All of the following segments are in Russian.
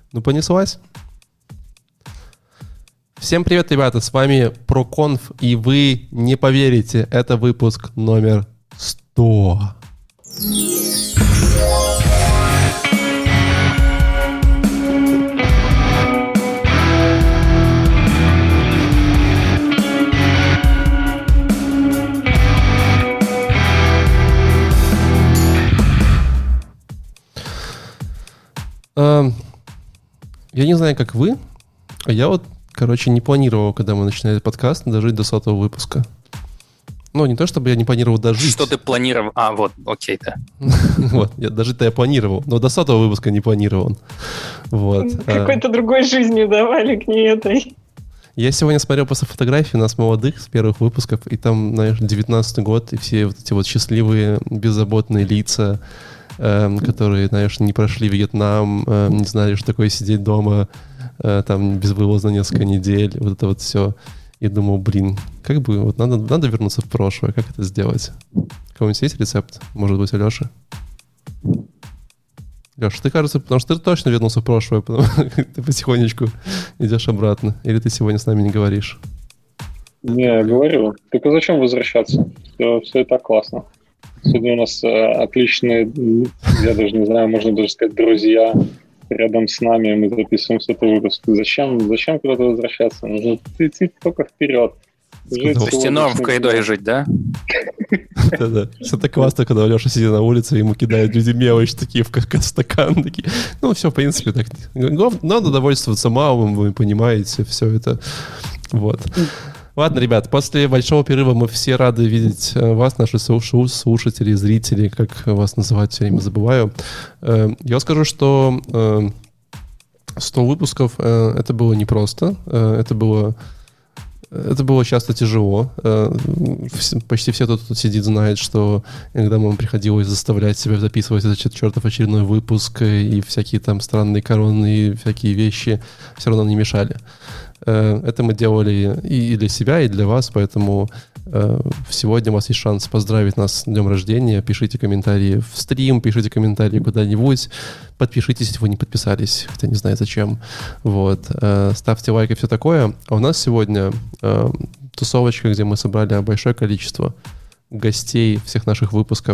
Ну, понеслась. Всем привет, ребята, с вами ProConf, и вы не поверите, это выпуск номер 100. Я не знаю, как вы, а я вот, не планировал, когда мы начинали подкаст, дожить до 100-го выпуска. Ну, не то, чтобы я не планировал дожить. Что ты планировал? Окей, да. Вот, дожить-то я планировал, но до 100-го выпуска не планировал. Вот. Какой-то другой жизнью давали к ней этой. Я сегодня смотрел просто фотографии нас молодых с первых выпусков, и там, знаешь, 19-й год, и все вот эти вот счастливые, беззаботные лица, которые, знаешь, не прошли Вьетнам, не знали, что такое сидеть дома там безвылазно несколько недель, вот это вот все. И думал, как бы, вот надо вернуться в прошлое, как это сделать? У кого-нибудь есть рецепт? Может быть, у Леши? Леша, ты, кажется, потому что ты точно вернулся в прошлое, потому что ты потихонечку идешь обратно. Или ты сегодня с нами не говоришь? Не, я говорю. Только зачем возвращаться? Все и так классно. Сегодня у нас отличные, я даже не знаю, можно даже сказать, друзья рядом с нами. Мы записываем 100 выпуск. Зачем куда-то возвращаться? Нужно идти только вперед. В стеном в коридоре жить, да? Да-да. Все так классно, когда Леша сидит на улице, ему кидают люди мелочь такие в стакан. Такие. Ну, все, в принципе, так. Надо довольствоваться малым, вы понимаете, все это. Вот. Ладно, ребят, после большого перерыва мы все рады видеть вас, наши слушатели, зрители, как вас называть, все время забываю. Я скажу, что 100 выпусков это было непросто, это было часто тяжело. Почти все, кто тут сидит, знает, что иногда нам приходилось заставлять себя записывать этот чертов очередной выпуск, и всякие там странные коронные всякие вещи все равно не мешали. Это мы делали и для себя, и для вас, поэтому сегодня у вас есть шанс поздравить нас с днем рождения. Пишите комментарии в стрим, пишите комментарии куда-нибудь, подпишитесь, если вы не подписались, хотя не знаю зачем. Вот. Ставьте лайк и все такое. А у нас сегодня тусовочка, где мы собрали большое количество гостей всех наших выпусков.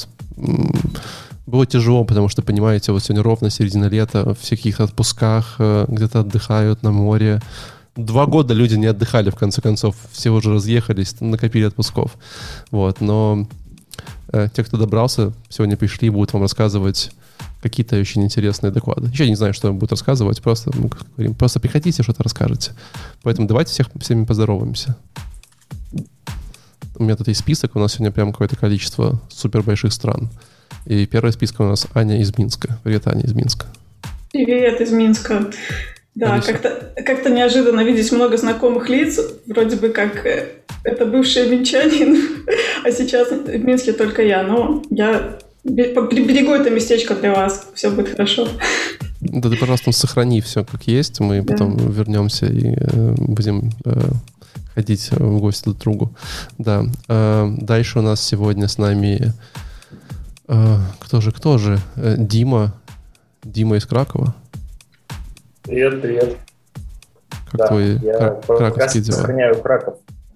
Было тяжело, потому что, понимаете, вот сегодня ровно середина лета, в всяких отпусках, где-то отдыхают на море. 2 года люди не отдыхали, в конце концов. Все уже разъехались, накопили отпусков. Вот, но те, кто добрался, сегодня пришли, будут вам рассказывать какие-то очень интересные доклады. Еще не знаю, что вам будут рассказывать, просто приходите, что-то расскажете. Поэтому давайте всеми поздороваемся. У меня тут есть список, у нас сегодня прям какое-то количество супер больших стран. И первая списка у нас Аня из Минска. Привет, Аня из Минска. Привет из Минска. Да, как-то неожиданно видеть много знакомых лиц. Вроде бы как это бывший минчанин, а сейчас в Минске только я. Но я приберегу это местечко для вас. Все будет хорошо. Да ты, пожалуйста, сохрани все как есть. Мы потом вернемся и будем ходить в гости друг к другу. Да. Дальше у нас сегодня с нами... Кто же? Дима из Кракова. Привет. Как твои краковские дела? Сохраняю Краков.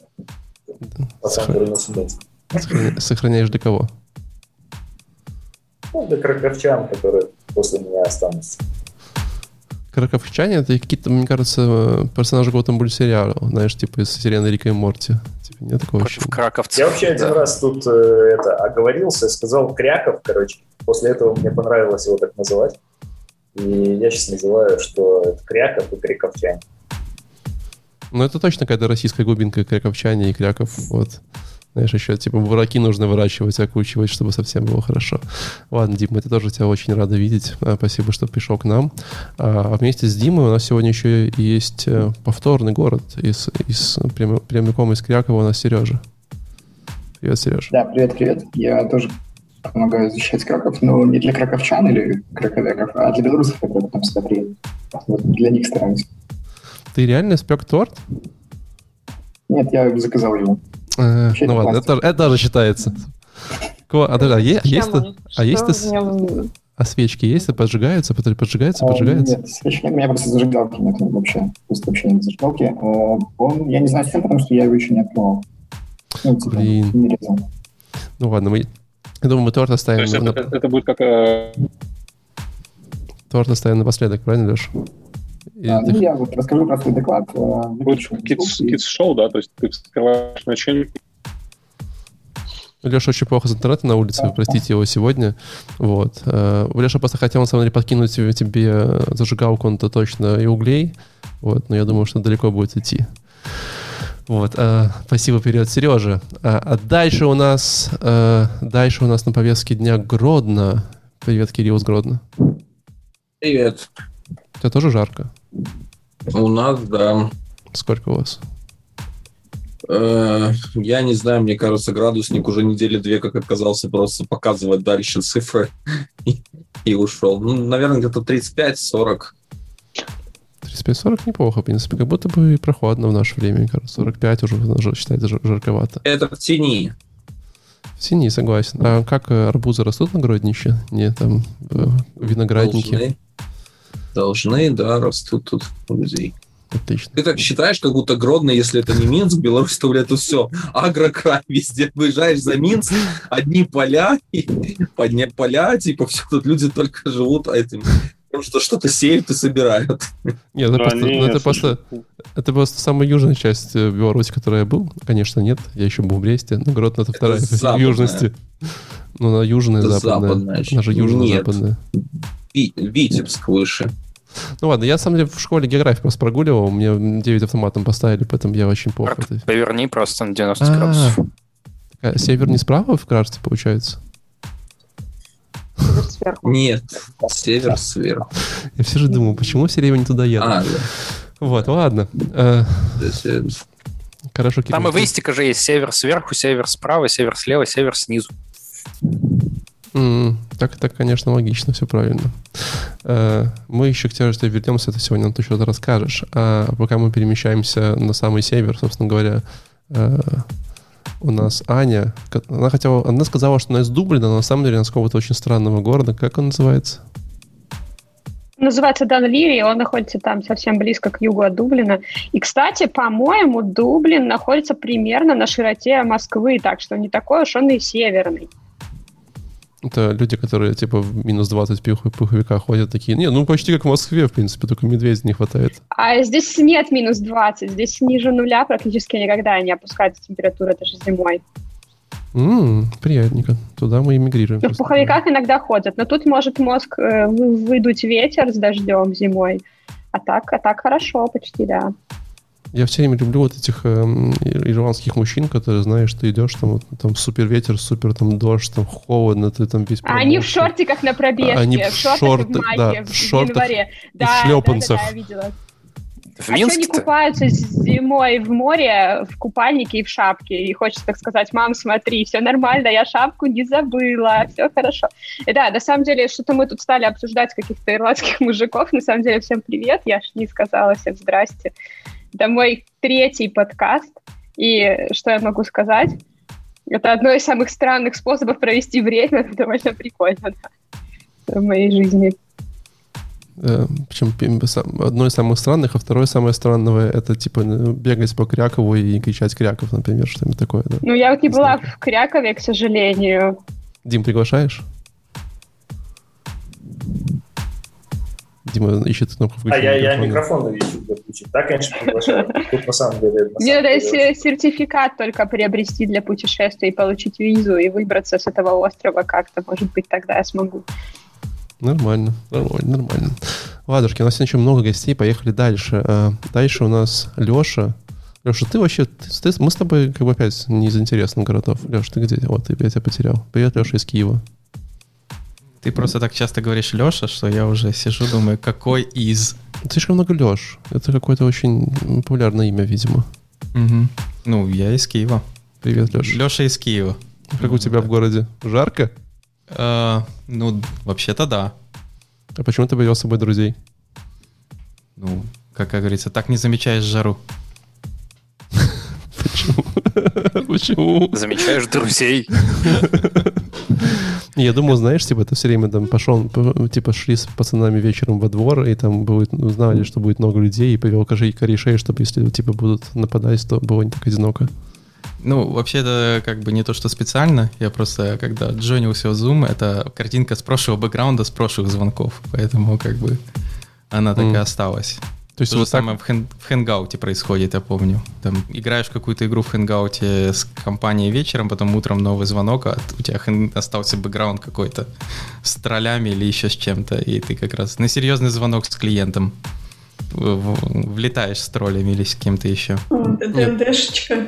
Сохраняешь для кого? Для краковчан, которые после меня останутся. Краковчане — это какие-то, мне кажется, персонажи какого-то мультсериала, знаешь, типа из вселенной Рика и Морти. Типа, нет такого ощущения? Краковцев. Я вообще один раз тут оговорился, сказал Кряков, После этого мне понравилось его так называть. И я сейчас называю, что это Кряков и Кряковчане. Ну, это точно какая-то российская глубинка, Кряковчане и Кряков, вот. Знаешь, еще типа бураки нужно выращивать, окучивать, чтобы совсем было хорошо. Ладно, Дим, мы тоже тебя очень рады видеть. Спасибо, что пришел к нам. А вместе с Димой у нас сегодня еще есть повторный город. Прямиком из Крякова у нас Сережа. Привет, Сережа. Да, привет. Я тоже помогаю защищать Краков, но не для краковчан или краковяков, а для белорусов, которые потом сюда приедут. Вот для них стараемся. Ты реально спек торт? Нет, я заказал его. Ну ладно, это тоже считается. А свечки есть? Поджигаются? Поджигаются? Нет, свечки нет. У меня просто зажигалки нет вообще. Просто вообще нет зажигалки. Я не знаю с чем, потому что я его еще не открывал. Блин. Не резал. Ну ладно, я думаю, мы торт оставим. То есть это будет как... Торт оставим напоследок, правильно, Леша? Я вот расскажу про свой доклад. Будет kids-шоу, да? То есть ты вскрываешь начинку. Леша очень плохо с интернетом на улице, вы простите его сегодня. Вот. Леша просто хотел, на самом деле, подкинуть тебе зажигалку, он-то точно, и углей. Вот. Но я думаю, что далеко будет идти. Вот. Спасибо, вперед, Сережа. А дальше у нас на повестке дня Гродно. Привет, Кирилл из Гродно. Привет. У тебя тоже жарко? У нас, да. Сколько у вас? Я не знаю, мне кажется, градусник уже недели 2 как оказался просто показывать дальше цифры и ушел. Ну, наверное, где-то 35-40. 35-40 неплохо, в принципе. Как будто бы прохладно в наше время. Кажется, 45 уже считается жарковато. Это в тени. В тени, согласен. А как арбузы растут на Гроднище? Нет, там виноградники. Должны, да, растут тут у людей. Отлично. Ты так считаешь, как будто Гродно, если это не Минск, Беларусь, то, блядь, тут все. Агрокрай везде. Выезжаешь за Минск, одни поля, поля, типа, все, тут люди только живут этим. Потому что что-то сеют и собирают. Нет, это просто самая южная часть Беларуси, которой я был. Конечно, нет, я еще был в Бресте, но Гродно это вторая в южности. Ну, она южная, западная. Она же южно-западная. Витебск выше. Ну ладно, я, на самом деле, в школе географию просто прогуливал, мне 9 автоматом поставили, поэтому я очень плохо. Поверни просто на 90 градусов. Север не справа, кажется, получается? Север сверху. Нет, север сверху. Я все же думал, почему все время не туда едут? Да. Вот, ладно. Хорошо, там и в Истика же есть север сверху, север справа, север слева, север снизу. Так, конечно, логично, все правильно. Мы еще к тебе вернемся, это сегодня нам ты что-то расскажешь. А пока мы перемещаемся на самый север, собственно говоря, у нас Аня. Она сказала, что она из Дублина, но на самом деле она с какого-то очень странного города. Как он называется? Называется Данлири, он находится там совсем близко к югу от Дублина. И, кстати, по-моему, Дублин находится примерно на широте Москвы, так что не такой уж он и северный. Это люди, которые типа в минус 20 в пуховиках ходят, такие, почти как в Москве, в принципе, только медведя не хватает. А здесь нет минус 20, здесь ниже нуля практически никогда не опускается температура даже зимой. Приятненько. Туда мы эмигрируем. В пуховиках иногда ходят, но тут может мозг выдуть ветер с дождем зимой. А так хорошо почти, да. Я все время люблю вот этих ирландских мужчин, которые, знаешь, ты идешь, там супер ветер, супер там дождь, там холодно, ты там весь промокший. Они в шортиках на пробежке, они в шортах и в майке, в январе. И в шлепанцах. Да, я видела. В Минске они купаются зимой в море, в купальнике и в шапке. И хочется, так сказать, мам, смотри, все нормально, я шапку не забыла, все хорошо. И да, на самом деле, что-то мы тут стали обсуждать каких-то ирландских мужиков. На самом деле, всем привет, я ж не сказала всем здрасте. Это мой 3-й подкаст, и что я могу сказать? Это одно из самых странных способов провести время, это довольно прикольно, да, в моей жизни. Причем одно из самых странных, а второе самое странное, это типа бегать по Крякову и кричать «Кряков», например, что-нибудь такое, да? Ну, я вот не была в Крякове, к сожалению. Дим, приглашаешь? Дима ищет кнопку включения. Я микрофон ищу для включить. Да, конечно, приглашаю. Тут на самом деле... Мне надо сертификат только приобрести для путешествия и получить визу, и выбраться с этого острова как-то. Может быть, тогда я смогу. Нормально. Ладушки, у нас еще много гостей, поехали дальше. Дальше у нас Леша. Леша, ты вообще... мы с тобой как бы опять не из интересных городов. Леша, ты где? Вот, я тебя потерял. Привет, Леша из Киева. Ты просто так часто говоришь Леша, что я уже сижу, думаю, какой из... Слишком много Леш. Это какое-то очень популярное имя, видимо. Угу. Ну, я из Киева. Привет, Леша. Леша из Киева. Как у тебя в городе? Жарко? Вообще-то да. А почему ты привел с собой друзей? Ну, как говорится, так не замечаешь жару. Почему? Замечаешь друзей. Я думал, знаешь, типа, это все время там пошел, типа, шли с пацанами вечером во двор, и там знали, что будет много людей, и повел корешей, чтобы если, типа, будут нападать, то было не так одиноко. Ну, вообще, это как бы не то, что специально. Я просто, когда джойнился в Zoom, это картинка с прошлого бэкграунда, с прошлых звонков. Поэтому, как бы, она так и осталась. То есть то же самое в Хэнгауте происходит, я помню. Там играешь в какую-то игру в Хэнгауте с компанией вечером, потом утром новый звонок, а у тебя остался бэкграунд какой-то с троллями или еще с чем-то, и ты как раз на серьезный звонок с клиентом влетаешь с троллями или с кем-то еще. ДНДшечка.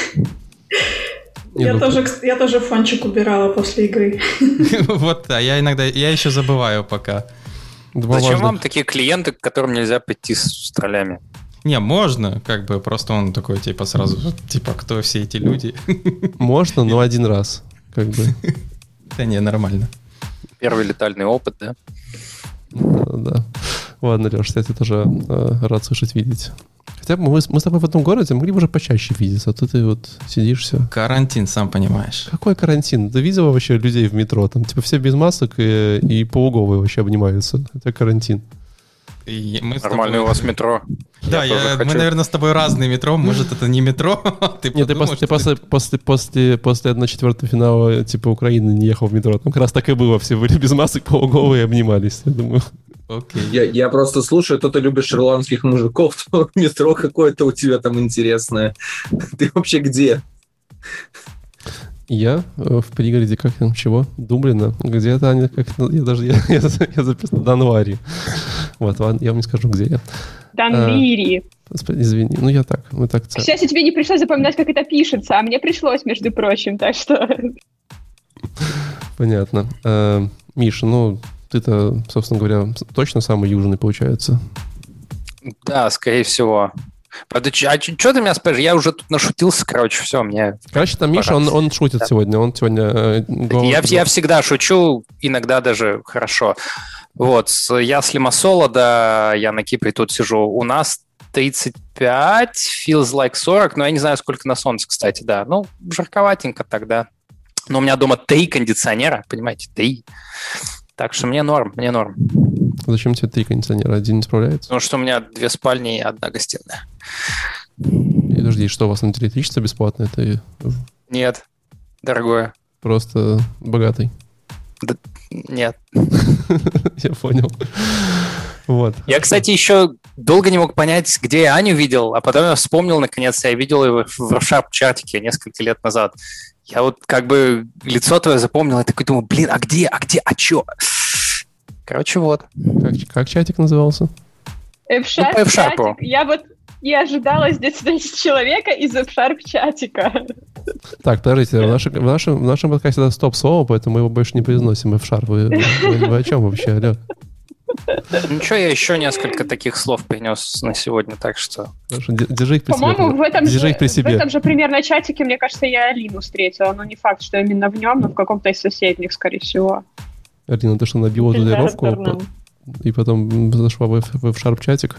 Я тоже фончик убирала после игры. Вот, а я иногда, я еще забываю пока. Зачем вам такие клиенты, к которым нельзя прийти с троллями? Не, можно, как бы, просто он такой, типа, сразу, типа, кто все эти люди? Можно, но один раз, как бы. Да не, нормально. Первый летальный опыт, да? Да. Ладно, Леш, я тебя тоже рад слышать, видеть. Хотя бы мы с тобой в этом городе могли бы уже почаще видеться, а то ты вот сидишь все. Карантин, сам понимаешь. Какой карантин? Ты видел вообще людей в метро? Там типа все без масок и полуголые вообще обнимаются. Это карантин. Нормальное у вас метро. Да, мы, наверное, с тобой разные метро. Может, это не метро? Нет, ты после 1/4 финала типа Украины не ехал в метро. Там как раз так и было. Все были без масок, полуголые и обнимались, я думаю. Okay. Я просто слушаю, то ты любишь ирландских мужиков, то метро какое-то у тебя там интересное. Ты вообще где? Я в пригороде, как там, чего? Дублина. Где-то они, я записал Данвари. Вот, ладно, я вам не скажу, где я. Данвири. Извини, ну я так, мы так... К счастью, тебе не пришлось запоминать, как это пишется, а мне пришлось, между прочим, так что... Понятно. Миша, ну... Ты-то, собственно говоря, точно самый южный, получается? Да, скорее всего. Правда, а что ты меня спрашиваешь? Я уже тут нашутился, короче, все, мне... Короче, там Миша, он шутит сегодня. Он сегодня... Я всегда шучу, иногда даже хорошо. Вот, я с Лимассола, да, я на Кипре тут сижу. У нас 35, feels like 40, но я не знаю, сколько на солнце, кстати, да. Ну, жарковатенько тогда. Но у меня дома 3 кондиционера, понимаете, 3. Так что мне норм. Зачем тебе 3 кондиционера? Один не справляется? Потому что у меня 2 спальни и 1 гостиная. И подожди, что, у вас там электричество бесплатное? Ты... Нет, дорогое. Просто богатый? Да, нет. Я понял. Вот. Я, кстати, еще долго не мог понять, где я Аню видел, а потом я вспомнил, наконец, я видел его в RockSharp-чатике несколько лет назад. Я вот как бы лицо твое запомнил, я такой думаю, блин, а где, а чё? Короче, вот. Как чатик назывался? F-Sharp чатик. Я вот не ожидала здесь встретить человека из F-Sharp чатика. Так, подождите, в нашем подкасте это стоп-слово, поэтому мы его больше не произносим. F-Sharp. Вы о чем вообще, алло? Ничего, я еще несколько таких слов принес на сегодня, так что... Хорошо, держи их при себе. По-моему, в этом же примерно чатике, мне кажется, я Алину встретила. Но не факт, что именно в нем, но в каком-то из соседних, скорее всего. Алина, ты что, набила дублировку и потом зашла в Sharp чатик?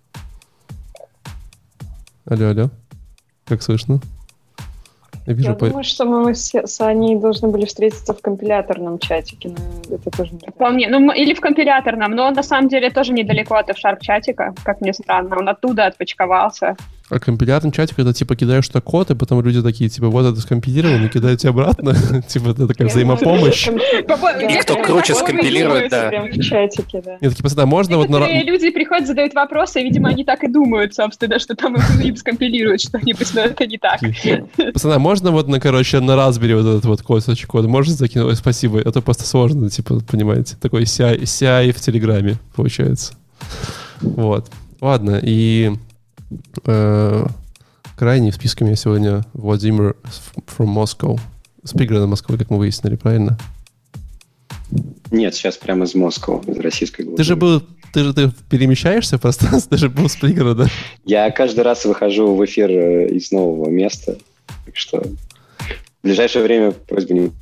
Алло. Как слышно? Я думаю, что мы с Аней должны были встретиться в компиляторном чатике, но это тоже не вполне. Ну, или в компиляторном, но он на самом деле тоже недалеко от F-Sharp чатика, как ни странно. Он оттуда отпочковался. А компиляторный чатик, это типа кидаешь что код, и потом люди такие, типа, вот это скомпилировано, кидаете обратно. Типа, это такая взаимопомощь. И кто круче скомпилирует, да. В чатике, да. Нет, такие, можно вот... Люди приходят, задают вопросы, и, видимо, они так и думают, собственно, что там им скомпилируют что-нибудь, но это не так. Пацаны, можно вот, на Raspberry вот этот вот кусочек кода, можете закинуть? Спасибо, это просто сложно, типа, понимаете, такой CI в Телеграме, получается. Вот. Ладно, и... крайний в списке у меня сегодня Владимир from Moscow. С пригорода Москвы, как мы выяснили, правильно? Нет, сейчас прямо из Москвы, из российской глубины. Ты перемещаешься в пространстве, ты же был с пригорода. Я каждый раз выхожу в эфир из нового места, так что в ближайшее время просьба не...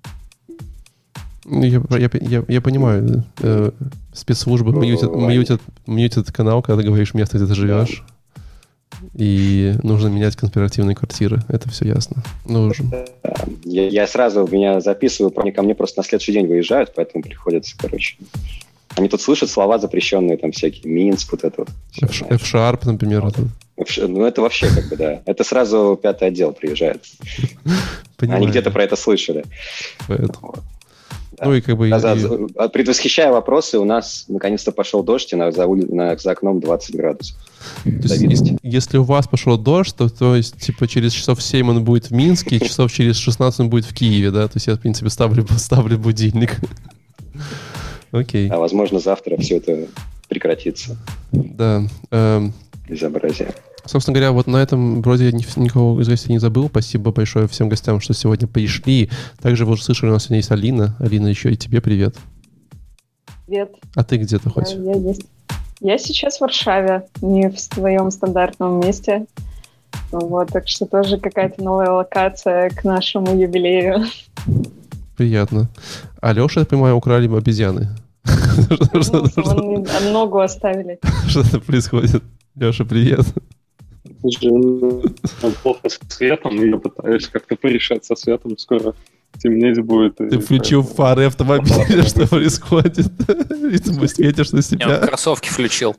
Я понимаю, спецслужбы мьютят канал, когда ты говоришь место, где ты живешь. и нужно менять конспиративные квартиры. Это все ясно. Нужен. Я сразу меня записываю, они ко мне просто на следующий день выезжают, поэтому приходится, короче. Они тут слышат слова запрещенные, там всякие, Минск, вот это вот. F-Sharp, например. Ну, это вообще как бы, да. Это сразу 5-й отдел приезжает. Они где-то про это слышали. Поэтому. Да. Ну и как бы... Предвосхищая вопросы, у нас наконец-то пошел дождь, и за окном 20 градусов. Если у вас пошел дождь, то есть типа через часов 7 он будет в Минске, и часов через 16 он будет в Киеве, да? То есть я, в принципе, ставлю будильник. Окей. А возможно, завтра все это прекратится. Да. Безобразие. Собственно говоря, вот на этом вроде никого из гостей не забыл. Спасибо большое всем гостям, что сегодня пришли. Также вы уже слышали, у нас сегодня есть Алина. Алина, еще и тебе привет. Привет. А ты где-то хоть? Я есть. Я сейчас в Варшаве, не в своем стандартном месте. Вот, так что тоже какая-то новая локация к нашему юбилею. Приятно. А Леша, я понимаю, украли обезьяны. Ногу оставили. Что-то происходит. Леша, привет. Плохо со светом, и я пытаюсь как-то порешать со светом. Скоро темнеть будет. Ты включил фары автомобиля, что происходит? И ты светишь на себя. Я кроссовки включил.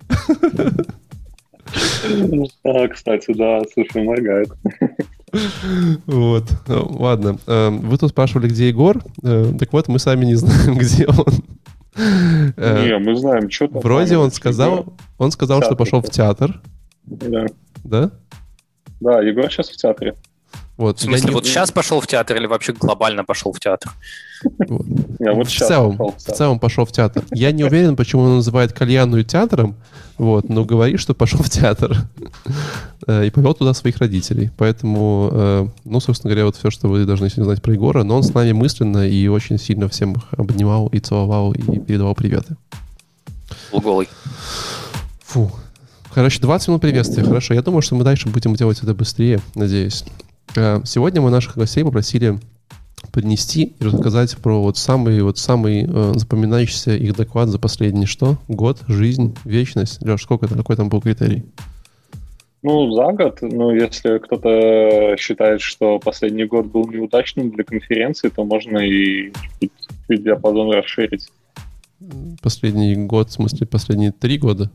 Кстати, да, слушай, моргает. Вот, ладно. Вы тут спрашивали, где Егор. Так вот, мы сами не знаем, где он. Не, мы знаем, что там. Вроде он сказал, что пошел в театр. Да. Да? Да, Егор сейчас в театре. Вот. В смысле, вот сейчас пошел в театр или вообще глобально пошел в театр? Вот. В целом пошел в театр. Я не уверен, почему он называет кальянную театром, вот, но говорит, что пошел в театр. И повел туда своих родителей. Поэтому, ну, собственно говоря, вот все, что вы должны сегодня знать про Егора. Но он с нами мысленно и очень сильно всем их обнимал и целовал, и передавал приветы. Был голый. Фу. Короче, 20 минут приветствия. Хорошо. Я думаю, что мы дальше будем делать это быстрее, надеюсь. Сегодня мы наших гостей попросили принести и рассказать про вот самый запоминающийся их доклад за последний год, жизнь, вечность. Леш, какой там был критерий? Ну, за год. Ну, если кто-то считает, что последний год был неудачным для конференции, то можно и диапазон расширить. Последний год, в смысле, последние 3 года?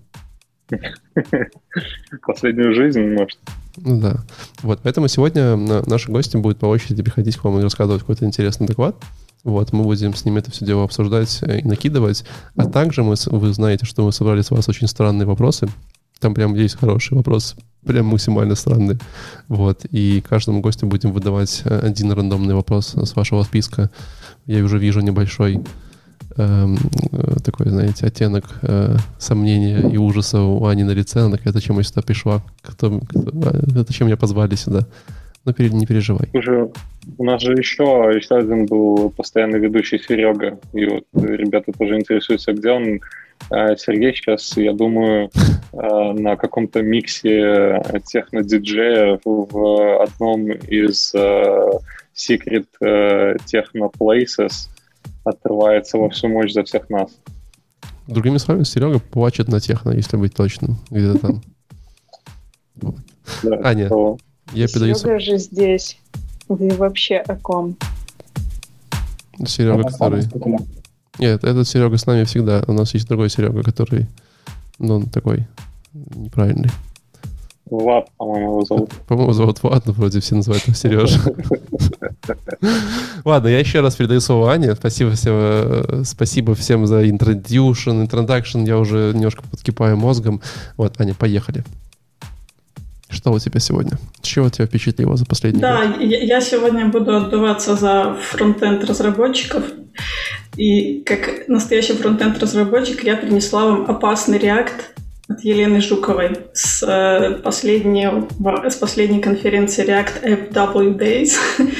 Последнюю жизнь, может. Ну да. Вот, поэтому сегодня наши гости будут по очереди приходить к вам и рассказывать какой-то интересный доклад. Вот, мы будем с ними это все дело обсуждать и накидывать. А также вы знаете, что мы собрали с вас очень странные вопросы. Там прям есть хорошие вопросы, прям максимально странные. Вот, и каждому гостю будем выдавать один рандомный вопрос с вашего списка. Я уже вижу небольшой такой, знаете, оттенок сомнения и ужаса у Ани на лице. Она такая: зачем я сюда пришла? Зачем меня позвали сюда? Но не переживай. Уже, у нас же еще один был постоянный ведущий Серега. И вот ребята тоже интересуются, где он. Сергей сейчас, я думаю, на каком-то миксе техно-диджеев в одном из Secret Techno Places отрывается во всю мощь за всех нас. Другими словами, Серега плачет на техно, если быть точным, где-то там. Вот. Да, Аня, я передаю... Серега же здесь. Вы вообще о ком? Серега, который... Нет, этот Серега с нами всегда. У нас есть другой Серега, который... Ну, он такой неправильный. Влад, по-моему, его зовут. По-моему, зовут Влад, но вроде все называют его Сережа. Ладно, я еще раз передаю слово Ане. Спасибо всем за introduction. Я уже немножко подкипаю мозгом. Вот, Аня, поехали. Что у тебя сегодня? Чего тебя впечатлило за последний год? Да, я сегодня буду отдуваться за фронт-энд разработчиков. И как настоящий фронт-энд разработчик я принесла вам опасный React от Елены Жуковой с последней конференции React App W Days.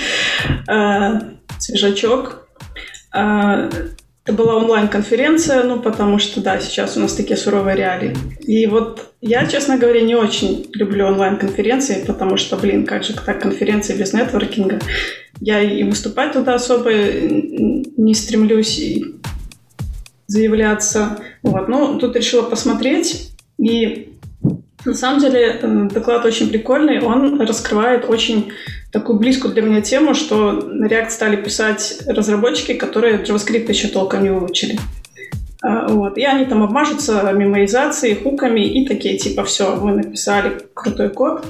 Свежачок. Это была онлайн-конференция, потому что, да, сейчас у нас такие суровые реалии. И вот я, честно говоря, не очень люблю онлайн-конференции, потому что, как же так конференции без нетворкинга. Я и выступать туда особо не стремлюсь и заявляться. Вот. Но тут решила посмотреть. И На самом деле доклад очень прикольный, он раскрывает очень такую близкую для меня тему, что на React стали писать разработчики, которые JavaScript еще толком не выучили. Вот. И они там обмажутся мемоизацией, хуками и такие, типа, все, вы написали крутой код,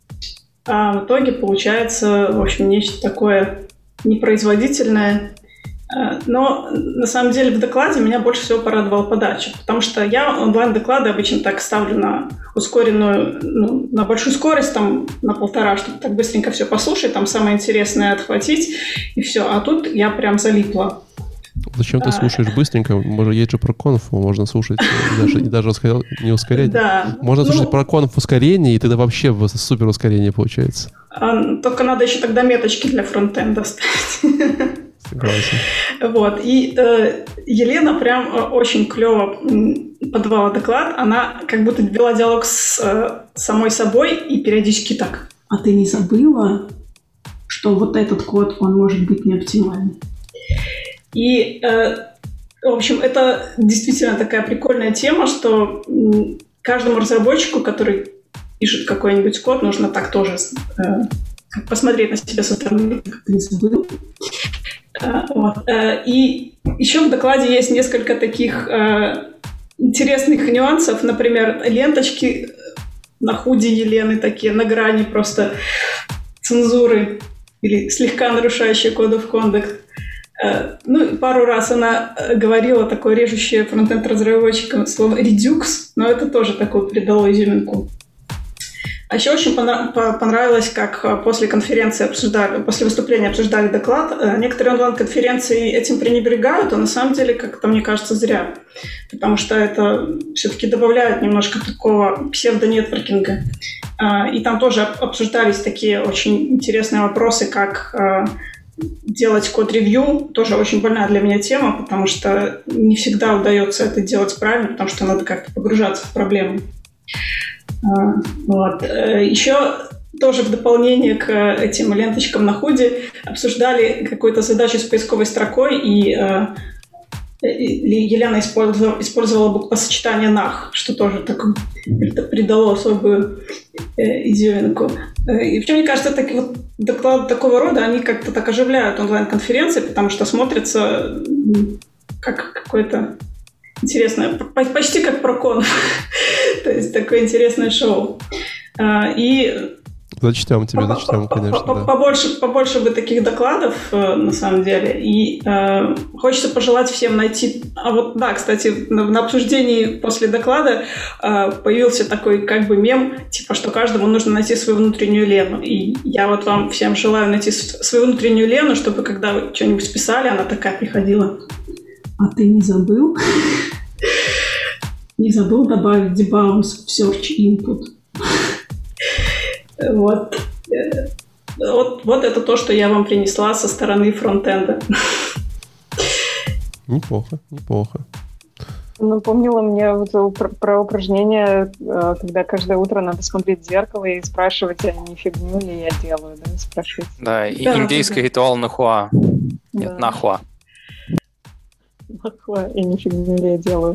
а в итоге получается, в общем, нечто такое непроизводительное. Но на самом деле в докладе меня больше всего порадовала подача, потому что я онлайн-доклады обычно так ставлю на ускоренную, на большую скорость, там на 1.5, чтобы так быстренько все послушать, там самое интересное отхватить, и все. А тут я прям залипла. Зачем ты слушаешь быстренько? Может, есть же ProConf, можно слушать и даже не ускорять. Да. Можно слушать ProConf ускорение, и тогда вообще супер ускорение получается. Только надо еще тогда меточки для фронтенда ставить. Согласен. Вот. И Елена прям очень клево подавала доклад. Она как будто вела диалог с самой собой и периодически так: а ты не забыла, что вот этот код, он может быть не оптимальный? И, в общем, это действительно такая прикольная тема, что каждому разработчику, который пишет какой-нибудь код, нужно так тоже посмотреть на себя со стороны, как ты не забыл. Вот. И еще в докладе есть несколько таких интересных нюансов. Например, ленточки на худи Елены такие, на грани просто цензуры или слегка нарушающие Code of Conduct. Пару раз она говорила такое режущее фронтенд-разработчикам слово «redux», но это тоже такое придало изюминку. А еще очень понравилось, как после конференции после выступления обсуждали доклад. Некоторые онлайн-конференции этим пренебрегают, а на самом деле, как-то мне кажется, зря. Потому что это все-таки добавляет немножко такого псевдо-нетворкинга. И там тоже обсуждались такие очень интересные вопросы, как делать код-ревью. Тоже очень больная для меня тема, потому что не всегда удается это делать правильно, потому что надо как-то погружаться в проблему. Вот. Еще тоже в дополнение к этим ленточкам на худи обсуждали какую-то задачу с поисковой строкой, и Елена использовала буквосочетание «нах», что тоже так придало особую изюминку. И вообще, мне кажется, вот доклады такого рода, они как-то так оживляют онлайн-конференции, потому что смотрятся как какое-то интересное, почти как ProConf. То есть такое интересное шоу. И зачтем, конечно. Побольше бы таких докладов, на самом деле. И хочется пожелать всем найти... кстати, на обсуждении после доклада появился такой как бы мем, типа, что каждому нужно найти свою внутреннюю Лену. И я вот вам всем желаю найти свою внутреннюю Лену, чтобы когда вы что-нибудь списали, она такая приходила: а ты не забыл? Не забыл добавить debounce в search input. Вот это то, что я вам принесла со стороны фронтенда. Неплохо. Напомнила мне про упражнение, когда каждое утро надо смотреть в зеркало и спрашивать, а не фигню ли я делаю, да? Спрашивать. Да, индийский ритуал нахуа. Нет, нахуа. Нахуа, и не фигню ли я делаю.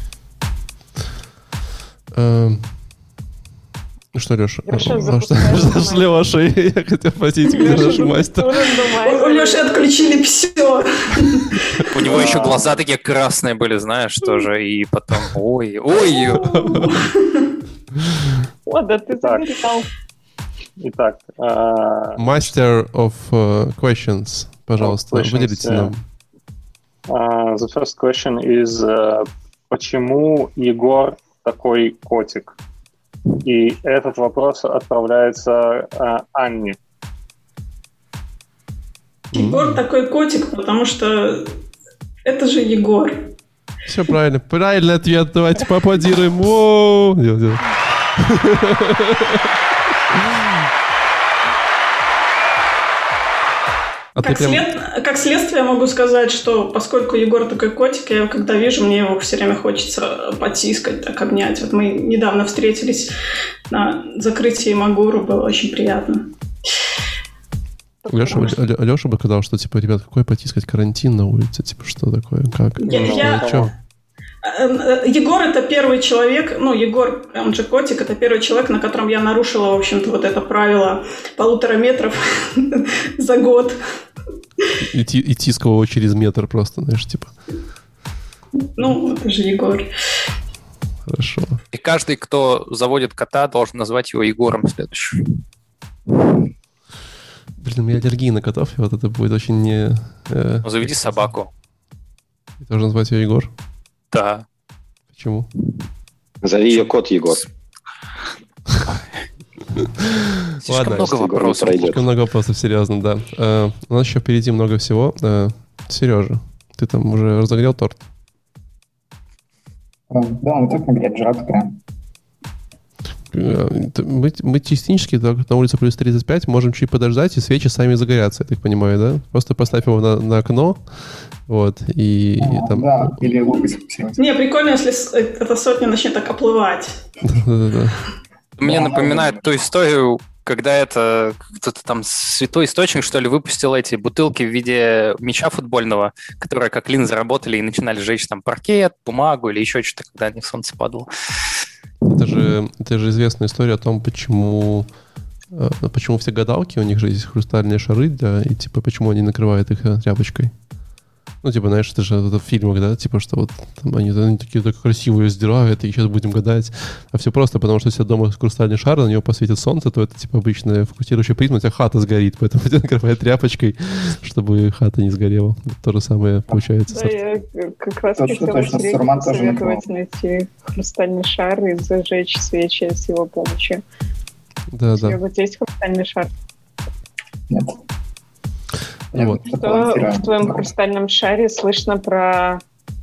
Что, Леша? Что с Лешей? Я хотел спросить, где наш мастер. У Леши отключили все. У него еще глаза такие красные были, знаешь, тоже. И потом, ой. О, да ты заверял. Итак. Master of questions. Пожалуйста, выделите нам. The first question is, почему Егор такой котик? И этот вопрос отправляется Анне. Егор такой котик, потому что это же Егор. Все правильно. Правильный ответ. Давайте поаплодируем. Как следствие могу сказать, что поскольку Егор такой котик, я его когда вижу, мне его все время хочется потискать, так обнять. Вот мы недавно встретились на закрытии Магуру, было очень приятно. Леша бы сказал, что, типа, ребят, какой потискать, карантин на улице, типа, что такое, как? Егор — это первый человек, Егор, он же котик, это первый человек, на котором я нарушила, в общем-то, вот это правило 1,5 метра за год. И тискового через метр просто, знаешь, типа. Это же Егор. Хорошо. И каждый, кто заводит кота, должен назвать его Егором следующим. Блин, у меня аллергия на котов, и вот это будет очень не... Заведи собаку. И тоже назвать ее Егор? Да. Почему? Назови ее кот Егор. Слишком много вопросов. Слишком много вопросов, серьезно, да. У нас еще впереди много всего. Сережа, ты там уже разогрел торт? Да, он так нагрет, жара такая. Мы технически на улице плюс 35 можем чуть подождать, и свечи сами загорятся, я так понимаю, да? Просто поставь его на окно, вот, и там... Да, или лук сфокусировать. Не, прикольно, если эта сотня начнет так оплывать. Да-да-да. Мне напоминает ту историю, когда это кто-то там святой источник, что ли, выпустил эти бутылки в виде мяча футбольного, которые как линзы работали и начинали жечь там паркет, бумагу или еще что-то, когда на них солнце падало. Это же известная история о том, почему все гадалки, у них же есть хрустальные шары, да, и типа почему они накрывают их тряпочкой. Знаешь, это же в фильмах, да, типа, что вот там они такие так красиво ее сдирают, и сейчас будем гадать. А все просто, потому что если дома хрустальный шар, на него посветит солнце, то это, типа, обычная фокусирующая призма, у тебя хата сгорит, поэтому тебя накрывает тряпочкой, чтобы хата не сгорела. То же самое получается. Да, я как раз хотела советовать найти хрустальный шар и зажечь свечи с его помощью. Да. Вот есть хрустальный шар? Нет. Что в твоем хрустальном шаре слышно про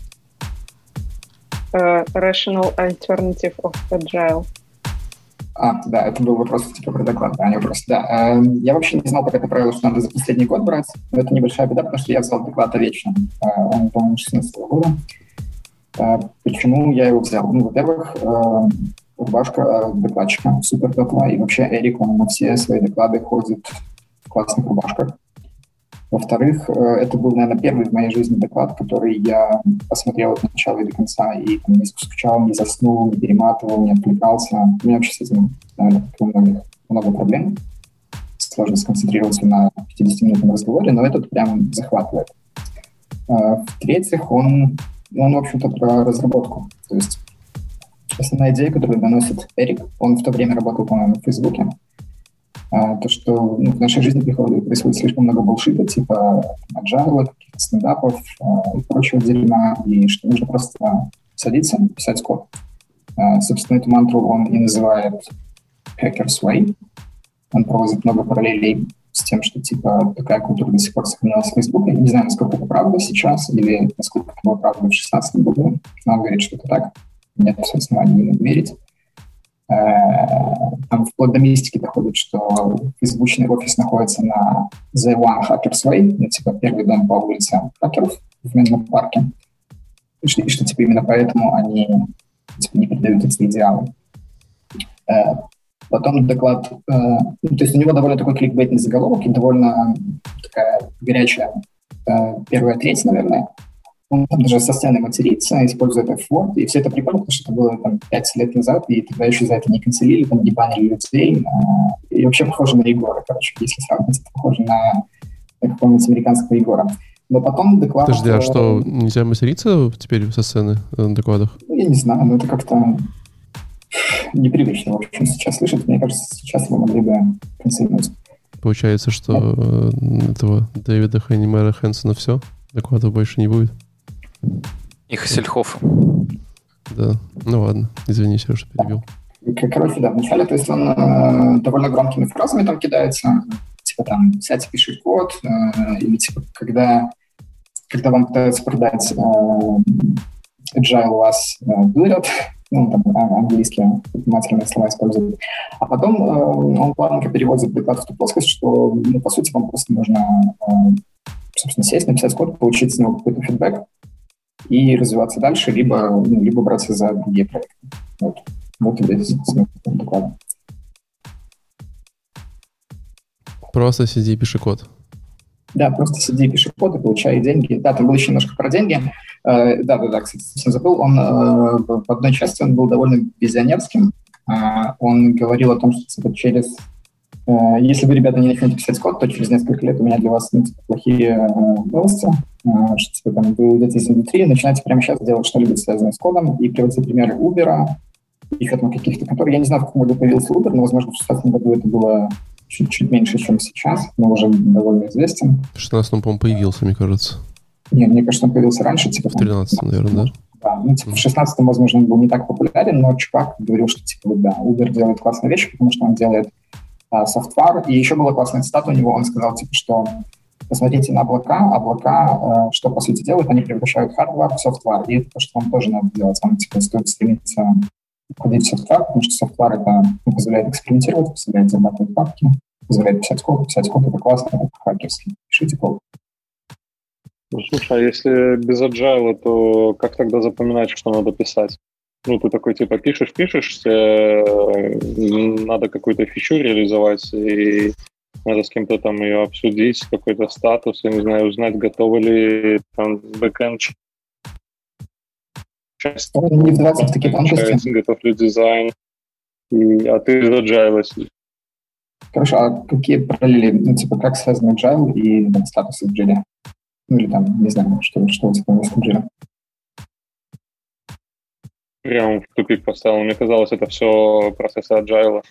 rational alternative of agile? Да, это был вопрос типа про доклад, не вопрос. Да, я вообще не знал про это правило, что надо за последний год брать, но это небольшая беда, потому что я взял доклад о вечном. Он, по-моему, 2016 года. Почему я его взял? Во-первых, рубашка докладчика супер теплая, и вообще Эрик, он на все свои доклады ходит в классных рубашках. Во-вторых, это был, наверное, первый в моей жизни доклад, который я посмотрел от начала и до конца, и там, не скучал, не заснул, не перематывал, не отвлекался. У меня вообще с этим, наверное, как у многих, много проблем. Сложно сконцентрироваться на 50-минутном разговоре, но этот прям захватывает. В-третьих, он, в общем-то, про разработку. То есть основная идея, которую доносит Эрик, он в то время работал, по-моему, в Фейсбуке, то, что в нашей жизни происходит слишком много булшита, типа agile, каких-то стендапов и прочего дерьма, и что нужно просто садиться и писать код. Собственно, эту мантру он и называет Hackers Way. Он проводит много параллелей с тем, что типа такая культура до сих пор сохранилась в Фейсбуке. Не знаю, насколько это правда сейчас, или насколько это было правда в 2016 году, но он говорит, что это так. Нет оснований ему верить. Там вплоть до мистики доходит, что фейсбучный офис находится на The One Hackers Way, типа первый дом по улице хакеров в Менном парке, и что типа именно поэтому они типа, не передают эти идеалы. Потом доклад, то есть у него довольно такой кликбейтный заголовок и довольно такая горячая первая треть, наверное. Он там даже со сцены матерится, использует F-word, и все это прикольно, потому что это было там 5 лет назад, и тогда еще за это не канцелили, там не банили людей, и вообще похоже на Егора, короче, если сравнить, это похоже на какого-нибудь американского Егора. Но потом доклад... Подожди, а что, нельзя материться теперь со сцены на докладах? Я не знаю, но это как-то непривычно, в общем, сейчас слышать. Мне кажется, сейчас его могли бы канцелировать. Получается, что этого Дэвида Ханнимера Хэнсона все? Докладов больше не будет? И Хассельхофф. Да, ну ладно, извини, Сережа, перебил. Короче, да, вначале, то есть он довольно громкими фразами там кидается, типа там «сядь, пиши код», или типа когда вам пытаются продать agile, вас дурят, там английские матерные слова используют. А потом он плавненько переводит доклад в ту плоскость, что, по сути, вам просто нужно, собственно, сесть, написать код, получить с него какой-то фидбэк и развиваться дальше, либо браться за другие проекты. Вот и весь смысл доклада. Просто сиди и пиши код. Да, просто сиди, пиши код и получай деньги. Да, там было еще немножко про деньги. Да, кстати, совсем забыл. Он в одной части он был довольно визионерским. Он говорил о том, что типа, если вы, ребята, не начнете писать код, то через несколько лет у меня для вас плохие новости. Что типа, там, вы уйдете из индустрии, начинаете прямо сейчас делать что-либо связанное с кодом. И приводите примеры Uber, их там каких-то, которые... Я не знаю, в каком году появился Uber, но, возможно, в 2016 году это было чуть меньше, чем сейчас, но уже довольно известен. В 16-м, по-моему, появился, мне кажется. Нет, мне кажется, он появился раньше. Типа, в 13-м, наверное, да? Да, ну, типа, в 16-м, возможно, он был не так популярен, но чувак говорил, что, типа, вот, да, Uber делает классные вещи, потому что он делает софтвар. И еще была классная цитата у него, он сказал, типа, что посмотрите на облака, что, по сути, делают, они превращают хардвар в софтвар, и это то, что вам тоже надо делать. Вам, типа, стоит стремиться входить в софтвар, потому что софтвар это позволяет экспериментировать, позволяет зарабатывать бабки, позволяет писать код это классно, это хакерский. Пишите код. Ну, слушай, а если без agile, то как тогда запоминать, что надо писать? Ну, ты такой, типа, пишешь, надо какую-то фичу реализовать, и надо с кем-то там ее обсудить, какой-то статус, я не знаю, узнать, готовы ли там бэкэнд часть, не вдаваться в такие тонкости. Готов ли дизайн, а ты из agile. Хорошо, а какие параллели, ну, типа, как связаны agile и там, статус в Jira? Ну, или там, не знаю, что у тебя есть в Jira? Прям в тупик поставил. Мне казалось, это все процессы agile.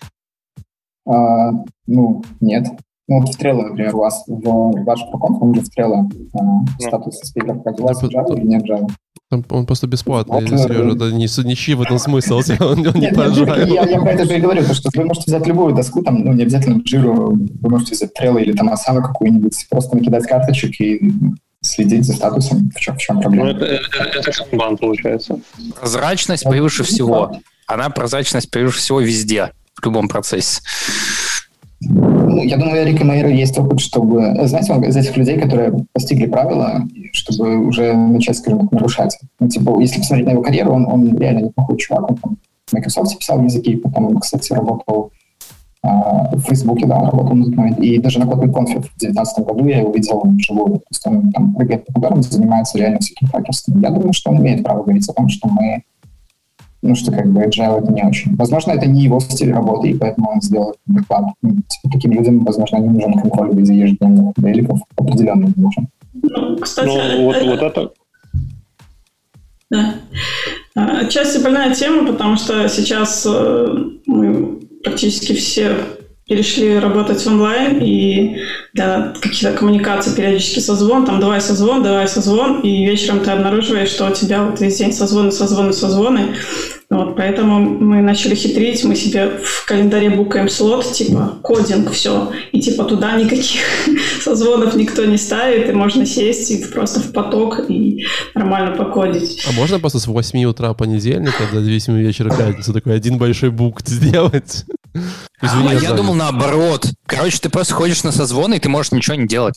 Ну, нет. Ну, вот в Trello, например, у вас ваш проконф, он же в Trello статус спикер, как у вас agile или не agile? Он просто бесплатный, Сережа, это ничьи в этом смысл, он не по agile. Я про это же и говорю, что вы можете взять любую доску, там, ну, не обязательно Jira, вы можете взять Trello или там Asana какую-нибудь, просто накидать карточек и следить за статусом, в чем проблема. Ну, это канбан получается. Прозрачность превыше всего. Она прозрачность превыше всего везде, в любом процессе. Ну, я думаю, у Эрика Мейера есть опыт, чтобы... Знаете, он из этих людей, которые постигли правила, чтобы уже начать, скажем так, нарушать. Ну, типа, если посмотреть на его карьеру, он реально неплохой чувак. Он там в Microsoft писал языки, потом, кстати, работал в Фейсбуке, да, работал музыкой. И даже на Kotlin Conf в 2019 году я его видел вживую. То есть он там прыгает по ударам, занимается реально всяким хакерством. Я думаю, что он имеет право говорить о том, что мы... Ну, что как бы agile это не очень. Возможно, это не его стиль работы, и поэтому он сделал доклад. Типа, таким людям, возможно, не нужен контроль в виде ежедневных дейликов, определенно не нужен. Ну, кстати, вот это... Да. Отчасти больная тема, потому что сейчас мы практически все перешли работать онлайн, и для каких-то коммуникаций периодически созвон, там давай созвон, и вечером ты обнаруживаешь, что у тебя вот весь день созвоны. Вот, поэтому мы начали хитрить, мы себе в календаре букаем слот, типа кодинг, все, и типа туда никаких созвонов никто не ставит, и можно сесть и просто в поток и нормально покодить. А можно просто с 8 утра понедельника до 8 вечера пятницы такой один большой бук сделать? Я думал наоборот. Короче, ты просто ходишь на созвоны, и ты можешь ничего не делать.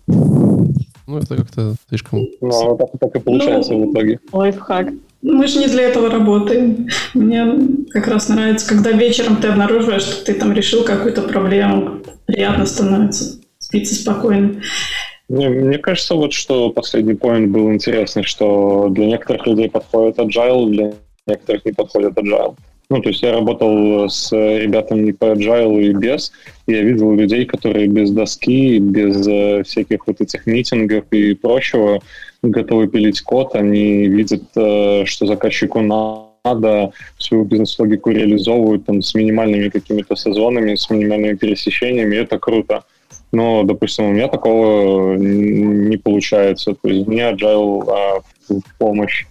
Ну, это как-то слишком... Ну, так и получается в итоге. Лайфхак. Мы же не для этого работаем. Мне как раз нравится, когда вечером ты обнаруживаешь, что ты там решил какую-то проблему. Приятно становится. Спится спокойно. Мне кажется, вот что последний поинт был интересный, что для некоторых людей подходит agile, для некоторых не подходит agile. Ну, то есть я работал с ребятами и по agile, и без, и я видел людей, которые без доски, без всяких вот этих митингов и прочего готовы пилить код, они видят, что заказчику надо, свою бизнес-логику реализовывают там, с минимальными какими-то сезонами, с минимальными пересечениями, и это круто. Но, допустим, у меня такого не получается. То есть не agile, в помощь.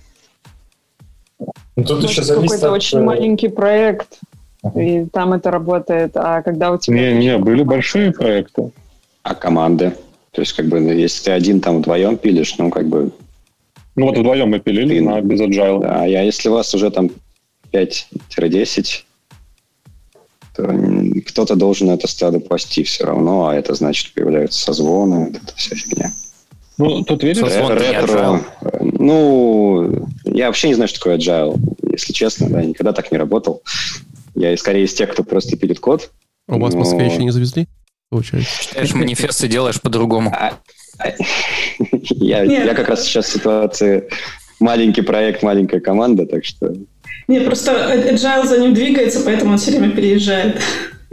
Тут еще зависит какой-то очень маленький проект, и там это работает, а когда у тебя... Не, были большие проекты. А команды? То есть, как бы, если ты один там вдвоем пилишь, ну, как бы... Ну, вот вдвоем мы пилили, но без agile. Да, если у вас уже там 5-10, то кто-то должен это стадо пасти все равно, а это значит, появляются созвоны, это вся фигня. Ну, тут видишь, ретро. Ну, я вообще не знаю, что такое agile, если честно, да, никогда так не работал. Я скорее из тех, кто просто пилит код. А у вас в Москве еще не завезли, получается? Читаешь манифесты, делаешь по-другому. Я как раз сейчас в ситуации маленький проект, маленькая команда, так что... Не, просто Agile за ним двигается, поэтому он все время переезжает.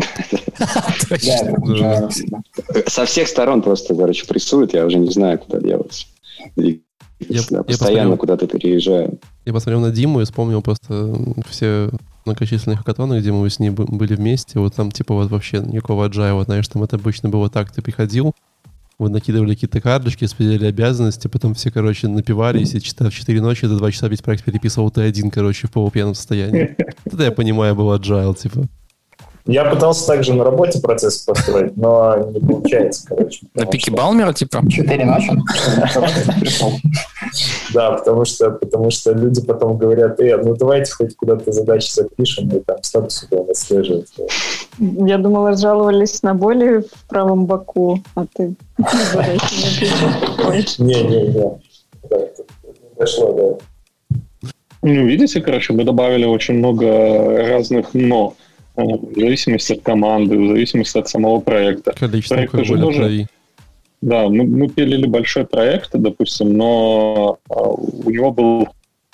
Со всех сторон просто, короче, прессуют, я уже не знаю, куда делаться. Я постоянно куда-то переезжаю. Я посмотрел на Диму и вспомнил просто все многочисленные хакатоны, где мы с ним были вместе. Вот там типа вот вообще никакого agile, знаешь, там это обычно было так, ты приходил, вы накидывали какие-то карточки, распределяли обязанности, потом все, короче, напивались, и в 4 ночи до 2 часа весь проект переписывал ты один, короче, в полупьяном состоянии. Это, я понимаю, был agile, типа. Я пытался также на работе процесс построить, но не получается, короче. На пике Балмера, типа? 4 ночи? Да, потому что люди потом говорят, ну давайте хоть куда-то задачи запишем, и там статус будем отслеживать. Я думала, жаловались на боли в правом боку, а ты Не. Дошло, да. Ну, видите, короче, мы добавили очень много разных «но». В зависимости от команды, в зависимости от самого проекта. Количество алкоголя в крови. Да, мы пилили большой проект, допустим, но у него был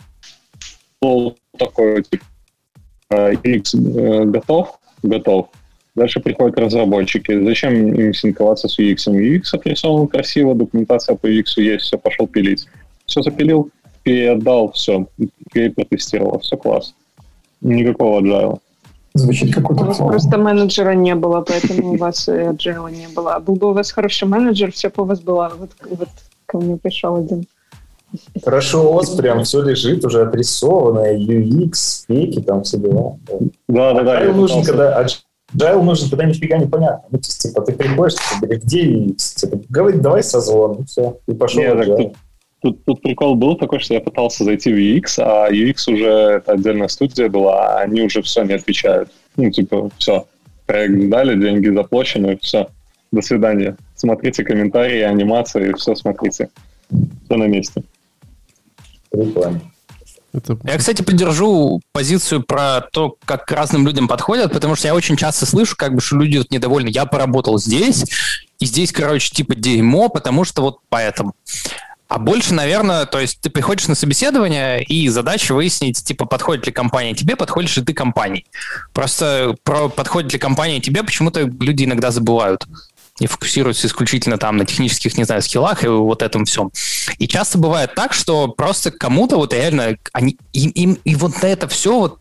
такой типа UX готов. Дальше приходят разработчики. Зачем им синковаться с UX? UX отрисован красиво, документация по UX есть, все, пошел пилить. Все запилил, отдал, все, протестировал, все класс. Никакого agile. Звучит как у вас просто менеджера не было, поэтому у вас и agile не было. А был бы у вас хороший менеджер, все бы у вас было. Вот ко мне пришел один. Хорошо, у вас прям все лежит уже отрисованное, UX, спеки, там все дела. Да. Agile нужен, когда нифига не понятно. Ну, типа, ты приходишь, где UX? Типа, говорит, давай созвон, и все. И пошел agile. Тут прикол был такой, что я пытался зайти в UX, а UX уже это отдельная студия была, а они уже все не отвечают. Ну, типа, все, проект дали, деньги заплачены, все, до свидания. Смотрите комментарии, анимации, все смотрите. Все на месте. Прикольно. Я, кстати, поддержу позицию про то, как к разным людям подходят, потому что я очень часто слышу, как бы, что люди вот недовольны. Я поработал здесь, и здесь, короче, типа дерьмо, потому что вот поэтому. А больше, наверное, то есть ты приходишь на собеседование, и задача выяснить, типа, подходит ли компания тебе, подходишь ли ты компании. Просто про подходит ли компания тебе почему-то люди иногда забывают и фокусируются исключительно там на технических, не знаю, скиллах и вот этом всем. И часто бывает так, что просто кому-то вот реально им вот на это все вот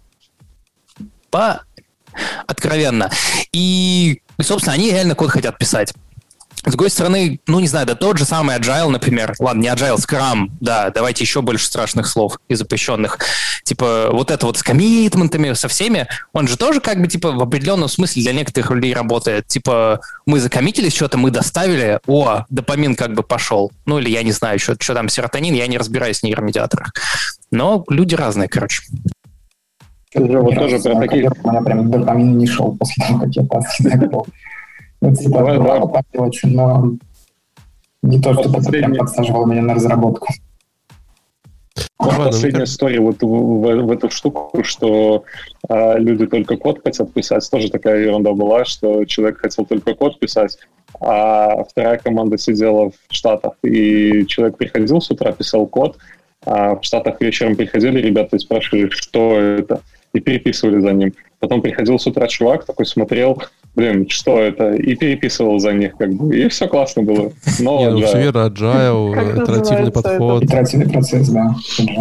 откровенно. И, собственно, они реально код хотят писать. С другой стороны, ну, не знаю, да тот же самый Agile, например. Ладно, не Agile, Scrum, да, давайте еще больше страшных слов и запрещенных. Типа, вот это вот с коммитментами, со всеми, он же тоже как бы, типа, в определенном смысле для некоторых людей работает. Типа, мы закоммитились что-то, мы доставили, допамин как бы пошел. Ну, или я не знаю, что там серотонин, я не разбираюсь в нейромедиаторах. Но люди разные, короче. Вот тоже про таких... У меня прям допамин не шел после того, как я подсидел. Ну, типа, так очень, но не то, что это прям подсаживало меня на разработку. Последняя история вот в эту штуку, что люди только код хотят писать, тоже такая ерунда была, что человек хотел только код писать, а вторая команда сидела в Штатах, и человек приходил с утра, писал код, а в Штатах вечером приходили ребята и спрашивали, что это, и переписывали за ним. Потом приходил с утра чувак, такой смотрел, что это, и переписывал за них, как бы, и все классно было. Но все верно, agile, итеративный подход. Итеративный процесс, да.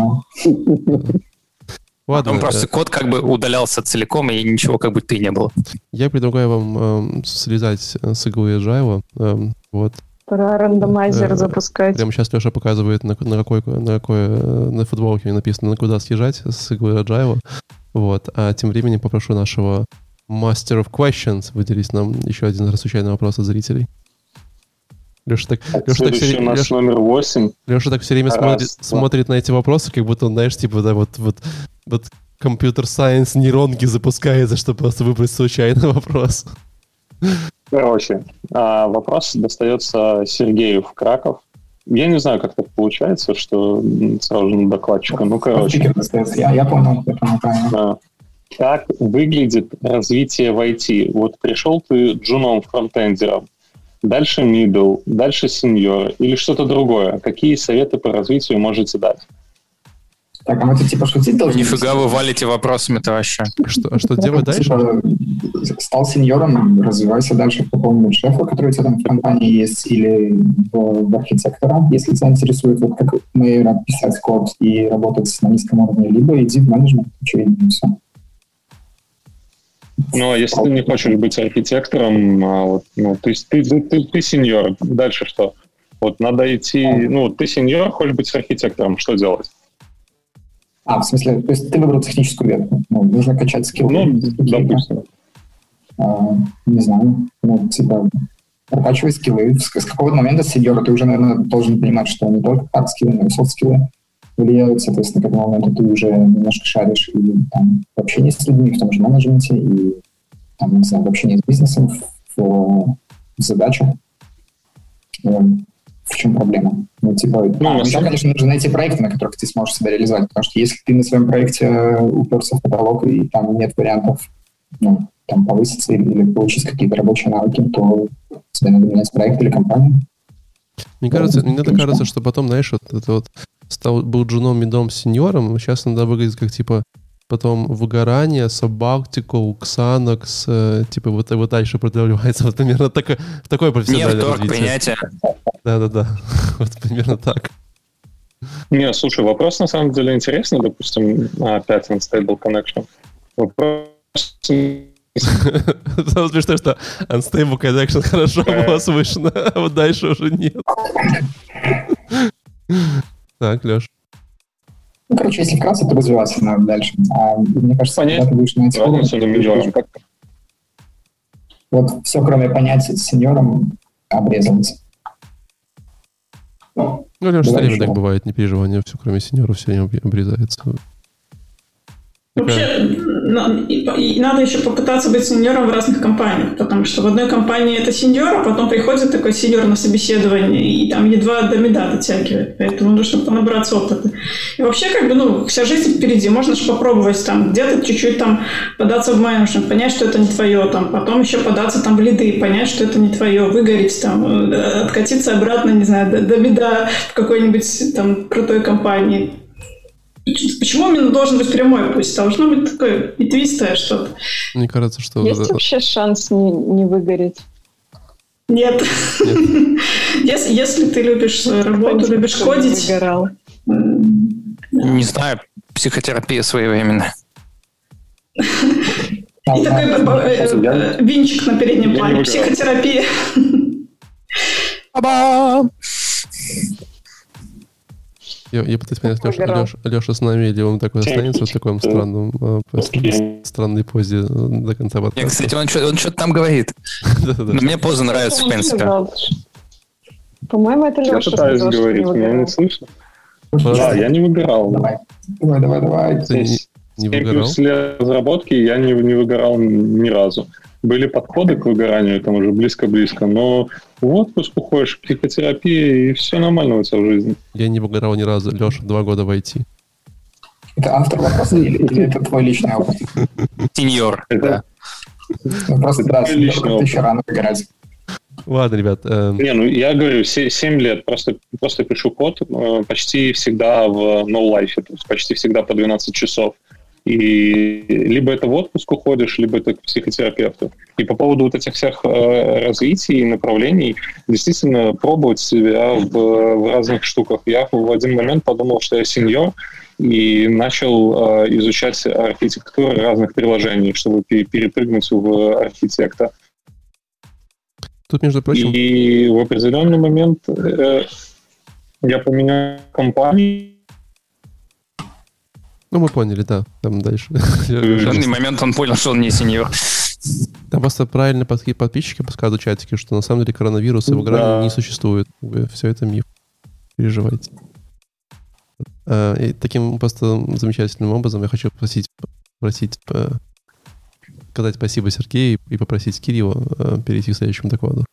Ладно, просто код как бы удалялся целиком, и ничего как будто и не было. Я предлагаю вам слезать с иглы agile. Вот. Пора рандомайзер запускать. Прямо сейчас Леша показывает, на футболке написано, на куда съезжать с иглы agile. Вот. А тем временем попрошу нашего Master of Questions выделить нам еще один случайный вопрос от зрителей. Леша так номер 8. Леша так все время смотрит на эти вопросы, как будто он, знаешь, типа, да, вот компьютер-сайенс нейронки запускается, чтобы просто выбрать случайный вопрос. Короче, вопрос достается Сергею в Краков. Я не знаю, как так получается, что сразу же на докладчика. Ну, короче. Я понял, да. Как выглядит развитие в IT? Вот пришел ты джуном фронтендером. дальше middle, дальше senior или что-то другое? Какие советы по развитию можете дать? Так, а мы тут типа шутить должны? Нифига вы валите вопросами-то вообще. Что делать дальше? Типа, стал сеньором, развивайся дальше в каком-нибудь шефа, который у тебя там в компании есть, или в архитектора, если тебя интересует, вот как мы писать код и работать на низком уровне, либо иди в менеджмент, очевидно, и все. Ну, а если ты не хочешь быть архитектором, ты сеньор, дальше что? Вот надо идти, ты сеньор, хочешь быть архитектором, что делать? В смысле, то есть ты выбрал техническую ветку, нужно качать скиллы. Допустим. Не знаю, прокачивай скиллы. С какого-то момента сеньора ты уже, наверное, должен понимать, что не только хард-скиллы, но и софт-скиллы влияют, соответственно, к этому моменту ты уже немножко шаришь и там, в общении с людьми, в том же менеджменте, и там, не знаю, в общении с бизнесом, в задачах. В чем проблема? Конечно, нужно найти проекты, на которых ты сможешь себя реализовать, потому что если ты на своем проекте уперся в потолок, и там нет вариантов там, повыситься или получить какие-то рабочие навыки, то тебе надо менять проект или компанию. Мне кажется, что потом, знаешь, был джуном, мидом, сеньором, сейчас надо выглядеть как, типа, потом выгорание, саббатикал, ксанокс, типа, вот дальше продвигается, вот примерно такое профессиональное развитие. Принятие. Да. Вот примерно так. Не, слушай, вопрос на самом деле интересный, допустим, опять Unstable Connection. Вопрос... Самое смешное, что Unstable Connection хорошо было слышно, а вот дальше уже нет. Так, Леш. Короче, если вкратце, то развиваться надо дальше. Мне кажется, когда ты будешь на эти уровни, вот все, кроме понятия с сеньором, обрезалось. Леш, все время так бывает, не переживай, все, кроме сеньора, все время обрезается. Вообще, надо еще попытаться быть сеньором в разных компаниях, потому что в одной компании это сеньор, а потом приходит такой сеньор на собеседование и там едва до меда дотягивает, поэтому нужно понабраться опыта. И вообще, вся жизнь впереди, можно же попробовать там где-то чуть-чуть там податься в менеджмент, понять, что это не твое, там, потом еще податься там в лиды, понять, что это не твое, выгореть там, откатиться обратно, не знаю, до меда в какой-нибудь там крутой компании. Почему именно должен быть прямой путь? Должно быть такое ветвистое что-то. Мне кажется, что... Есть вообще шанс не выгореть? Нет. Если ты любишь свою работу, любишь кодить... Не знаю, психотерапия своевременная. И такой винчик на переднем плане. Психотерапия. Я пытаюсь понять, Леша с нами, или он такой останется в таком странной позе до конца подкаста. Кстати, он что-то там говорит. Но мне поза нравится, в принципе. По-моему, это Леша. Я пытаюсь говорить, меня не слышно. Да, я не выбирал. Давай. Ты не выгорал? 7+ лет разработки я не выгорал ни разу. Были подходы к выгоранию, там уже близко-близко, но в отпуск уходишь, психотерапия, и все нормально у тебя в жизни. Я не выгорал ни разу. Леша, 2 года в IT. Это автор вопроса или это твой личный опыт? Сеньор, да. Просто ты еще рано выгорать. Ладно, ребят. Я говорю, 7 лет. Просто пишу код почти всегда в no-life, то есть почти всегда по 12 часов. И либо это в отпуск уходишь, либо это к психотерапевту. И по поводу вот этих всех развитий и направлений, действительно пробовать себя в разных штуках. Я в один момент подумал, что я сеньор, и начал изучать архитектуру разных приложений, чтобы перепрыгнуть в архитекта. Тут, между прочим... И в определенный момент я поменял компанию. Мы поняли, да. Там дальше. В данный момент он понял, что он не сеньор. Там просто правильно подписчики подсказывают в чатике, что на самом деле коронавируса в игре не существует. Все это миф. Переживайте. И таким просто замечательным образом я хочу попросить сказать спасибо Сергею и попросить Кирилла перейти к следующему докладу.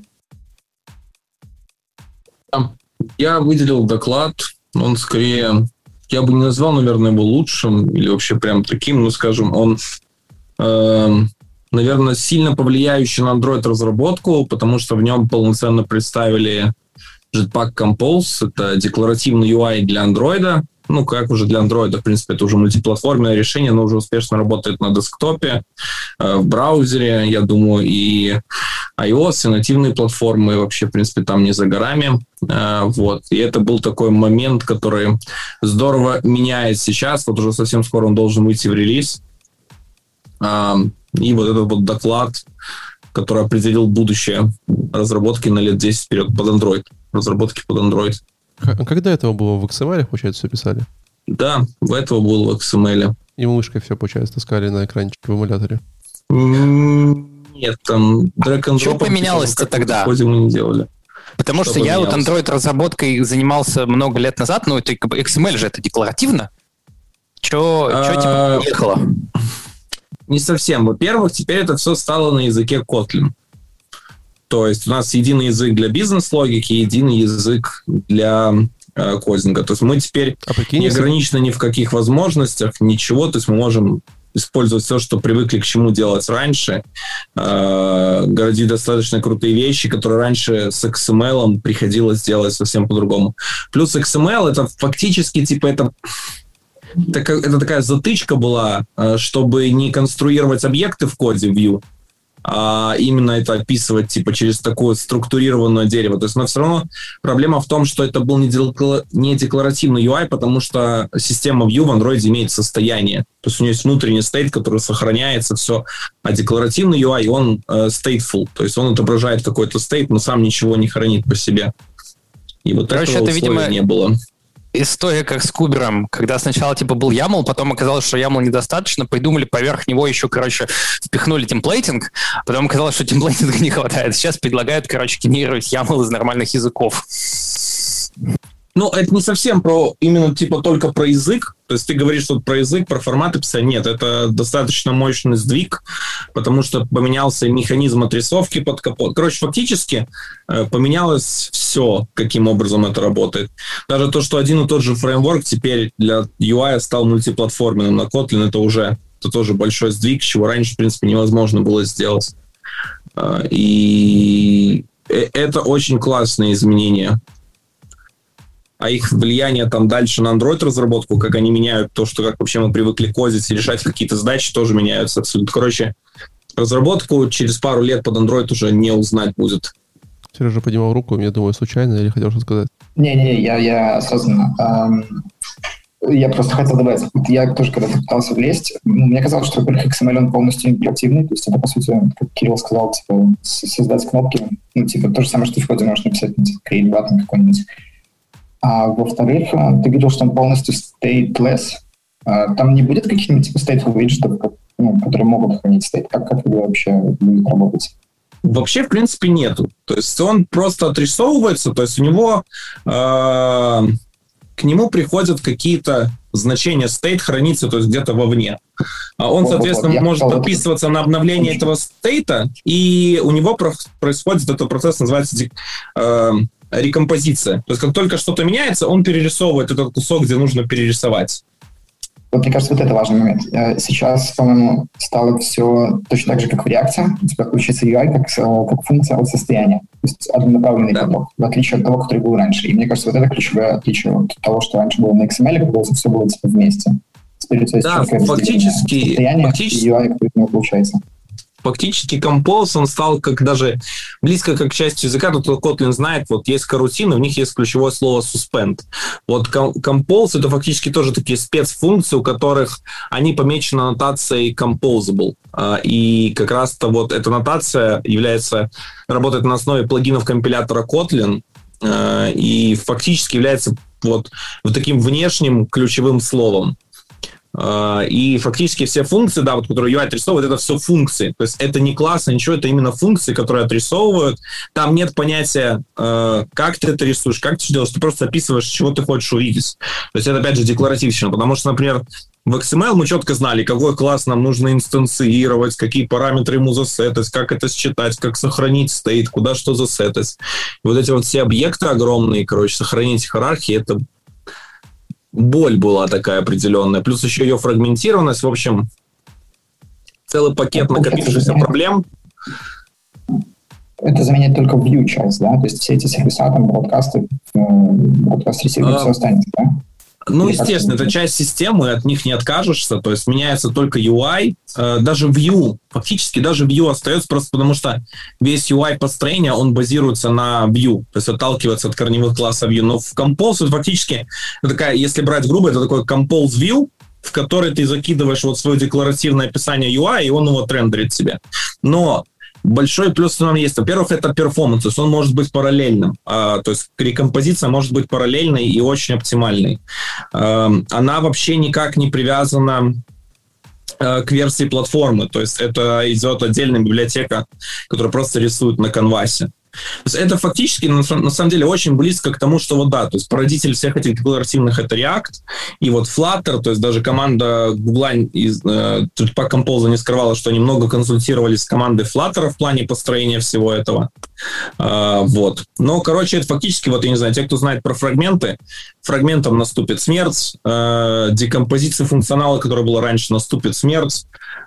Я выделил доклад, он скорее, я бы не назвал, наверное, его лучшим или вообще прям таким, но, скажем, он наверное, сильно повлияющий на Android-разработку, потому что в нем полноценно представили Jetpack Compose. Это декларативный UI для Android. Ну, как уже для Android, в принципе, это уже мультиплатформенное решение, оно уже успешно работает на десктопе, в браузере, я думаю, и iOS, и нативные платформы вообще, в принципе, там не за горами. Вот. И это был такой момент, который здорово меняет сейчас. Вот уже совсем скоро он должен выйти в релиз. И вот этот вот доклад, который определил будущее разработки на лет 10 вперед под Android. Разработки под Android. Когда этого было в XML, получается, все писали? Да, в этого было в XML. И мышкой все, получается, таскали на экранчик в эмуляторе? Нет, там drag and drop. Что поменялось-то тогда? Мы не делали. Потому что я вот Android-разработкой занимался много лет назад, ну, это XML же, это декларативно. Что типа ехало? Не совсем. Во-первых, теперь это все стало на языке Kotlin. То есть у нас единый язык для бизнес-логики, единый язык для кодинга. То есть мы теперь не ограничены ни в каких возможностях, ничего. То есть мы можем использовать все, что привыкли к чему делать раньше, городить достаточно крутые вещи, которые раньше с XML приходилось делать совсем по-другому. Плюс XML это фактически типа это такая затычка была, чтобы не конструировать объекты в коде Vue, а именно это описывать типа через такое структурированное дерево. То есть, но все равно проблема в том, что это был не декларативный UI, потому что система Vue в Android имеет состояние. То есть у нее есть внутренний стейт, который сохраняется, все. А декларативный UI, он stateful. То есть он отображает какой-то стейт, но сам ничего не хранит по себе. И вот этого условия, видимо, не было. История как с Кубером, когда сначала типа был YAML, потом оказалось, что YAML недостаточно, придумали поверх него еще, впихнули темплейтинг, потом оказалось, что темплейтинга не хватает. Сейчас предлагают, генерировать YAML из нормальных языков. Ну, это не совсем именно только про язык. То есть ты говоришь что про язык, про форматы писания. Нет, это достаточно мощный сдвиг, потому что поменялся механизм отрисовки под капот. Фактически поменялось все, каким образом это работает. Даже то, что один и тот же фреймворк теперь для UI стал мультиплатформенным на Kotlin, это тоже большой сдвиг, чего раньше, в принципе, невозможно было сделать. И это очень классные изменения. А их влияние там дальше на Android-разработку, как они меняют то, что как вообще мы привыкли кодить и решать какие-то задачи, тоже меняются абсолютно. Разработку через пару лет под Android уже не узнать будет. Сережа поднимал руку, я думаю, случайно или хотел что-то сказать? Не, я осознанно. Я просто хотел добавить. Я тоже когда-то пытался влезть. Мне казалось, что, во-первых, XML он полностью интегративный. То есть это, по сути, как Кирилл сказал, создать кнопки. То же самое, что в коде можно написать, create button какой-нибудь. А во-вторых, ты говорил, что он полностью stateless. Там не будет каких-нибудь stateful виджетов, которые могут хранить стейт? Как это вообще будет работать? Вообще, в принципе, нету. То есть он просто отрисовывается, то есть у него к нему приходят какие-то значения, state хранится, то есть где-то вовне. Он, соответственно, может подписываться на обновление этого стейта, и у него происходит этот процесс, называется рекомпозиция. То есть как только что-то меняется, он перерисовывает этот кусок, где нужно перерисовать. Вот мне кажется, это важный момент. Сейчас, по-моему, стало все точно так же, как в React. У тебя включится UI как функция от состояния. То есть однонаправленный поток, в отличие от того, который был раньше. И мне кажется, вот это ключевое отличие от того, что раньше было на XML, когда все было вместе. Теперь у тебя есть фактически и UI, который у него получается. Фактически Compose, он стал как даже близко как часть языка, то Kotlin знает, вот есть карутины, в них есть ключевое слово suspend. Вот Compose — это фактически тоже такие спецфункции, у которых они помечены аннотацией composable. И как раз-то вот эта аннотация работает на основе плагинов компилятора Kotlin и фактически является вот таким внешним ключевым словом. И фактически все функции, которые UI отрисовывает, это все функции. То есть это не класс, ничего, это именно функции, которые отрисовывают. Там нет понятия, как ты это рисуешь, как ты это делаешь. Ты просто описываешь, чего ты хочешь увидеть. То есть это, опять же, декларативщина. Потому что, например, в XML мы четко знали, какой класс нам нужно инстанцировать, какие параметры ему засетать, как это считать, как сохранить стейт, куда что засетать. И вот эти вот все объекты огромные, сохранить иерархии, это боль была такая определенная. Плюс еще ее фрагментированность. В общем, целый пакет накопившихся проблем. Это заменит только view часть, да? То есть все эти сервиса, там, бродкасты, бродкаст-ресивер, все останется, да? Ну, естественно, это часть системы, от них не откажешься, то есть меняется только UI, даже Vue, фактически даже Vue остается просто потому, что весь UI построения, он базируется на Vue, то есть отталкивается от корневых классов Vue, но в Compose фактически, такая, если брать грубо, это такой Compose View, в который ты закидываешь вот свое декларативное описание UI, и он его рендерит себе. Но большой плюс он есть. Во-первых, это перформанс, то есть он может быть параллельным. То есть рекомпозиция может быть параллельной и очень оптимальной. Она вообще никак не привязана к версии платформы. То есть это идет отдельная библиотека, которая просто рисует на канвасе. То есть это фактически, на самом деле, очень близко к тому, что вот да, то есть породитель всех этих декларативных — это React, и вот Flutter, то есть даже команда Google по Compose не скрывала, что они много консультировались с командой Flutter в плане построения всего этого. Вот. Но, короче, это фактически, вот я не знаю, те, кто знает про фрагменты, фрагментам наступит смерть, декомпозиции функционала, которая была раньше, наступит смерть,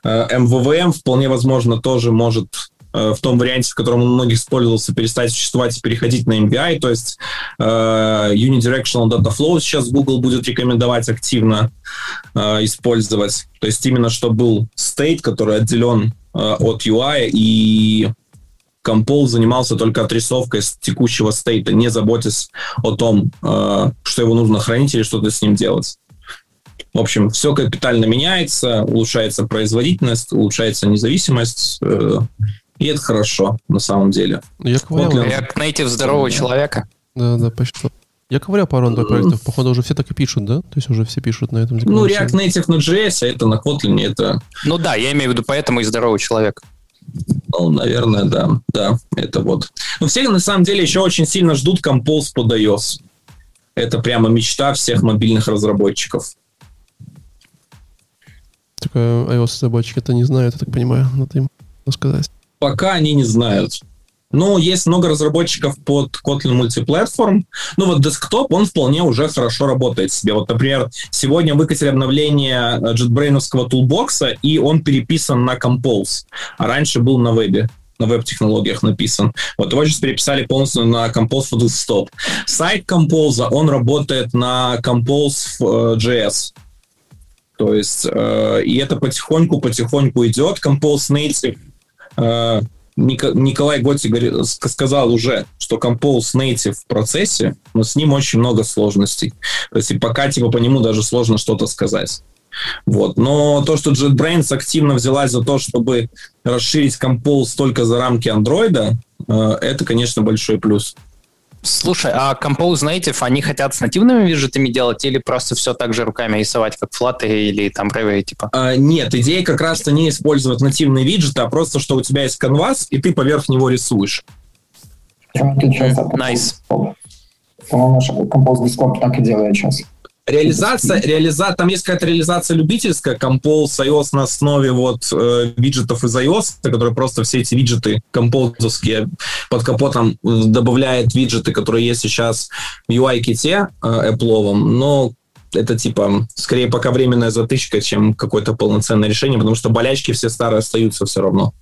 MVVM вполне возможно тоже может в том варианте, в котором он у многих использовался, перестать существовать и переходить на MVI, то есть Unidirectional Data Flow сейчас Google будет рекомендовать активно использовать, то есть именно что был state, который отделен от UI, и Compose занимался только отрисовкой с текущего стейта, не заботясь о том, что его нужно хранить или что-то с ним делать. В общем, все капитально меняется, улучшается производительность, улучшается независимость, и это хорошо, на самом деле. Я native здорового человека. Да, почти. Я ковырял пару Android-проектов. Походу, уже все так и пишут, да? То есть уже все пишут на этом. Ну, React Native на JS, а это на Kotlin, это... Ну да, я имею в виду, поэтому и здоровый человек. Ну, наверное, да. Да, это вот. Но все, на самом деле, еще очень сильно ждут Compose под iOS. Это прямо мечта всех мобильных разработчиков. Только iOS-разработчики это не знают, я так понимаю, надо им сказать. Пока они не знают. Но есть много разработчиков под Kotlin Multiplatform. Ну вот Desktop, он вполне уже хорошо работает себе. Вот, например, сегодня выкатили обновление JetBrains-овского тулбокса, и он переписан на Compose. А раньше был на вебе, на веб-технологиях написан. Вот его сейчас переписали полностью на Compose for Desktop. Сайт Compose, он работает на Compose.js. То есть, и это потихоньку идет. Compose Native. Николай Готи сказал уже, что Compose Native в процессе, но с ним очень много сложностей. То есть и пока по нему даже сложно что-то сказать. Вот. Но то, что JetBrains активно взялась за то, чтобы расширить Compose только за рамки Android, это, конечно, большой плюс. Слушай, а Compose Native, они хотят с нативными виджетами делать или просто все так же руками рисовать, как Flutter или там Revit, типа? Нет, идея как раз-то не использовать нативные виджеты, а просто, что у тебя есть канвас, и ты поверх него рисуешь. Найс. По-моему, Compose Desktop так и делает сейчас. Там есть какая-то реализация любительская, Compose iOS на основе вот виджетов из iOS, которые просто все эти виджеты композовские под капотом добавляет виджеты, которые есть сейчас в UI-ките Apple'овом, но это скорее пока временная затычка, чем какое-то полноценное решение, потому что болячки все старые остаются все равно.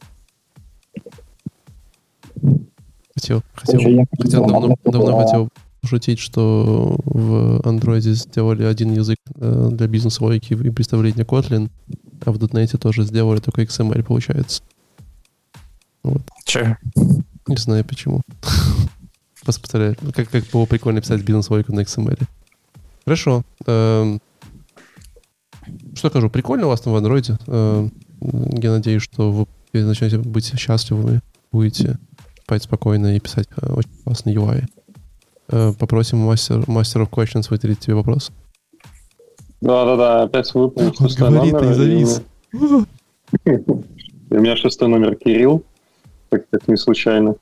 Давно хотел шутить, что в Android сделали один язык для бизнес-логики и представления Kotlin, а в .NET тоже сделали только XML, получается. Вот. Че? Не знаю почему. Повторяю, как было прикольно писать бизнес-логику на XML. Хорошо. Что скажу, прикольно у вас там в Android. Я надеюсь, что вы начнете быть счастливыми, будете спать спокойно и писать очень классный UI. Попросим Master of Questions выделить тебе вопрос. Да, опять выполнил шестой номер. Не завис. У меня шестой номер Кирилл, как не случайно.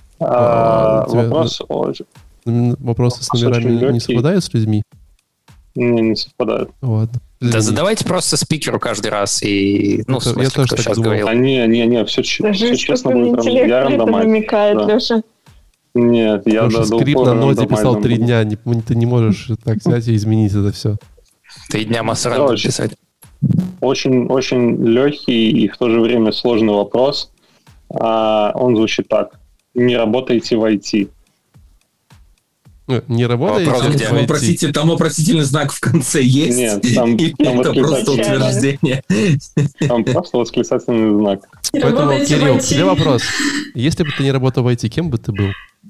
Вопросы с номерами не совпадают с людьми? Не совпадают. Ладно. Да задавайте просто спикеру каждый раз и, в смысле, я тоже кто сейчас говорил. Не, все честно будет. Я намекает, Леша. Нет, я скрипт на ноде писал 3 дня. Ты не можешь так взять и изменить это все. 3 дня массорандом писать. очень легкий и в то же время сложный вопрос. Он звучит так. Не работаете в IT. Не работаете? Там вопросительный знак в конце есть? Нет, там это просто утверждение. Там просто восклицательный знак. Поэтому, Кирилл, тебе вопрос. Если бы ты не работал в IT, кем бы ты был?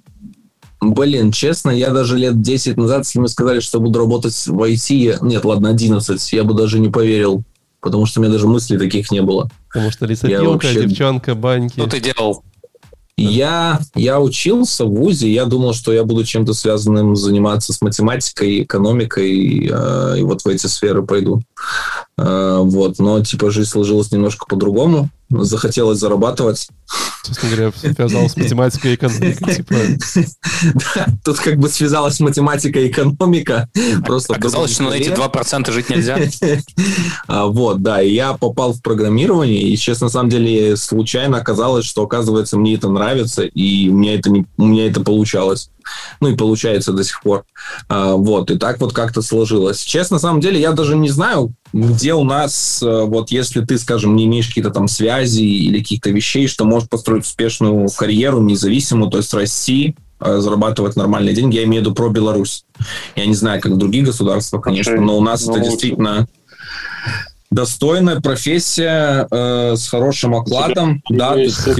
Блин, честно, я даже лет 10 назад, если мне сказали, что буду работать в IT, нет, ладно, 11, я бы даже не поверил, потому что у меня даже мыслей таких не было. Потому что лесопилка, девчонка, баньки. Что ты делал? Я учился в ВУЗе, я думал, что я буду чем-то связанным заниматься с математикой, экономикой, и вот в эти сферы пойду. Вот, но типа жизнь сложилась немножко по-другому, захотелось зарабатывать. Честно говоря, связалась с математикой и экономикой. Типа. Да, тут как бы связалась математика и экономика. Просто оказалось, что на эти 2% жить нельзя. Вот, да, и я попал в программирование, и, честно, на самом деле, случайно оказалось, что, оказывается, мне это нравится, и у меня это получалось. Ну, и получается до сих пор. Вот, и так вот как-то сложилось. Честно, на самом деле, я даже не знаю, где у нас, вот если ты, скажем, не имеешь какие-то там связи или каких-то вещей, что можешь построить успешную карьеру, независимую, то есть расти, зарабатывать нормальные деньги. Я имею в виду про Беларусь. Я не знаю, как в других государствах, конечно, но у нас это действительно достойная профессия с хорошим окладом. Да,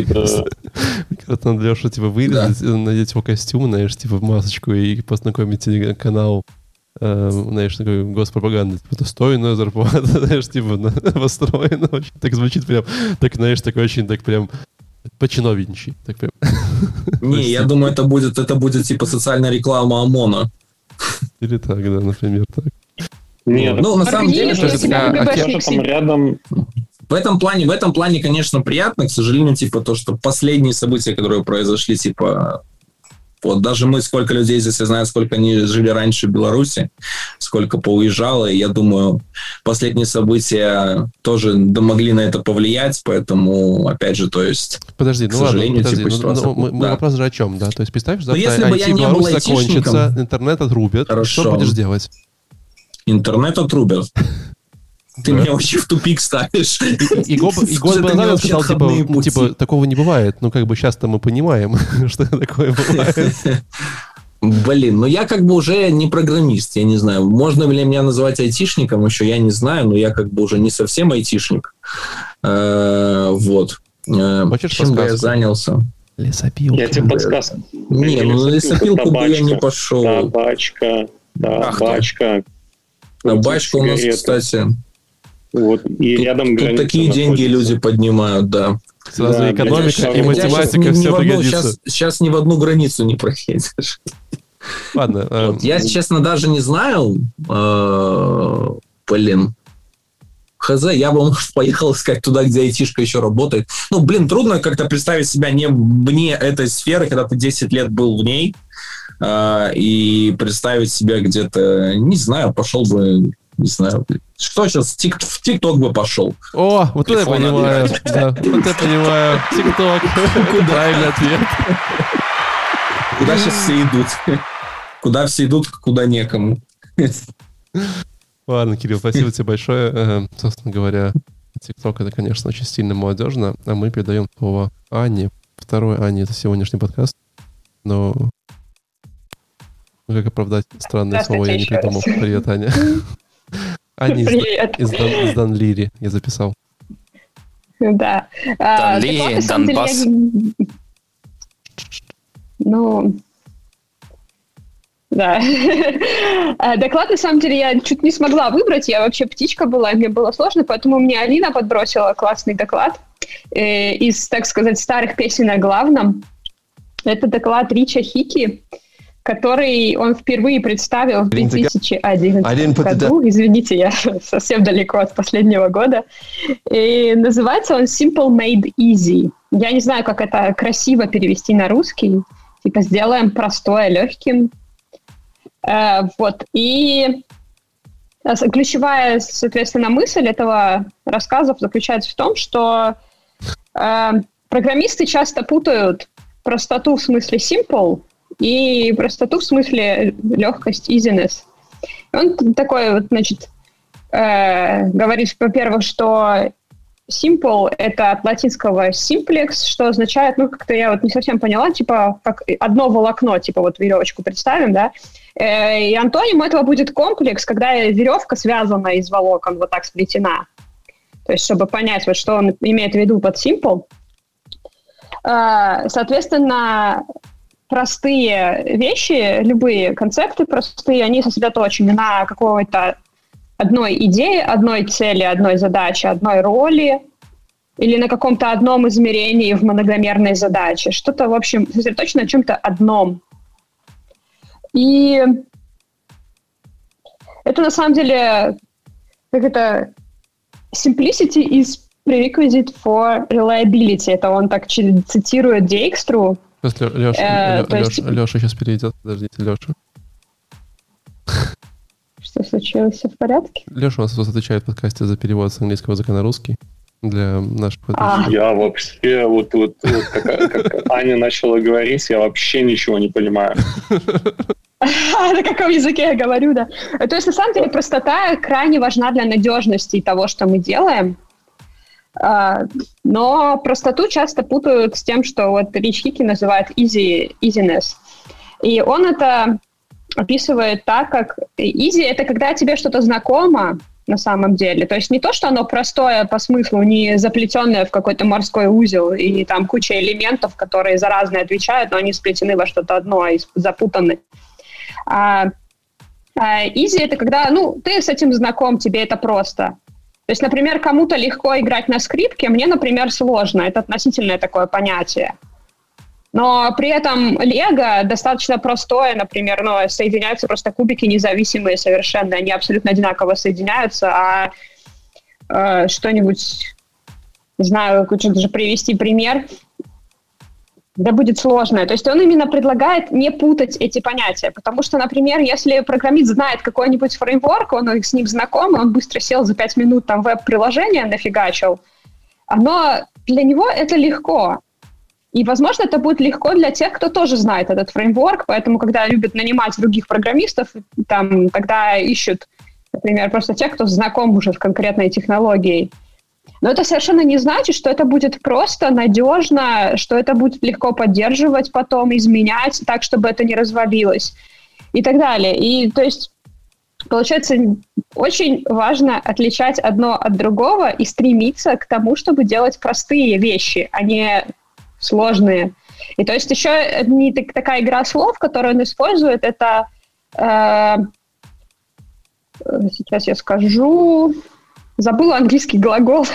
как надо, Леша, типа, вырезать, надеть его костюм, знаешь, типа, в масочку и познакомить телеканал, знаешь, такой госпропаганды, типа, достойная зарплата, знаешь, типа, построена. Так звучит прям, так, знаешь, такой очень, так прям по-чиновничьи. Так прям. Не, я думаю, это будет типа социальная реклама ОМОНа. Или так, да, например, так. Нет, ну, на самом деле, там рядом... В этом плане, конечно, приятно. К сожалению, типа, то, что последние события, которые произошли, типа, вот даже мы, сколько людей здесь, я знаю, сколько они жили раньше в Беларуси, сколько поуезжало, и я думаю, последние события тоже могли на это повлиять, поэтому, опять же, то есть, подожди, к сожалению, подожди, типа, да. Вопрос же о чем, да? То есть, представь, завтра если бы я не был IT-Беларусь закончится, интернет отрубят, хорошо. Что будешь делать? Интернет отрубят. Ты меня вообще в тупик ставишь. И год бы назад сказал, типа, такого не бывает. Ну, как бы сейчас-то мы понимаем, что такое бывает. Блин, ну я как бы уже не программист, я не знаю. Можно ли меня называть айтишником еще, я не знаю, но я как бы уже не совсем айтишник. Вот. Чем бы я занялся? Лесопилка. Я тебе подсказку. Не, ну на лесопилку бы я не пошел. Табачка. Табачка у нас, кстати... Вот, и рядом тут такие деньги находится. Люди поднимают, да. Сразу да, экономика и математика все пригодится. Сейчас ни в одну границу не проедешь. Ладно. Вот, я, честно, даже не знаю. Блин. Хз, я бы, может, поехал искать туда, где айтишка еще работает. Ну, блин, трудно как-то представить себя не вне этой сферы, когда ты 10 лет был в ней, и представить себя где-то, не знаю, пошел бы... Не знаю, что сейчас, в ТикТок бы пошел. О, вот это я понимаю. Да, вот я понимаю. ТикТок. Правильный ответ. Куда сейчас все идут? Куда все идут, куда некому. Ладно, Кирилл, спасибо тебе большое. Собственно говоря, ТикТок — это, конечно, очень стильно молодежно. А мы передаем слово Анне. Второй Анне — это сегодняшний подкаст. Но как оправдать странное слово я не придумал. Привет, Аня. Аня из Данлири, я записал. Да. Данлири, Донбасс. Ну, да. Доклад, на самом деле, я чуть не смогла выбрать. Я вообще птичка была, и мне было сложно, поэтому мне Алина подбросила классный доклад из, так сказать, старых песен о главном. Это доклад Рича Хики, который он впервые представил в 2011 году. Извините, я совсем далеко от последнего года. И называется он Simple Made Easy. Я не знаю, как это красиво перевести на русский. Типа сделаем простое легким. Вот. И ключевая, соответственно, мысль этого рассказа заключается в том, что программисты часто путают простоту в смысле simple и простоту в смысле легкость, easiness. Он такой вот, значит, говорит, во-первых, что simple — это от латинского simplex, что означает, ну, как-то я вот не совсем поняла, типа, как одно волокно, типа, вот веревочку представим, да, и антоним этого будет комплекс, когда веревка связана из волокон, вот так сплетена. То есть, чтобы понять, вот что он имеет в виду под simple. Соответственно, простые вещи, любые концепты простые, они сосредоточены на какой-то одной идее, одной цели, одной задаче, одной роли или на каком-то одном измерении в многомерной задаче. Что-то, в общем, сосредоточено на чем-то одном. И это на самом деле как это simplicity is prerequisite for reliability. Это он так цитирует Dijkstrу. Леша сейчас перейдет. Подождите, Леша. Что случилось? Все в порядке? Леша у нас отвечает в подкасте за перевод с английского языка на русский для наших подписчиков. Я вообще, вот как Аня начала говорить, я вообще ничего не понимаю. На каком языке я говорю, да. То есть, на самом деле, простота крайне важна для надежности того, что мы делаем. Но простоту часто путают с тем, что вот Рич Хики называет easiness. И он это описывает так, как easy — это когда тебе что-то знакомо на самом деле. То есть не то, что оно простое по смыслу, не заплетенное в какой-то морской узел, и там куча элементов, которые за разные отвечают, но они сплетены во что-то одно и запутаны. Easy — это когда, ну, ты с этим знаком, тебе это просто. То есть, например, кому-то легко играть на скрипке, мне, например, сложно. Это относительное такое понятие. Но при этом Лего достаточно простое, например, но соединяются просто кубики независимые совершенно, они абсолютно одинаково соединяются, что-нибудь, не знаю, что-то же привести пример, да будет сложно. То есть он именно предлагает не путать эти понятия, потому что, например, если программист знает какой-нибудь фреймворк, он с ним знаком, он быстро сел за 5 минут, там веб-приложение нафигачил, для него это легко. И, возможно, это будет легко для тех, кто тоже знает этот фреймворк, поэтому, когда любят нанимать других программистов, там, тогда ищут, например, просто тех, кто знаком уже с конкретной технологией. Но это совершенно не значит, что это будет просто, надежно, что это будет легко поддерживать потом, изменять так, чтобы это не развалилось и так далее. И, то есть, получается, очень важно отличать одно от другого и стремиться к тому, чтобы делать простые вещи, а не сложные. И то есть еще не такая игра слов, которую он использует, это сейчас я скажу, забыла английский глагол.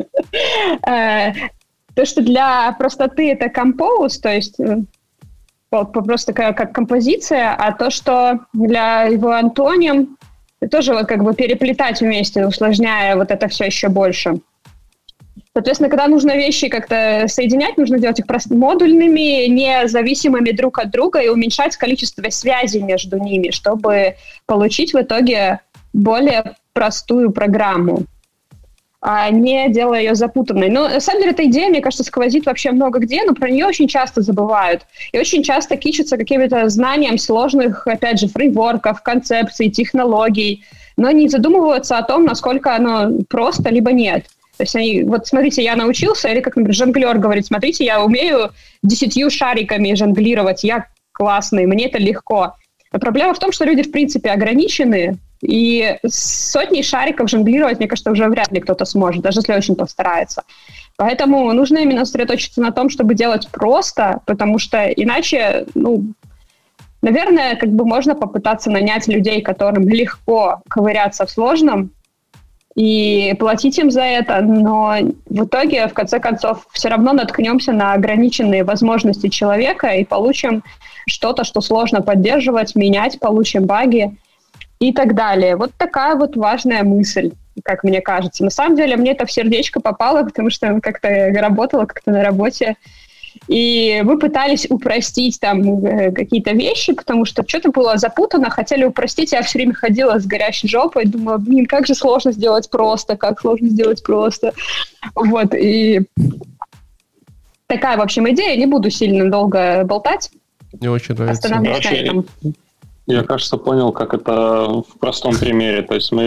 То, что для простоты это compose, то есть просто как композиция, а то, что для его антоним, тоже вот как бы переплетать вместе, усложняя вот это все еще больше. Соответственно, когда нужно вещи как-то соединять, нужно делать их модульными, независимыми друг от друга и уменьшать количество связей между ними, чтобы получить в итоге более простую программу, а не делая ее запутанной. Но на самом деле эта идея, мне кажется, сквозит вообще много где, но про нее очень часто забывают. И очень часто кичатся каким-то знанием сложных, опять же, фреймворков, концепций, технологий, но не задумываются о том, насколько оно просто, либо нет. То есть они, вот смотрите, я научился, или как, например, жонглер говорит, смотрите, я умею 10 шариками жонглировать, я классный, мне это легко. Но проблема в том, что люди, в принципе, ограничены, и с сотней шариков жонглировать, мне кажется, уже вряд ли кто-то сможет, даже если очень постарается. Поэтому нужно именно сосредоточиться на том, чтобы делать просто, потому что иначе, наверное, как бы можно попытаться нанять людей, которым легко ковыряться в сложном, и платить им за это, но в итоге, в конце концов, все равно наткнемся на ограниченные возможности человека и получим что-то, что сложно поддерживать, менять, получим баги и так далее. Вот такая вот важная мысль, как мне кажется. На самом деле, мне это в сердечко попало, потому что как-то работала как-то на работе, и мы пытались упростить там какие-то вещи, потому что что-то было запутано, хотели упростить, я все время ходила с горящей жопой, думала, как же сложно сделать просто, как сложно сделать просто. Вот, и такая, в общем, идея, не буду сильно долго болтать. Мне очень нравится. Я, кажется, понял, как это в простом примере. То есть мы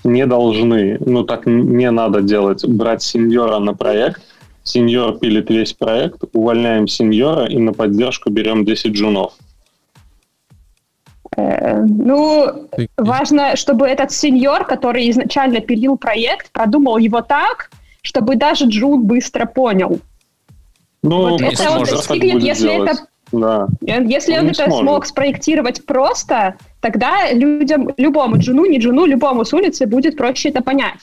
не должны, так не надо делать, брать сеньора на проект, сеньор пилит весь проект, увольняем сеньора и на поддержку берем 10 джунов. Важно, чтобы этот сеньор, который изначально пилил проект, продумал его так, чтобы даже джун быстро понял. Это он достигнет, если он это смог спроектировать просто, тогда людям, любому джуну, не джуну, любому с улицы будет проще это понять.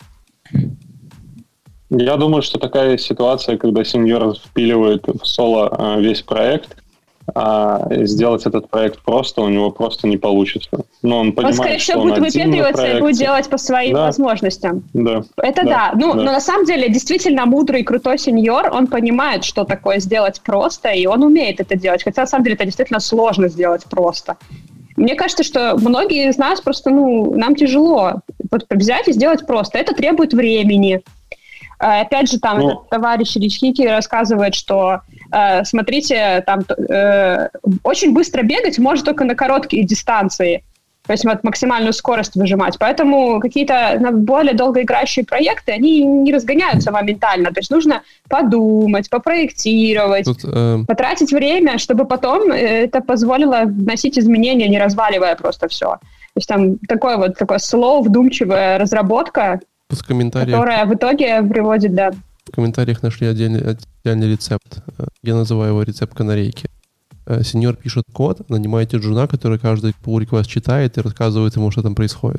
Я думаю, что такая ситуация, когда сеньор впиливает в соло весь проект, а сделать этот проект просто у него просто не получится. Но он понимает, скорее что всего, он будет выпендриваться и будет делать по своим возможностям. Да. Это да. Но на самом деле, действительно мудрый, крутой сеньор, он понимает, что такое сделать просто, и он умеет это делать. Хотя, на самом деле, это действительно сложно сделать просто. Мне кажется, что многие из нас просто, нам тяжело взять и сделать просто. Это требует времени. Опять же, там этот товарищ Ричхики рассказывает, что, смотрите, там очень быстро бегать может только на короткие дистанции, то есть максимальную скорость выжимать. Поэтому какие-то более долгоиграющие проекты, они не разгоняются моментально. То есть нужно подумать, попроектировать, потратить время, чтобы потом это позволило вносить изменения, не разваливая просто все. То есть там такая slow, вдумчивая разработка, которая в итоге приводит, В комментариях нашли отдельный рецепт. Я называю его рецепт канарейки. Сеньор пишет код, нанимаете джуна, который каждый pull request читает и рассказывает ему, что там происходит.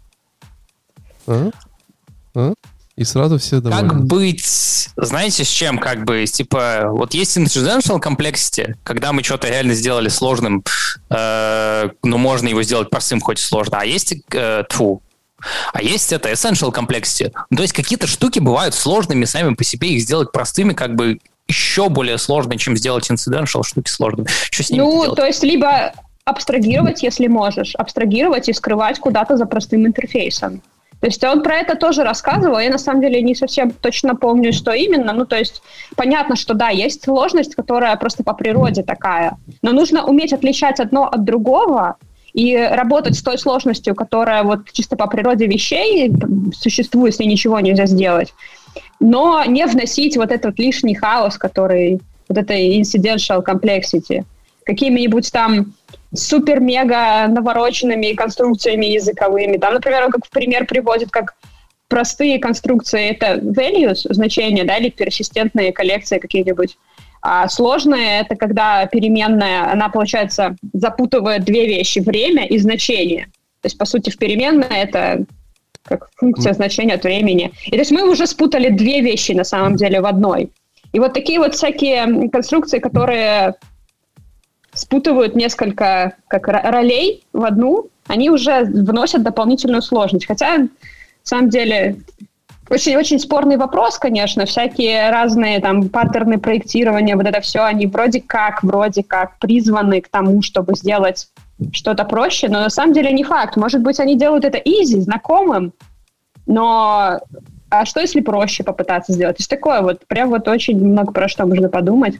И сразу все довольны. Как быть, знаете, с чем? Вот есть incidental complexity, когда мы что-то реально сделали сложным, но можно его сделать простым, хоть и сложно. А есть А есть это essential complexity. То есть какие-то штуки бывают сложными сами по себе, их сделать простыми еще более сложно, чем сделать incidental штуки сложными. Что с ними делать? То есть либо абстрагировать, если можешь, абстрагировать и скрывать куда-то за простым интерфейсом. То есть он про это тоже рассказывал, я на самом деле не совсем точно помню, что именно. То есть понятно, что да, есть сложность, которая просто по природе такая, но нужно уметь отличать одно от другого, и работать с той сложностью, которая чисто по природе вещей существует, если ничего нельзя сделать, но не вносить этот лишний хаос, который это incidental complexity, какими-нибудь там супер-мега навороченными конструкциями языковыми. Там, например, он как в пример приводит, как простые конструкции — это values, значения, или персистентные коллекции какие-нибудь. А сложное — это когда переменная, она, получается, запутывает две вещи — время и значение. То есть, по сути, в переменной это как функция значения от времени. И то есть мы уже спутали две вещи, на самом деле, в одной. И такие всякие конструкции, которые спутывают несколько ролей в одну, они уже вносят дополнительную сложность. Хотя, на самом деле... Очень-очень спорный вопрос, конечно, всякие разные паттерны проектирования, это все, они вроде как призваны к тому, чтобы сделать что-то проще, но на самом деле не факт. Может быть, они делают это easy, знакомым, но а что, если проще попытаться сделать? То есть такое прям очень много про что можно подумать.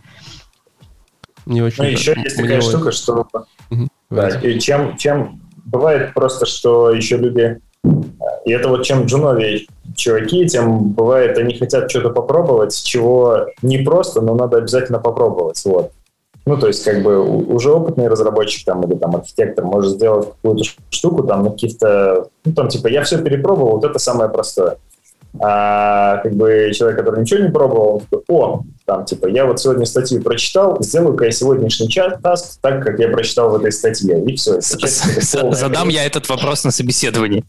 Еще есть такая штука, что чем бывает просто, что еще люди... И это чем джуновее чуваки, тем бывает, они хотят что-то попробовать, чего не просто, но надо обязательно попробовать. То есть, уже опытный разработчик или архитектор может сделать какую-то штуку на каких-то... я все перепробовал, это самое простое. А человек, который ничего не пробовал, он такой, я сегодня статью прочитал, сделаю-ка я сегодняшний таск так, как я прочитал в этой статье, и все. Задам я этот вопрос на собеседовании.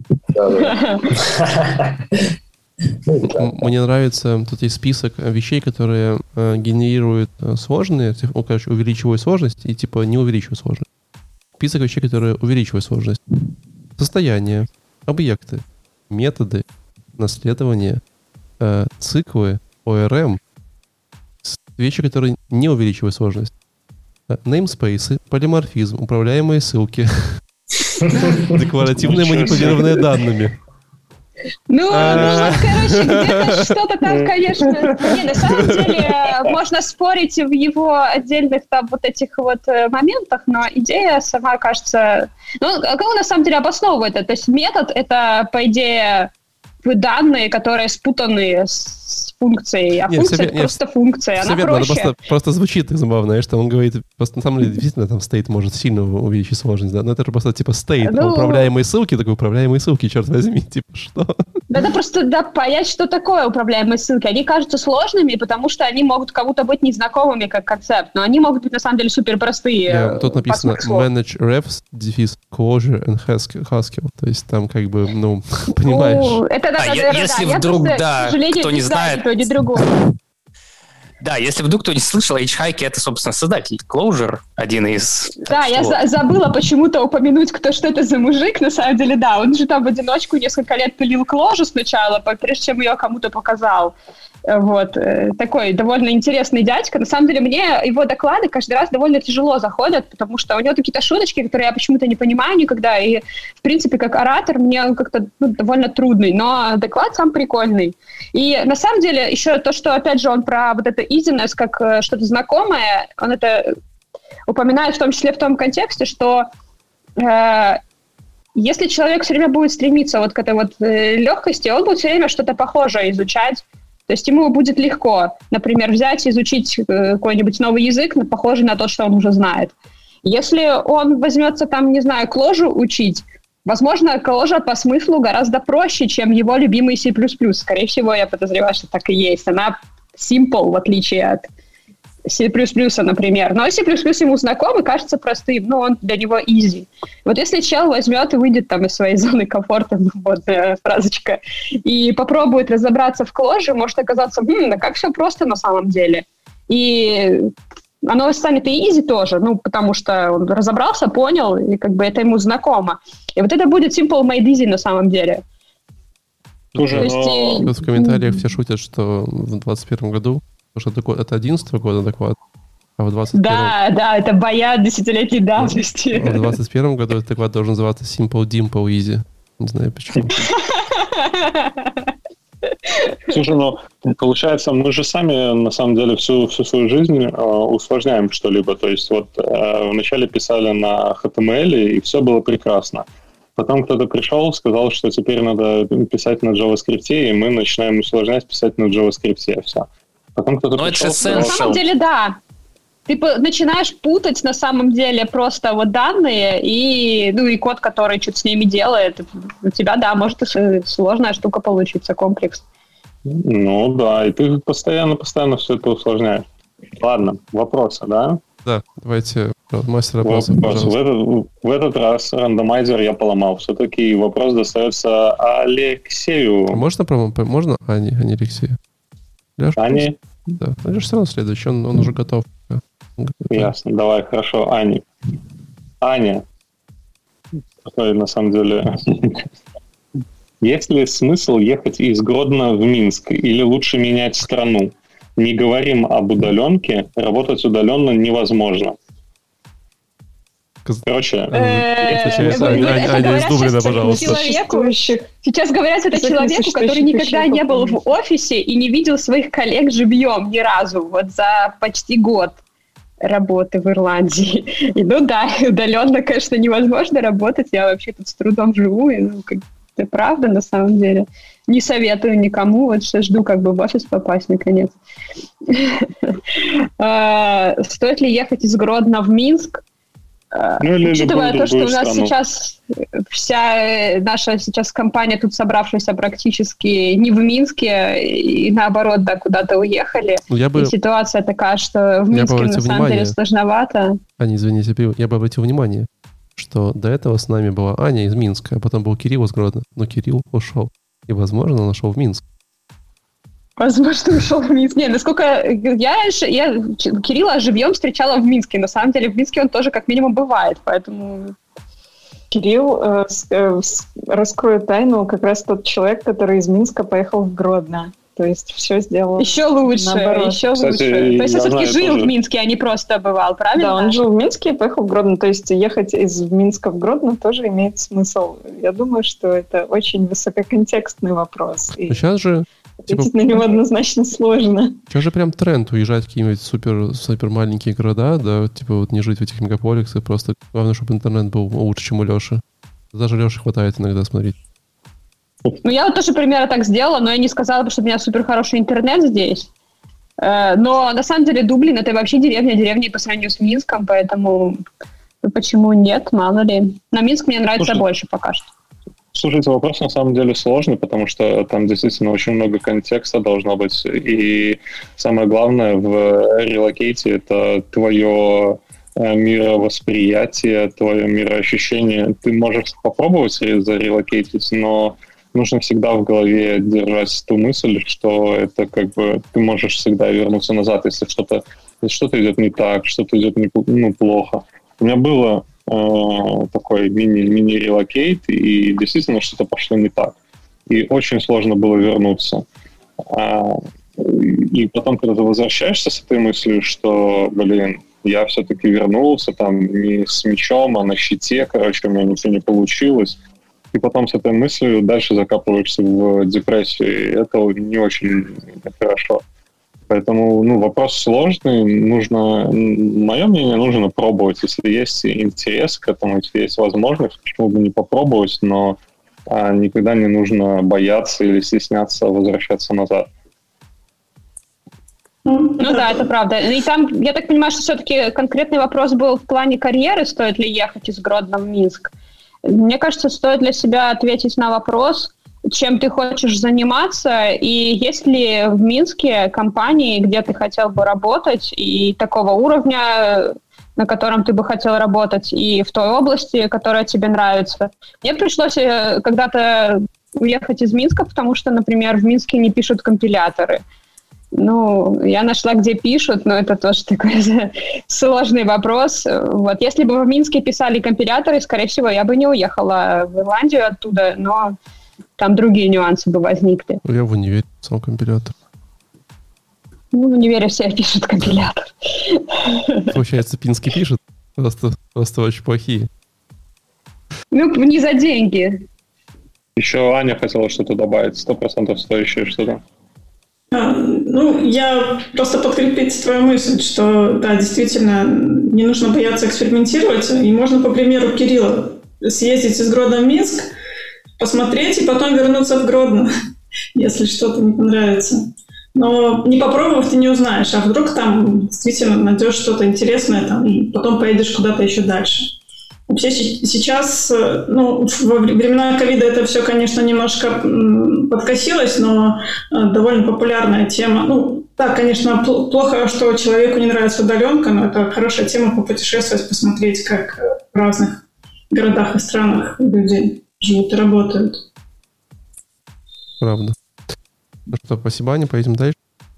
Мне нравится, тут есть список вещей, которые генерируют сложные, увеличивают сложность и не увеличивают сложность. Список вещей, которые увеличивают сложность. Состояние, объекты, методы, наследование, циклы, ORM, вещи, которые не увеличивают сложность. Namespace, полиморфизм, управляемые ссылки, декларативные манипулированные данными. Ну, короче, где-то что-то там, конечно... Не, на самом деле, можно спорить в его отдельных там вот этих вот моментах, но идея сама кажется... Ну, как он на самом деле обосновывает это? То есть метод — это, по идее, данные, которые спутаны с функцией, а функция — это просто функция, она проще. Просто звучит так забавно, знаешь, что он говорит, просто на самом деле действительно там стейт может сильно увеличить сложность, да, но это же просто типа стейт, управляемые ссылки, такой управляемые ссылки, черт возьми, типа что? Да, это просто, да, понять, что такое управляемые ссылки. Они кажутся сложными, потому что они могут кому-то быть незнакомыми как концепт, но они могут быть на самом деле супер простые. Тут написано manage refs, closure and Haskell, то есть там как бы, ну, понимаешь. Это если вдруг, да, кто не знает... Да, если вдруг кто не слышал, H-Hike — это, собственно, создатель Clojure, один из... Да, я забыла почему-то упомянуть, что это за мужик, на самом деле, да, он же там в одиночку несколько лет пилил Clojure сначала, прежде чем ее кому-то показал. Вот, такой довольно интересный дядька. На самом деле, мне его доклады каждый раз довольно тяжело заходят, потому что у него какие-то шуточки, которые я почему-то не понимаю никогда, и, в принципе, как оратор мне он как-то довольно трудный, но доклад сам прикольный. И, на самом деле, еще то, что, опять же, он про вот это easiness как что-то знакомое, он это упоминает в том числе в том контексте, что если человек все время будет стремиться вот к этой вот легкости, он будет все время что-то похожее изучать. То есть ему будет легко, например, взять и изучить какой-нибудь новый язык, похожий на тот, что он уже знает. Если он возьмется там, не знаю, Clojure учить, возможно, Clojure по смыслу гораздо проще, чем его любимый C++. Скорее всего, я подозреваю, что так и есть. Она simple, в отличие от C++, например. Но C++ ему знаком и кажется простым, но он для него easy. Вот если чел возьмет и выйдет там из своей зоны комфорта, вот фразочка, и попробует разобраться в Clojure, может оказаться, да как все просто на самом деле. И оно станет и easy тоже, ну, потому что он разобрался, понял, и как бы это ему знакомо. И вот это будет simple made easy на самом деле. Тоже, но... В комментариях все шутят, что в 2021 году, потому что это 11 года доклад, а в 21 Да, это баян десятилетней давности. В 21 году этот доклад должен называться Simple Dimple Easy. Не знаю почему. Слушай, ну, получается, мы же сами, на самом деле, всю свою жизнь усложняем что-либо. То есть вот вначале писали на HTML, и все было прекрасно. Потом кто-то пришел, сказал, что теперь надо писать на JavaScript, и мы начинаем усложнять, писать на JavaScript, все. Потом кто-то пришел, сказал, на самом деле, да. Ты начинаешь путать на самом деле просто вот данные и код, который что-то с ними делает. У тебя, да, может и сложная штука получиться, комплекс. Ну да, и ты постоянно все это усложняешь. Ладно, вопросы, да? Да, давайте мастер вопросов, пожалуйста. В этот раз рандомайзер я поломал. Все-таки вопрос достается Алексею. Можно Ане, а не Алексею? Ане? Да, Леша все равно следующий, он уже готов. Ясно, давай, хорошо, Аня. Аня, на самом деле, есть ли смысл ехать из Гродно в Минск или лучше менять страну? Не говорим об удаленке, работать удаленно невозможно. Короче, Аня из Дублина, пожалуйста. Сейчас говорят это человеку, который никогда не был в офисе и не видел своих коллег живьем ни разу, вот за почти год работы в Ирландии. И, ну да, удаленно, конечно, невозможно работать. Я вообще тут с трудом живу, и это правда на самом деле. Не советую никому, вот что жду как бы в офис попасть наконец. Стоит ли ехать из Гродно в Минск? Учитывая то, что у нас сейчас вся наша сейчас компания тут собравшаяся практически не в Минске, и наоборот, да, куда-то уехали. И ситуация такая, что в Минске на самом деле сложновато. Аня, извините, я бы обратил внимание, что до этого с нами была Аня из Минска, а потом был Кирилл из Гродно, но Кирилл ушел. И, возможно, он ушел в Минск. Возможно, ушел в Минск. Не, насколько я Кирилла живьем встречала в Минске. На самом деле в Минске он тоже как минимум бывает, поэтому... Кирилл, раскрою тайну, как раз тот человек, который из Минска поехал в Гродно. То есть все сделал еще лучше, наоборот. Еще лучше. То есть он все-таки жил в Минске, а не просто бывал, правильно? Да, он жил в Минске и поехал в Гродно. То есть ехать из Минска в Гродно тоже имеет смысл. Я думаю, что это очень высококонтекстный вопрос. И сейчас же ответить на него однозначно сложно. Сейчас же прям тренд уезжать в какие-нибудь супер маленькие города, да, типа вот не жить в этих мегаполисах, просто главное, чтобы интернет был лучше, чем у Леши. Даже Леши хватает иногда смотреть. Ну, я вот тоже примерно так сделала, но я не сказала бы, что у меня супер хороший интернет здесь. Но на самом деле Дублин — это вообще деревня по сравнению с Минском, поэтому почему нет, мало ли. Но Минск мне нравится больше пока что. Слушайте, вопрос на самом деле сложный, потому что там действительно очень много контекста должно быть. И самое главное в релокейте — это твое мировосприятие, твое мироощущение. Ты можешь попробовать зарелокейтить, но нужно всегда в голове держать ту мысль, что это как бы ты можешь всегда вернуться назад, если что-то идет не так, что-то идет плохо. У меня было такой мини-релокейт, и действительно что-то пошло не так. И очень сложно было вернуться. И потом, когда ты возвращаешься с этой мыслью, что, я все-таки вернулся, там, не с мячом, а на щите, у меня ничего не получилось. И потом с этой мыслью дальше закапываешься в депрессию, и это не очень хорошо. Поэтому, вопрос сложный, мое мнение, нужно пробовать. Если есть интерес к этому, если есть возможность, почему бы не попробовать, но никогда не нужно бояться или стесняться возвращаться назад. Ну да, это правда. И там, я так понимаю, что все-таки конкретный вопрос был в плане карьеры, стоит ли ехать из Гродно в Минск. Мне кажется, стоит для себя ответить на вопрос, чем ты хочешь заниматься, и есть ли в Минске компании, где ты хотел бы работать, и такого уровня, на котором ты бы хотел работать, и в той области, которая тебе нравится. Мне пришлось когда-то уехать из Минска, потому что, например, в Минске не пишут компиляторы. Я нашла, где пишут, но это тоже такой сложный вопрос. Вот. Если бы в Минске писали компиляторы, скорее всего, я бы не уехала в Ирландию оттуда, но там другие нюансы бы возникли. Я в универе писал компилятор. В универе все пишут компилятор. Получается, Пинский пишет, просто очень плохие. Не за деньги. Еще Аня хотела что-то добавить, 100% стоящее что-то. Я просто подкрепить твою мысль, что, да, действительно, не нужно бояться экспериментировать, и можно, по примеру Кирилла, съездить из Гродно в Минск, посмотреть и потом вернуться в Гродно, если что-то не понравится. Но не попробовав, ты не узнаешь, а вдруг там действительно найдешь что-то интересное там, и потом поедешь куда-то еще дальше. Вообще сейчас, во времена ковида это все, конечно, немножко подкосилось, но довольно популярная тема. Да, конечно, плохо, что человеку не нравится удаленка, но это хорошая тема попутешествовать, посмотреть, как в разных городах и странах люди живут и работают. Правда. Ну что, спасибо, Аня, поедем дальше.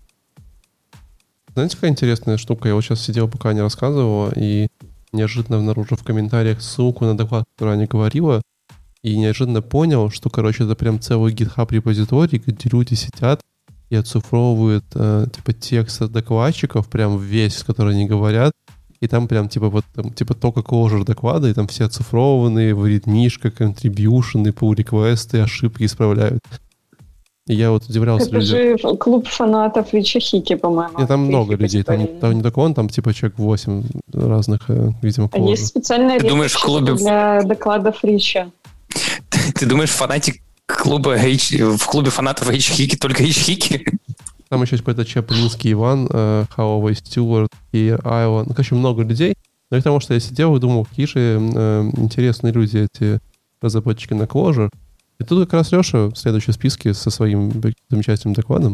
Знаете, какая интересная штука? Я вот сейчас сидел, пока Аня рассказывала, и неожиданно обнаружил в комментариях ссылку на доклад, который Аня говорила, и неожиданно понял, что, это прям целый GitHub репозиторий, где люди сидят и оцифровывают текст докладчиков, прям весь, который они говорят, и там прям только closure доклада, и там все оцифрованные, в редмишка, contribution, pull реквесты, ошибки исправляют. И я вот удивлялся людям. Это же клуб фанатов Ичахики, по-моему. Нет, там много людей. Там не только он, там человек 8 разных, видимо, клубов. А есть специальная ветка для докладов Рича. Ты думаешь, фанатик в клубе фанатов Ичахики только Ичахики? Там еще есть какой-то Чаплинский Иван, Халловой Стюарт, и Айла. Много людей. Но и потому что я сидел и думал, какие же интересные люди эти разработчики на Clojure. И тут как раз Леша следующий в списке со своим замечательным докладом.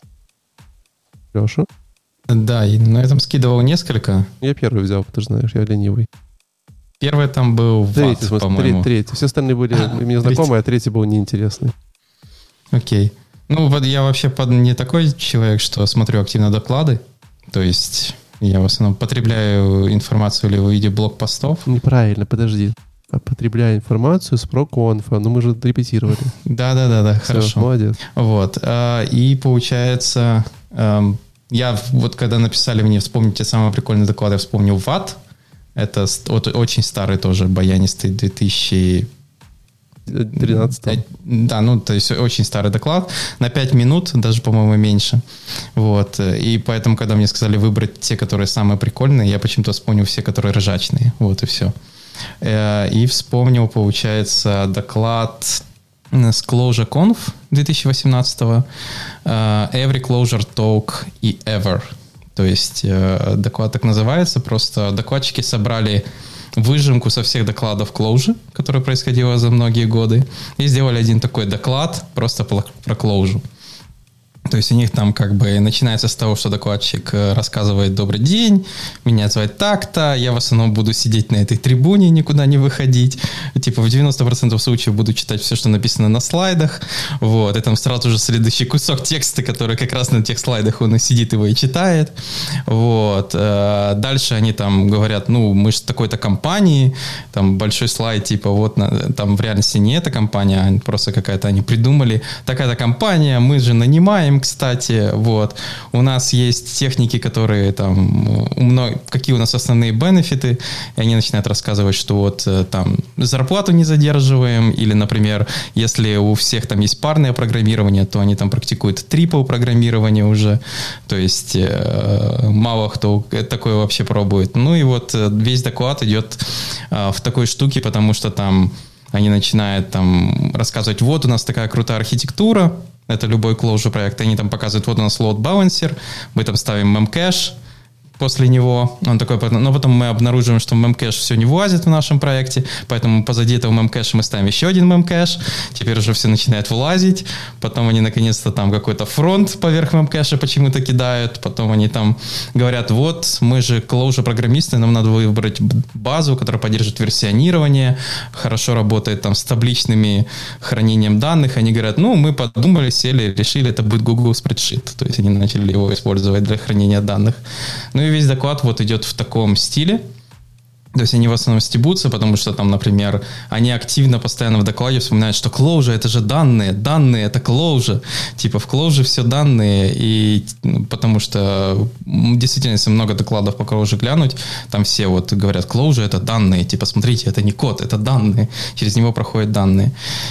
Леша? Да, и на этом скидывал несколько. Я первый взял, ты же знаешь, я ленивый. Первый там был третий, по-моему. Третий. Все остальные были мне знакомые, а третий был неинтересный. Окей. Я вообще не такой человек, что смотрю активно доклады. То есть я в основном потребляю информацию или в виде блог-постов. Неправильно, подожди. потребляя информацию с проконфа. Ну, мы же репетировали. Да, хорошо. Молодец. Вот. И получается, я вот когда написали мне «Вспомните самые прикольные доклады», я вспомнил ВАТ. Это очень старый тоже баянистый 2013. Да, ну, то есть очень старый доклад. На 5 минут, даже, по-моему, меньше. Вот. И поэтому, когда мне сказали выбрать те, которые самые прикольные, я почему-то вспомнил все, которые ржачные. Вот и все. И вспомнил, получается, доклад с ClojureConf 2018-го. Every Clojure Talk и Ever. То есть доклад так называется. Просто докладчики собрали выжимку со всех докладов Clojure, которое происходило за многие годы, и сделали один такой доклад просто про Clojure. То есть у них там как бы начинается с того, что докладчик рассказывает: «Добрый день, меня зовут так-то, я в основном буду сидеть на этой трибуне, никуда не выходить. Типа в 90% случаев буду читать все, что написано на слайдах». Вот. И там сразу же следующий кусок текста, который как раз на тех слайдах он и сидит, его и читает. Вот. Дальше они там говорят: ну, мы же такой-то компании, там большой слайд, типа вот там в реальности не эта компания, а просто какая-то они придумали. Такая-то компания, мы же нанимаем, кстати, вот. У нас есть техники, которые там, какие у нас основные бенефиты, и они начинают рассказывать, что вот там зарплату не задерживаем, или, например, если у всех там есть парное программирование, то они там практикуют трипл программирование уже, то есть мало кто такое вообще пробует. Ну и вот весь доклад идет в такой штуке, потому что там они начинают там рассказывать: вот у нас такая крутая архитектура, это любой Clojure проект, они там показывают: вот у нас load balancer, мы там ставим memcache после него, он такой, но потом мы обнаруживаем, что memcache все не влазит в нашем проекте, поэтому позади этого memcache мы ставим еще один memcache, теперь уже все начинает влазить, потом они наконец-то там какой-то фронт поверх memcache почему-то кидают, потом они там говорят: вот мы же Clojure программисты, нам надо выбрать базу, которая поддерживает версионирование, хорошо работает там с табличными хранением данных. Они говорят: ну, мы подумали, сели, решили, это будет Google Spreadsheet, то есть они начали его использовать для хранения данных. Ну и весь доклад вот идет в таком стиле. То есть они в основном стебутся, потому что там, например, они активно постоянно в докладе вспоминают, что Clojure — это же данные — это Clojure. Типа в Clojure все данные, и потому что действительно, если много докладов по Clojure глянуть, там все вот говорят: Clojure — это данные, типа смотрите, это не код, это данные, через него проходят данные.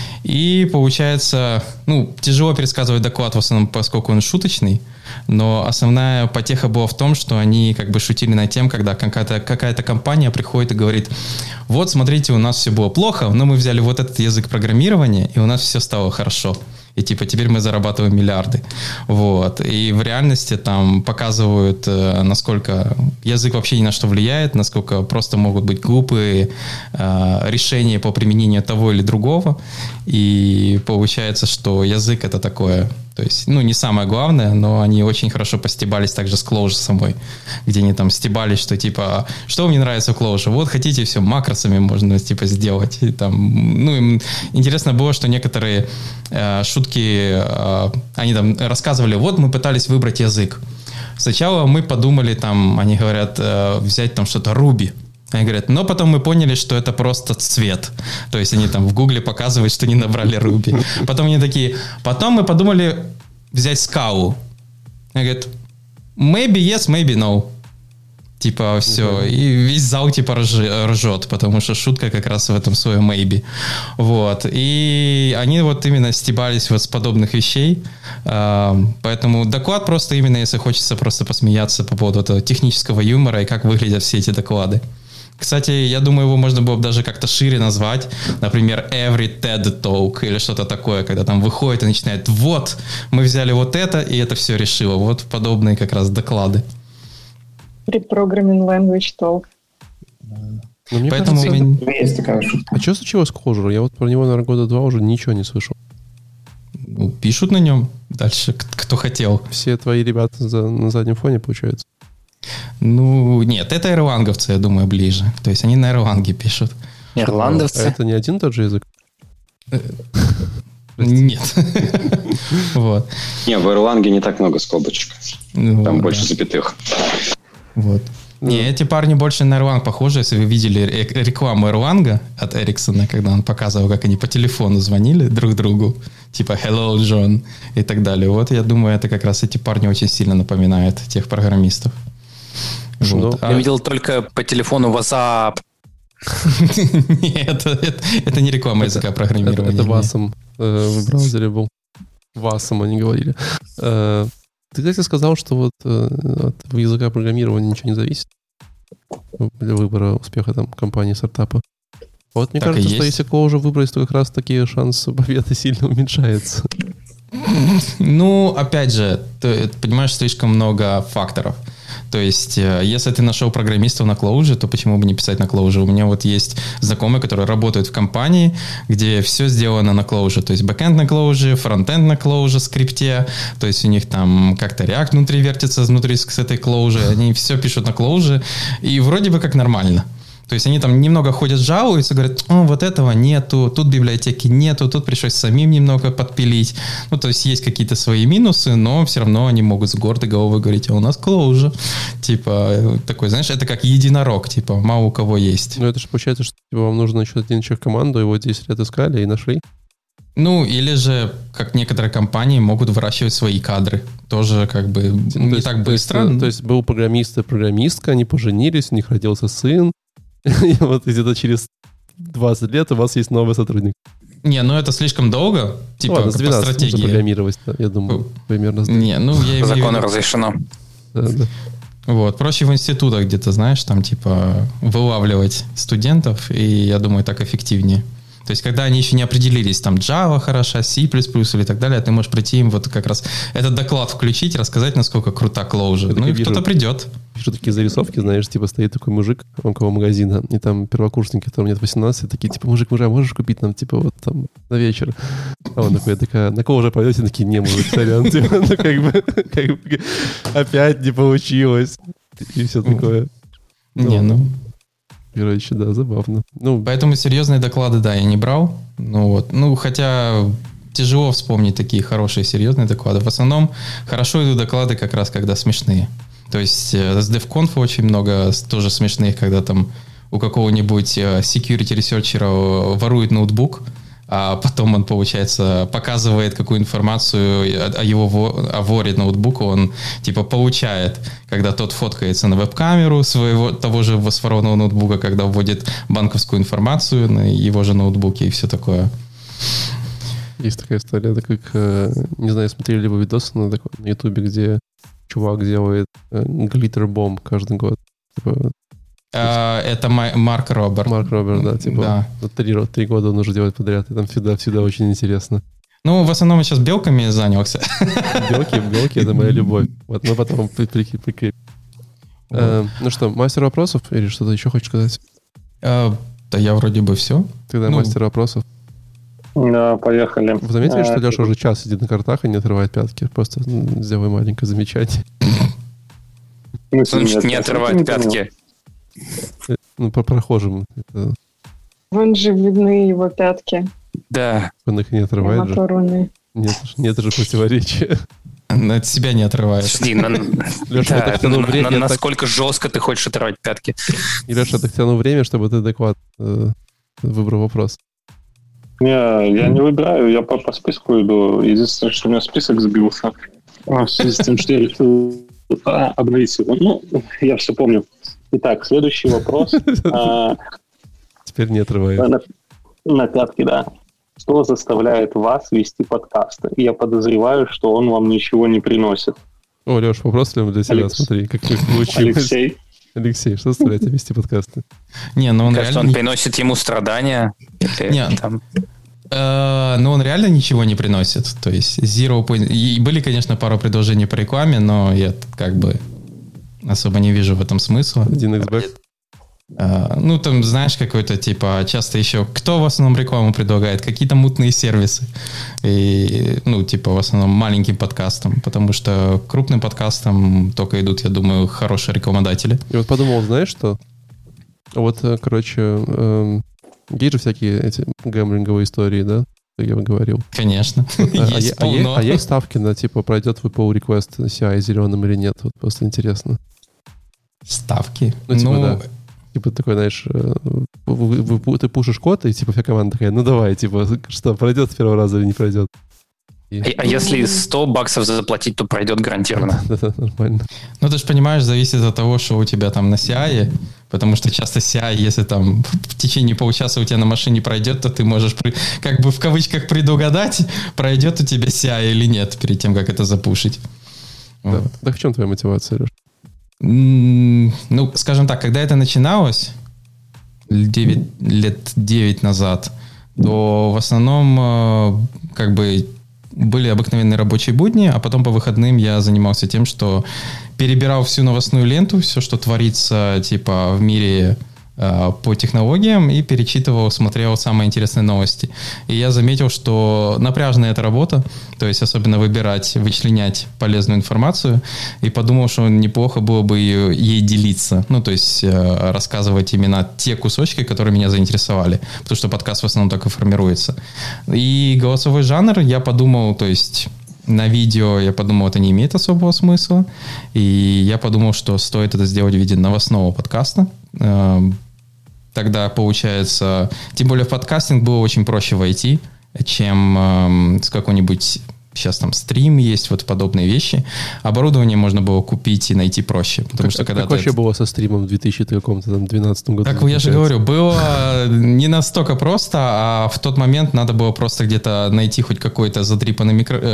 И получается, ну, тяжело пересказывать доклад в основном, поскольку он шуточный, но основная потеха была в том, что они как бы шутили над тем, когда какая-то компания приходит и говорит: вот, смотрите, у нас все было плохо, но мы взяли вот этот язык программирования, и у нас все стало хорошо. И типа теперь мы зарабатываем миллиарды. Вот. И в реальности там показывают, насколько язык вообще ни на что влияет, насколько просто могут быть глупые решения по применению того или другого. И получается, что язык — это такое... То есть, ну, не самое главное, но они очень хорошо постебались также с Clojure самой, где они там стебались, что типа: что вам не нравится в Clojure? Вот хотите, все макросами можно типа сделать. И, там, ну, им интересно было, что некоторые шутки, они там рассказывали: вот мы пытались выбрать язык. Сначала мы подумали, там, они говорят, взять там что-то Ruby. Они говорят: но потом мы поняли, что это просто цвет. То есть они там в Гугле показывают, что не набрали Ruby. Потом они такие: потом мы подумали взять Scala. Они говорят: maybe yes, maybe no. Типа все. И весь зал типа ржет, потому что шутка как раз в этом своем maybe. Вот. И они вот именно стебались вот с подобных вещей. Поэтому доклад просто именно, если хочется просто посмеяться по поводу этого технического юмора и как выглядят все эти доклады. Кстати, я думаю, его можно было бы даже как-то шире назвать. Например, Every TED Talk или что-то такое, когда там выходит и начинает: вот, мы взяли вот это, и это все решило. Вот подобные как раз доклады. Pre-programming language talk. Поэтому есть такая шутка. А что случилось с Clojure? Я вот про него, наверное, года 2 уже ничего не слышал. Ну, пишут на нем. Дальше кто хотел. Все твои ребята на заднем фоне, получается? Ну, нет, это ирландовцы, я думаю, ближе. То есть они на ирланге пишут. Ирландовцы? А это не один и тот же язык? Нет. Вот. Не, в Ирланге не так много скобочек. Там больше запятых. Вот. Не, эти парни больше на Erlang похожи. Если вы видели рекламу Erlang от Эриксона, когда он показывал, как они по телефону звонили друг другу, типа «Hello, John» и так далее. Вот я думаю, это как раз эти парни очень сильно напоминают тех программистов. Вот. Я видел только по телефону WhatsApp. Нет, это не реклама языка программирования. Это WASM в браузере был. WASM они говорили. Ты, кстати, сказал, что вот от языка программирования ничего не зависит для выбора успеха там компании, стартапа. Вот мне кажется, что если Clojure выбрать, то как раз таки шанс победы сильно уменьшается. Ну, опять же, ты понимаешь, слишком много факторов. То есть, если ты нашел программистов на Clojure, то почему бы не писать на Clojure? У меня вот есть знакомые, которые работают в компании, где все сделано на Clojure. То есть, бэкэнд на Clojure, фронтенд на Clojure, скрипте. То есть, у них там как-то React внутри вертится, внутри с этой Clojure. Они все пишут на Clojure. И вроде бы как нормально. То есть они там немного ходят, жалуются, говорят, вот этого нету, тут библиотеки нету, тут пришлось самим немного подпилить. Ну, то есть есть какие-то свои минусы, но все равно они могут с гордой головой говорить, у нас Clojure. Типа, такой, знаешь, это как единорог, типа, мало у кого есть. Ну, это же получается, что типа, вам нужно еще один человек в команду, его 10 лет искали и нашли. Ну, или же, как некоторые компании могут выращивать свои кадры. Тоже как бы не так быстро. То есть был программист и программистка, они поженились, у них родился сын. И вот где-то через 20 лет у вас есть новый сотрудник. Не, ну это слишком долго. Типа, ладно, с 12 по стратегии. Можно программировать, я думаю, примерно. Не, ну я имею в виду... Закону разрешено. Да. Вот, проще в институтах где-то, знаешь, там типа вылавливать студентов, и я думаю, так эффективнее. То есть, когда они еще не определились, там Java хороша, C++ или так далее, ты можешь прийти им вот как раз этот доклад включить, рассказать, насколько крута Clojure. Ну и кто-то придет. Пишу такие зарисовки, знаешь, типа стоит такой мужик около магазина, и там первокурсники, которым нет 18, такие, типа, мужик, а можешь купить нам, типа, вот там на вечер? А он такой, на Clojure пойдете? Такие, не, мужик, сорян, типа, ну как бы опять не получилось. И все такое. Не, ну... Короче, да, забавно. Ну, поэтому серьезные доклады, да, я не брал. Ну, вот. Ну, хотя тяжело вспомнить такие хорошие, серьезные доклады. В основном хорошо идут доклады как раз, когда смешные. То есть с DevConf очень много тоже смешных, когда там у какого-нибудь security ресерчера ворует ноутбук, а потом он, получается, показывает какую информацию о воре ноутбука он, типа, получает, когда тот фоткается на веб-камеру своего, того же ворованного ноутбука, когда вводит банковскую информацию на его же ноутбуке и все такое. Есть такая история, это как, не знаю, смотрели ли вы видосы на Ютубе, где чувак делает глиттер-бомб каждый год. Типа, это Марк Роберт. Марк Роберт, да, типа. Да. 3 года он уже делает подряд, и там всегда очень интересно. Ну, в основном я сейчас белками занялся. Белки — это моя любовь. Вот, мы потом прикрепим. Ну что, мастер вопросов? Или что-то еще хочешь сказать? Да я вроде бы все. Тогда мастер вопросов. Да, поехали. Вы заметили, что Леша уже час сидит на картах и не отрывает пятки? Просто сделай маленькое замечание. Значит, не отрывает пятки. Ну, по прохожим. Вон же видны его пятки. Да. Он их не отрывает же. Нет же противоречия. От себя не отрывает. Леша, насколько жестко ты хочешь отрывать пятки? И, Леша, я тяну время, чтобы ты адекватно выбрал вопрос. Не, я не выбираю, я по списку иду. Единственное, что у меня список сбился. В связи с тем, что я решил обновить его. Ну, я все помню. Итак, следующий вопрос. Теперь не отрывает. На пятки, да. Что заставляет вас вести подкасты? Я подозреваю, что он вам ничего не приносит. О, Леш, вопрос для тебя, смотри, как получилось. Алексей, что заставляет тебя вести подкасты? Не, ну он кажется, реально... он приносит ему страдания. Нет, там... но он реально ничего не приносит. То есть Zero Point... И были, конечно, пару предложений по рекламе, но я как бы особо не вижу в этом смысла. 1xBet. Ну, там, знаешь, какой-то, типа, часто еще... Кто в основном рекламу предлагает? Какие-то мутные сервисы. И, ну, типа, в основном маленьким подкастам. Потому что крупным подкастам только идут, я думаю, хорошие рекламодатели. Я вот подумал, знаешь что? Вот, короче, есть же всякие эти гэмблинговые истории, да? Я говорил. Конечно. А есть ставки на, типа, пройдет вы pull request CI зеленым или нет? Вот просто интересно. Ставки? Да. Типа такой, знаешь, ты пушишь код, и типа вся команда такая, ну давай, типа, что, пройдет с первого раза или не пройдет? А если $100 заплатить, то пройдет гарантированно. Да, нормально. Ну, ты же понимаешь, зависит от того, что у тебя там на CI, потому что часто CI, если там в течение получаса у тебя на машине пройдет, то ты можешь как бы в кавычках предугадать, пройдет у тебя CI или нет, перед тем, как это запушить. Да. Так в чем твоя мотивация, Леш? Ну, скажем так, когда это начиналось, лет 9 назад, то в основном как бы были обыкновенные рабочие будни, а потом по выходным я занимался тем, что перебирал всю новостную ленту, все, что творится типа в мире по технологиям, и перечитывал, смотрел самые интересные новости. И я заметил, что напряжная эта работа, то есть особенно выбирать, вычленять полезную информацию, и подумал, что неплохо было бы ей делиться, ну, то есть рассказывать именно те кусочки, которые меня заинтересовали, потому что подкаст в основном так и формируется. И голосовой жанр, я подумал, то есть на видео, я подумал, это не имеет особого смысла, и я подумал, что стоит это сделать в виде новостного подкаста. Тогда получается, тем более в подкастинг было очень проще войти, чем с какой-нибудь, сейчас там стрим есть, вот подобные вещи. Оборудование можно было купить и найти проще. Потому что как вообще было со стримом в 2012 году? Так я же говорю, было не настолько просто, а в тот момент надо было просто где-то найти хоть какой-то задрипанный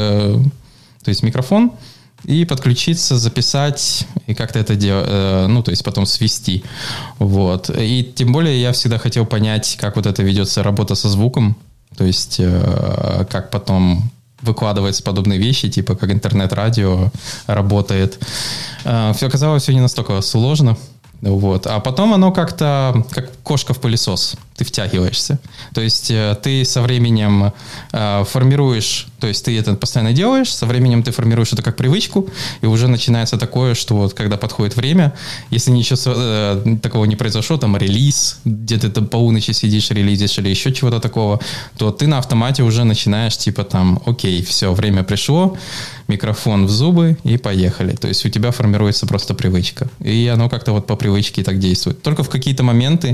микрофон, и подключиться, записать, и как-то это делать, ну, то есть потом свести. Вот. И тем более я всегда хотел понять, как вот это ведется работа со звуком, то есть как потом выкладываются подобные вещи, типа как интернет-радио работает. Все оказалось все не настолько сложно. Вот. А потом оно как-то, как кошка в пылесос, ты втягиваешься. То есть ты со временем формируешь, то есть ты это постоянно делаешь, со временем ты формируешь это как привычку, и уже начинается такое, что вот когда подходит время, если ничего такого не произошло, там релиз, где ты там полуночи сидишь, релизишь или еще чего-то такого, то ты на автомате уже начинаешь типа там, окей, все, время пришло, микрофон в зубы и поехали. То есть у тебя формируется просто привычка. И оно как-то вот по привычке так действует. Только в какие-то моменты,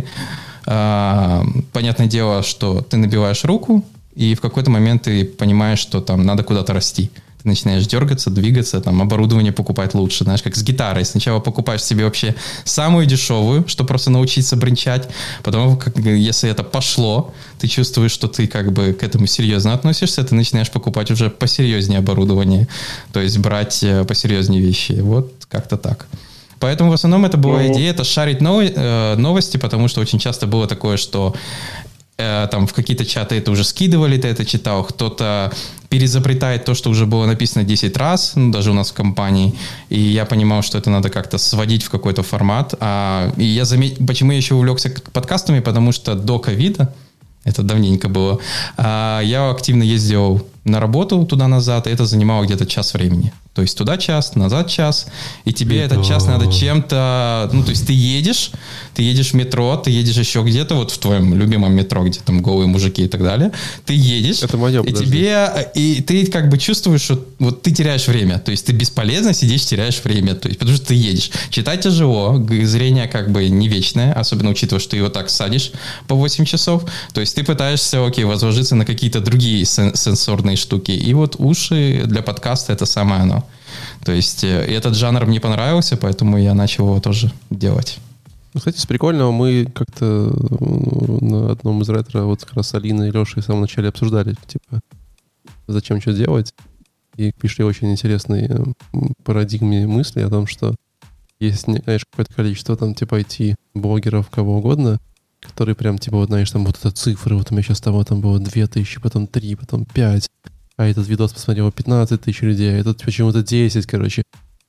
понятное дело, что ты набиваешь руку, и в какой-то момент ты понимаешь, что там надо куда-то расти. Ты начинаешь дергаться, двигаться, там оборудование покупать лучше. Знаешь, как с гитарой. Сначала покупаешь себе вообще самую дешевую, чтобы просто научиться бренчать. Потом, если это пошло, ты чувствуешь, что ты как бы к этому серьезно относишься, ты начинаешь покупать уже посерьезнее оборудование. То есть брать посерьезнее вещи. Вот как-то так. Поэтому в основном это была идея, это шарить новости, потому что очень часто было такое, что там в какие-то чаты это уже скидывали, ты это читал, кто-то перезапретает то, что уже было написано 10 раз, ну, даже у нас в компании, и я понимал, что это надо как-то сводить в какой-то формат. И я почему я еще увлекся подкастами, потому что до ковида, это давненько было, я активно ездил на работу туда-назад, и это занимало где-то час времени. То есть туда час, назад час, и тебе этот час надо чем-то... Ну, то есть ты едешь в метро, ты едешь еще где-то, вот в твоем любимом метро, где там голые мужики и так далее, ты едешь, это мое, и ты как бы чувствуешь, что вот ты теряешь время, то есть ты бесполезно сидишь, теряешь время, то есть потому что ты едешь. Читать тяжело, зрение как бы не вечное, особенно учитывая, что ты его так садишь по 8 часов, то есть ты пытаешься, возложиться на какие-то другие сенсорные штуки, и вот уши для подкаста это самое оно. То есть этот жанр мне понравился, поэтому я начал его тоже делать. Кстати, с прикольного мы как-то на одном из ретро вот как раз с Алиной и Лешей в самом начале обсуждали, типа, зачем что делать. И пришли очень интересные парадигме мысли о том, что есть, конечно, какое-то количество там типа IT-блогеров, кого угодно, которые прям типа, вот знаешь, там вот это цифры, вот у меня сейчас того там было 2000, потом 3, потом 5. А этот видос посмотрело 15 тысяч людей, а этот почему-то 10, короче.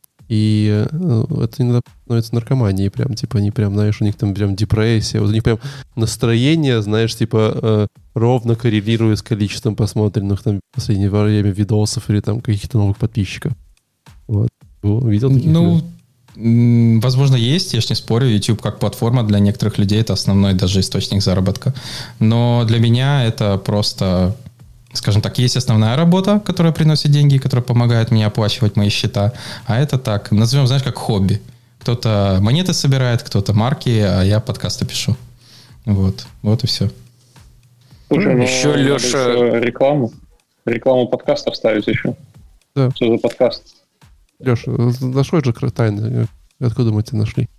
И это иногда становится наркоманией прям, типа, они прям, знаешь, у них там прям депрессия, вот у них прям настроение, знаешь, типа, ровно коррелирует с количеством посмотренных там в последнее время видосов или там каких-то новых подписчиков. Вот. Видел таких? Ну, возможно, есть, я ж не спорю, YouTube как платформа для некоторых людей это основной даже источник заработка. Но для меня это просто... Скажем так, есть основная работа, которая приносит деньги, которая помогает мне оплачивать мои счета, а это так, назовем, знаешь, как хобби. Кто-то монеты собирает, кто-то марки, а я подкасты пишу. Вот и все. Слушай, еще Леша... Рекламу подкастов ставить еще. Да. Что за подкаст? Леша, нашел же тайны. Откуда мы тебя нашли?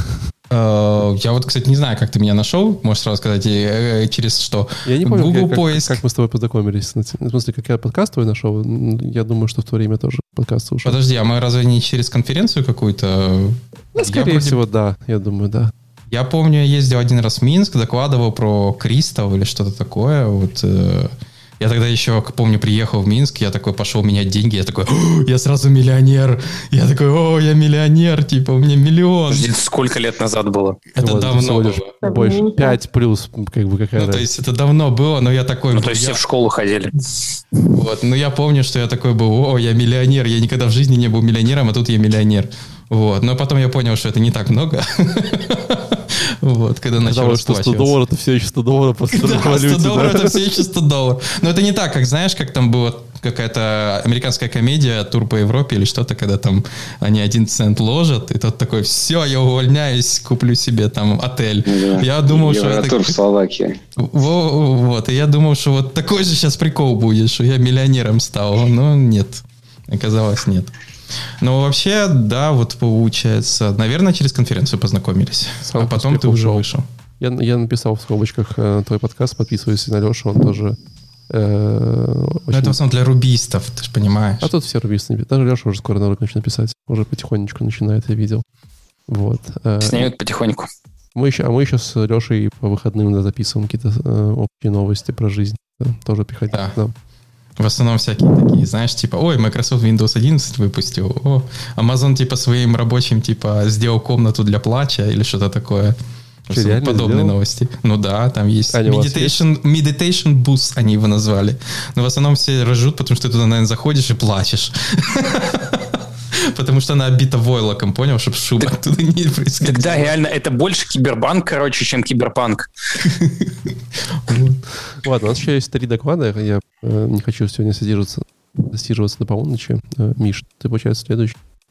Я вот, кстати, не знаю, как ты меня нашел. Можешь сразу сказать, через что? Я не помню, Google поиск. как мы с тобой познакомились. В смысле, как я подкаст твой нашел. Я думаю, что в то время тоже подкаст слушал. Подожди, а мы разве не через конференцию какую-то? Скорее всего, да. Я думаю, да. Я помню, я ездил один раз в Минск, докладывал про Кристалл или что-то такое. Вот я тогда еще, помню, приехал в Минск, я такой пошел менять деньги, я такой, я сразу миллионер. Я такой, я миллионер, типа, у меня миллион. Сколько лет назад было? Это вот, давно было. Больше, 5 плюс, как бы, какая то есть это давно было, но я такой... то есть все в школу ходили. Вот, но я помню, что я такой был, я миллионер, я никогда в жизни не был миллионером, а тут я миллионер. Вот, но потом я понял, что это не так много. Вот, когда начал расплачиваться. 100 $100 это все еще $100 просто да, $100 это все еще $100. Но это не так, как знаешь, как там была какая-то американская комедия «Тур по Европе» или что-то, когда там они 1 цент ложат, и тот такой, все, я увольняюсь, куплю себе там отель. Да. Я думал, что это... Тур в Словакии. Вот, и я думал, что вот такой же сейчас прикол будет, что я миллионером стал, но нет, оказалось нет. Ну, вообще, да, вот получается, наверное, через конференцию познакомились. А потом ты уже вышел. Я написал в скобочках твой подкаст, подписываюсь на Лешу, он тоже... очень... Это в основном для рубистов, ты же понимаешь. А тут все рубисты. Даже Леша уже скоро на руку начнет писать. Уже потихонечку начинает, я видел. Вот. Снят потихоньку. Мы еще с Лешей по выходным записываем какие-то общие новости про жизнь. Тоже приходите к нам. В основном всякие такие, знаешь, типа, ой, Microsoft Windows 11 выпустил, Amazon, типа, своим рабочим, типа, сделал комнату для плача или что-то такое. Подобные новости. Ну да, там есть Meditation Boost, они его назвали. Но в основном все ржут, потому что ты туда, наверное, заходишь и плачешь. Потому что она обита войлоком, понял, чтобы шум оттуда не происходил. Тогда реально это больше кибербанк, короче, чем киберпанк. Ладно, у нас еще есть 3 доклада. Я не хочу сегодня засиживаться до полуночи. Миш, ты, получается, следующий.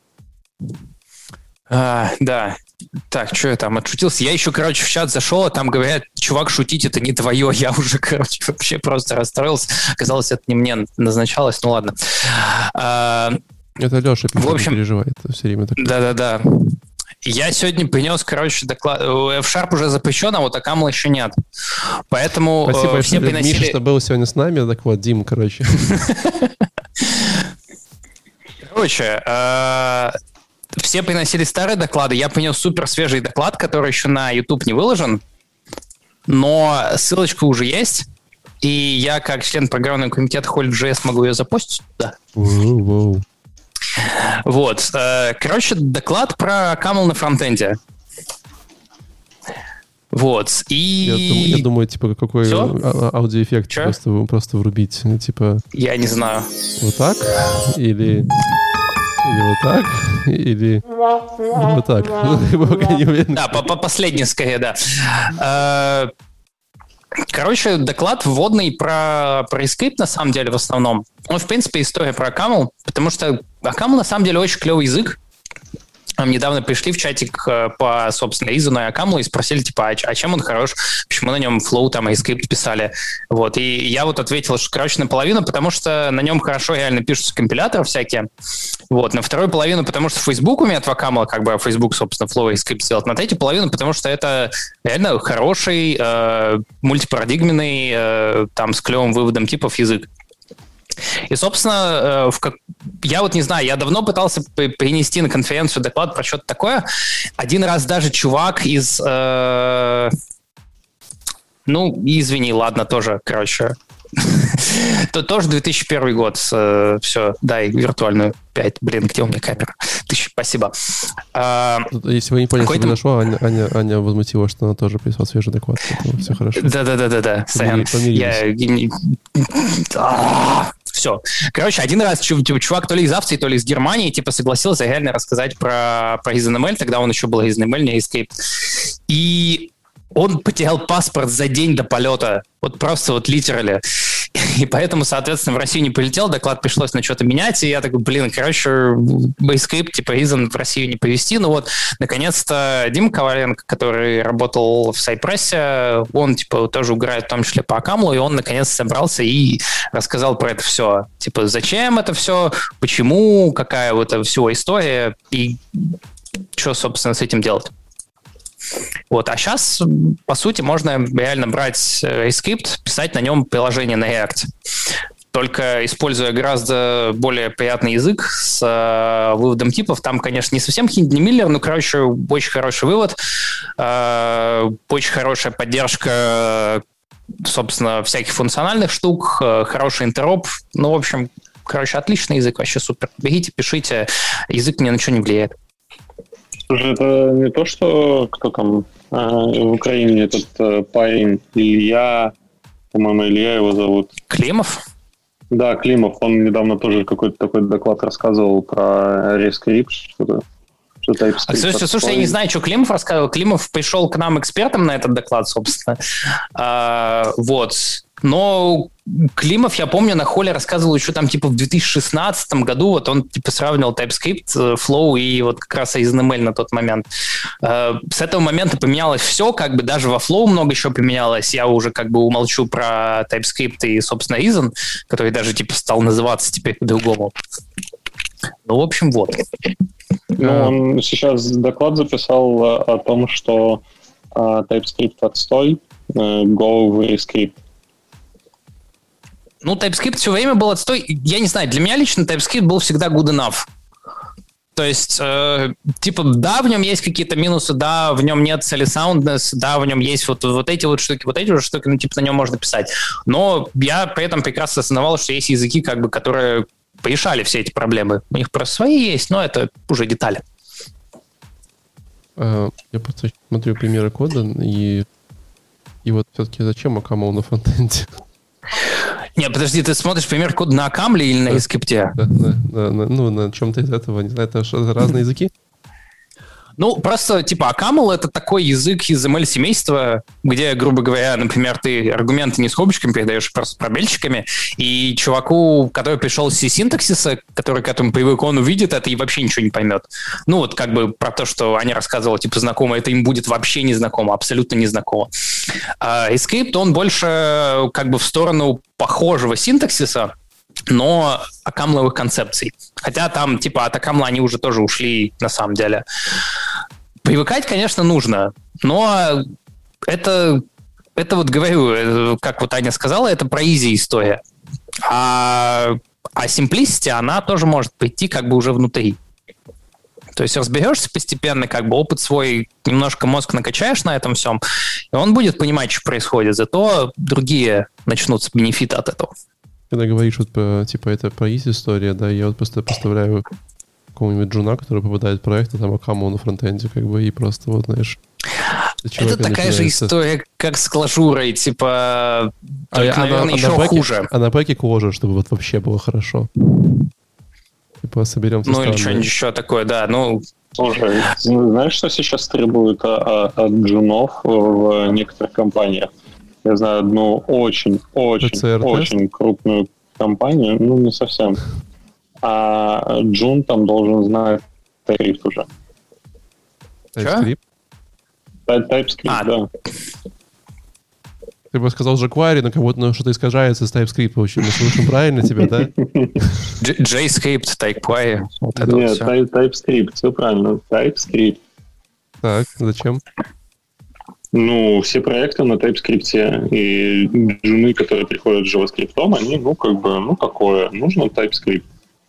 Да. Так, что я там отшутился? Я еще, короче, в чат зашел, а там говорят, чувак, шутить это не твое. Я уже, короче, вообще просто расстроился. Оказалось, это не мне назначалось. Ну ладно. Это Леша переживает все время. Да. Я сегодня принес, короче, доклад. F-Sharp уже запрещен, а вот Акамл еще нет. Поэтому спасибо все приносили... Миша, что был сегодня с нами. Так вот, Дим, короче. Короче, все приносили старые доклады. Я принес супер свежий доклад, который еще на YouTube не выложен. Но ссылочка уже есть. И я, как член программного комитета Holy.js, могу ее запостить. Да. Вот. Короче, доклад про Camel на фронтенде. Вот. И... Я думаю, типа, какой аудиоэффект просто врубить. Типа... Я не знаю. Вот так? Или вот так? Или вот так? Да, последний скорее, да. Короче, доклад вводный про ESCAPE, на самом деле, в основном. Он, в принципе, история про Camel, потому что Camel, на самом деле, очень клевый язык. Недавно пришли в чатик по, собственно, Изуну и Акамлу и спросили, типа, а чем он хорош? Почему на нем Flow там и скрипт писали? Вот. И я вот ответил, что, короче, наполовину, потому что на нем хорошо реально пишутся компиляторы всякие. Вот. На вторую половину, потому что Facebook умеет в Акамло, как бы Facebook, собственно, Flow и скрипт сделать. На третью половину, потому что это реально хороший, мультипарадигменный, там, с клевым выводом типов язык. И, собственно, я вот не знаю, я давно пытался принести на конференцию доклад про что-то такое. Один раз даже чувак из... извини, ладно, тоже, короче. Тоже 2001 год. Все, дай виртуальную 5. Блин, где у меня камера? Спасибо. Если вы не поняли, что произошло, Аня возмутила, что она тоже прислала свежий доклад. Все хорошо. Да. Сорян. Все. Короче, один раз чувак то ли из Австрии, то ли из Германии типа согласился реально рассказать про HZML. Тогда он еще был HZML, не Escape. И он потерял паспорт за день до полета. Вот просто вот литерали. И поэтому, соответственно, в Россию не полетел, доклад пришлось на что-то менять, и я такой, BaseScript, типа, Изон в Россию не повезти. Ну вот, наконец-то Дима Коваленко, который работал в Сайпрессе, он, типа, тоже угорает в том числе по Акамлу, и он, наконец, собрался и рассказал про это все. Типа, зачем это все, почему, какая вот эта всего история, и что, собственно, с этим делать. Вот. А сейчас, по сути, можно реально брать скрипт, писать на нем приложение на React. Только используя гораздо более приятный язык с выводом типов. Там, конечно, не совсем Хиндли Миллер, но, короче, очень хороший вывод, очень хорошая поддержка, собственно, всяких функциональных штук, хороший интероп. Ну, в общем, короче, отличный язык, вообще супер. Берите, пишите, язык ни на что не влияет. Слушай, это не то, что кто там в Украине этот парень Илья, по-моему, Илья его зовут. Климов? Да, Климов. Он недавно тоже какой-то такой доклад рассказывал про REST-скрипт, что-то. Слушай, я не знаю, что Климов рассказывал. Климов пришел к нам экспертом на этот доклад, собственно. Вот. Но Климов, я помню, на холле рассказывал еще там типа в 2016 году, вот он типа сравнивал TypeScript, Flow и вот как раз XML на тот момент. С этого момента поменялось все, как бы даже во Flow много еще поменялось. Я уже как бы умолчу про TypeScript и, собственно, Izon, который даже типа стал называться теперь по-другому. Ну, в общем, вот. Ну, он сейчас доклад записал о том, что TypeScript отстой, Go в REST-скрипт. Ну, TypeScript все время был отстой. Я не знаю, для меня лично TypeScript был всегда good enough. То есть, типа, да, в нем есть какие-то минусы, да, в нем нет soundness, да, в нем есть вот эти вот штуки, ну, типа, на нем можно писать. Но я при этом прекрасно осознавал, что есть языки, как бы, которые порешали все эти проблемы. У них просто свои есть, но это уже детали. Я просто смотрю примеры кода, и вот все-таки зачем Акамл на фронтенде? Нет, подожди, ты смотришь пример кода на Акамле или на ESCrypt? Да, ну, на чем-то из этого, не знаю, это что, разные языки? Ну, просто, типа, Акамл — это такой язык из ML-семейства, где, грубо говоря, например, ты аргументы не скобочками передаешь, просто пробельчиками, и чуваку, который пришел с C-синтаксиса, который к этому привык, он увидит это и вообще ничего не поймет. Ну, вот как бы про то, что Аня рассказывала, типа, знакомо, это им будет вообще незнакомо, абсолютно незнакомо. ESCrypt, он больше как бы в сторону похожего синтаксиса, но акамловых концепций. Хотя там, типа, от акамла они уже тоже ушли, на самом деле. Привыкать, конечно, нужно, но это вот, говорю, как вот Аня сказала, это про изи история. А simplicity, она тоже может прийти как бы уже внутри. То есть разберешься постепенно, как бы опыт свой, немножко мозг накачаешь на этом всем, и он будет понимать, что происходит, зато другие начнут с бенефита от этого. Когда говоришь, вот, типа, это про изи история, да, я вот просто представляю какого-нибудь джуна, который попадает в проект, а там Акамл на фронтенде, как бы, и просто, вот, знаешь... Это такая же история, как с клажурой, типа, только, наверное, еще хуже. А на бэке кложа, чтобы вот вообще было хорошо. Типа, соберем все или что-нибудь еще такое, да, ну... Слушай, знаешь, что сейчас требуют от джунов в некоторых компаниях? Я знаю одну очень крупную компанию, ну, не совсем. А джун там должен знать TypeScript уже. TypeScript? TypeScript, да. Ты бы сказал jQuery, но как будто что-то искажается с TypeScript. В общем, мы слышим правильно тебя, да? JScript, TypeScript. Нет, TypeScript, все правильно. TypeScript. Так, зачем? Ну, все проекты на TypeScript, и джуны, которые приходят с JavaScript, они, ну, как бы, ну, такое. Нужно TypeScript.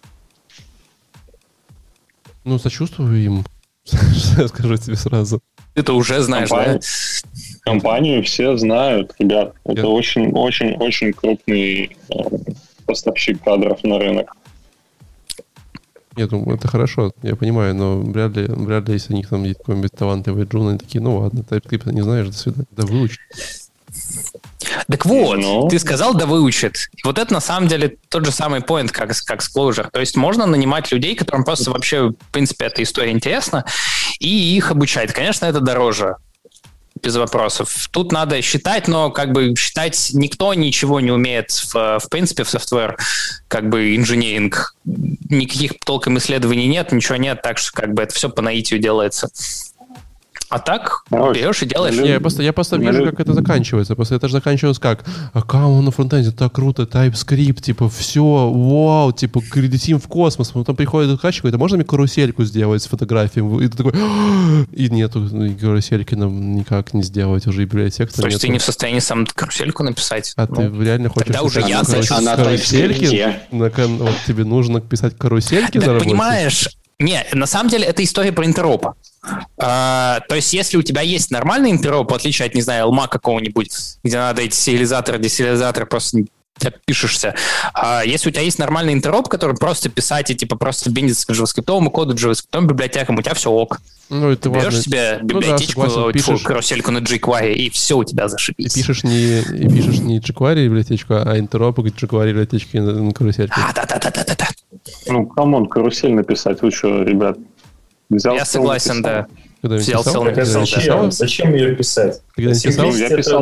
Ну, сочувствую им. Скажу тебе сразу. Ты-то уже знаешь, да? Компанию все знают, ребят. Это очень-очень-очень крупный поставщик кадров на рынок. Нет, ну это хорошо, я понимаю, но вряд ли, если у них там есть какой-нибудь талантливый джун, они такие, ну ладно, TypeScript не знаешь, до свидания, да выучи. Так вот, ты сказал, да выучит. И вот это на самом деле тот же самый point, как с Clojure. То есть можно нанимать людей, которым просто вообще, в принципе, эта история интересна, и их обучать. Конечно, это дороже. без вопросов. Тут надо считать, но как бы считать никто ничего не умеет в принципе в софтвер, как бы инженеринг. Никаких толком исследований нет, ничего нет, так что как бы это все по наитию делается. А так берешь и делаешь. Я просто вижу, как это заканчивается. Просто это же заканчивалось как? Аккаунт на фронтенде, так круто, TypeScript, типа, все, вау, типа, летим в космос. Потом приходит заказчик, говорит, а можно мне карусельку сделать с фотографией? И ты такой, и нету, и карусельки нам никак не сделать, уже и библиотек. То есть ты не в состоянии сам карусельку написать? А ты реально хочешь... Тогда уже я хочу карусельки? Вот тебе нужно писать карусельки на работе? Понимаешь... Не, на самом деле это история про интеропа. То есть если у тебя есть нормальный интероп, в отличие от, не знаю, LMA какого-нибудь, где надо эти сериализаторы, десериализаторы, просто пишешься. Если у тебя есть нормальный интероп, который просто писать и типа просто бендится к JavaScript коду, JavaScript библиотекам, у тебя все ок. Ну, это берешь важно. себе библиотечку, карусельку на jQuery, и все у тебя зашибись. И пишешь не jQuery библиотечку, а интероп и jQuery библиотечки на карусельке. Да. Ну, камон, карусель написать, вы что, ребят? Я согласен, да. Взял целый написал. Зачем ее писать? Я писал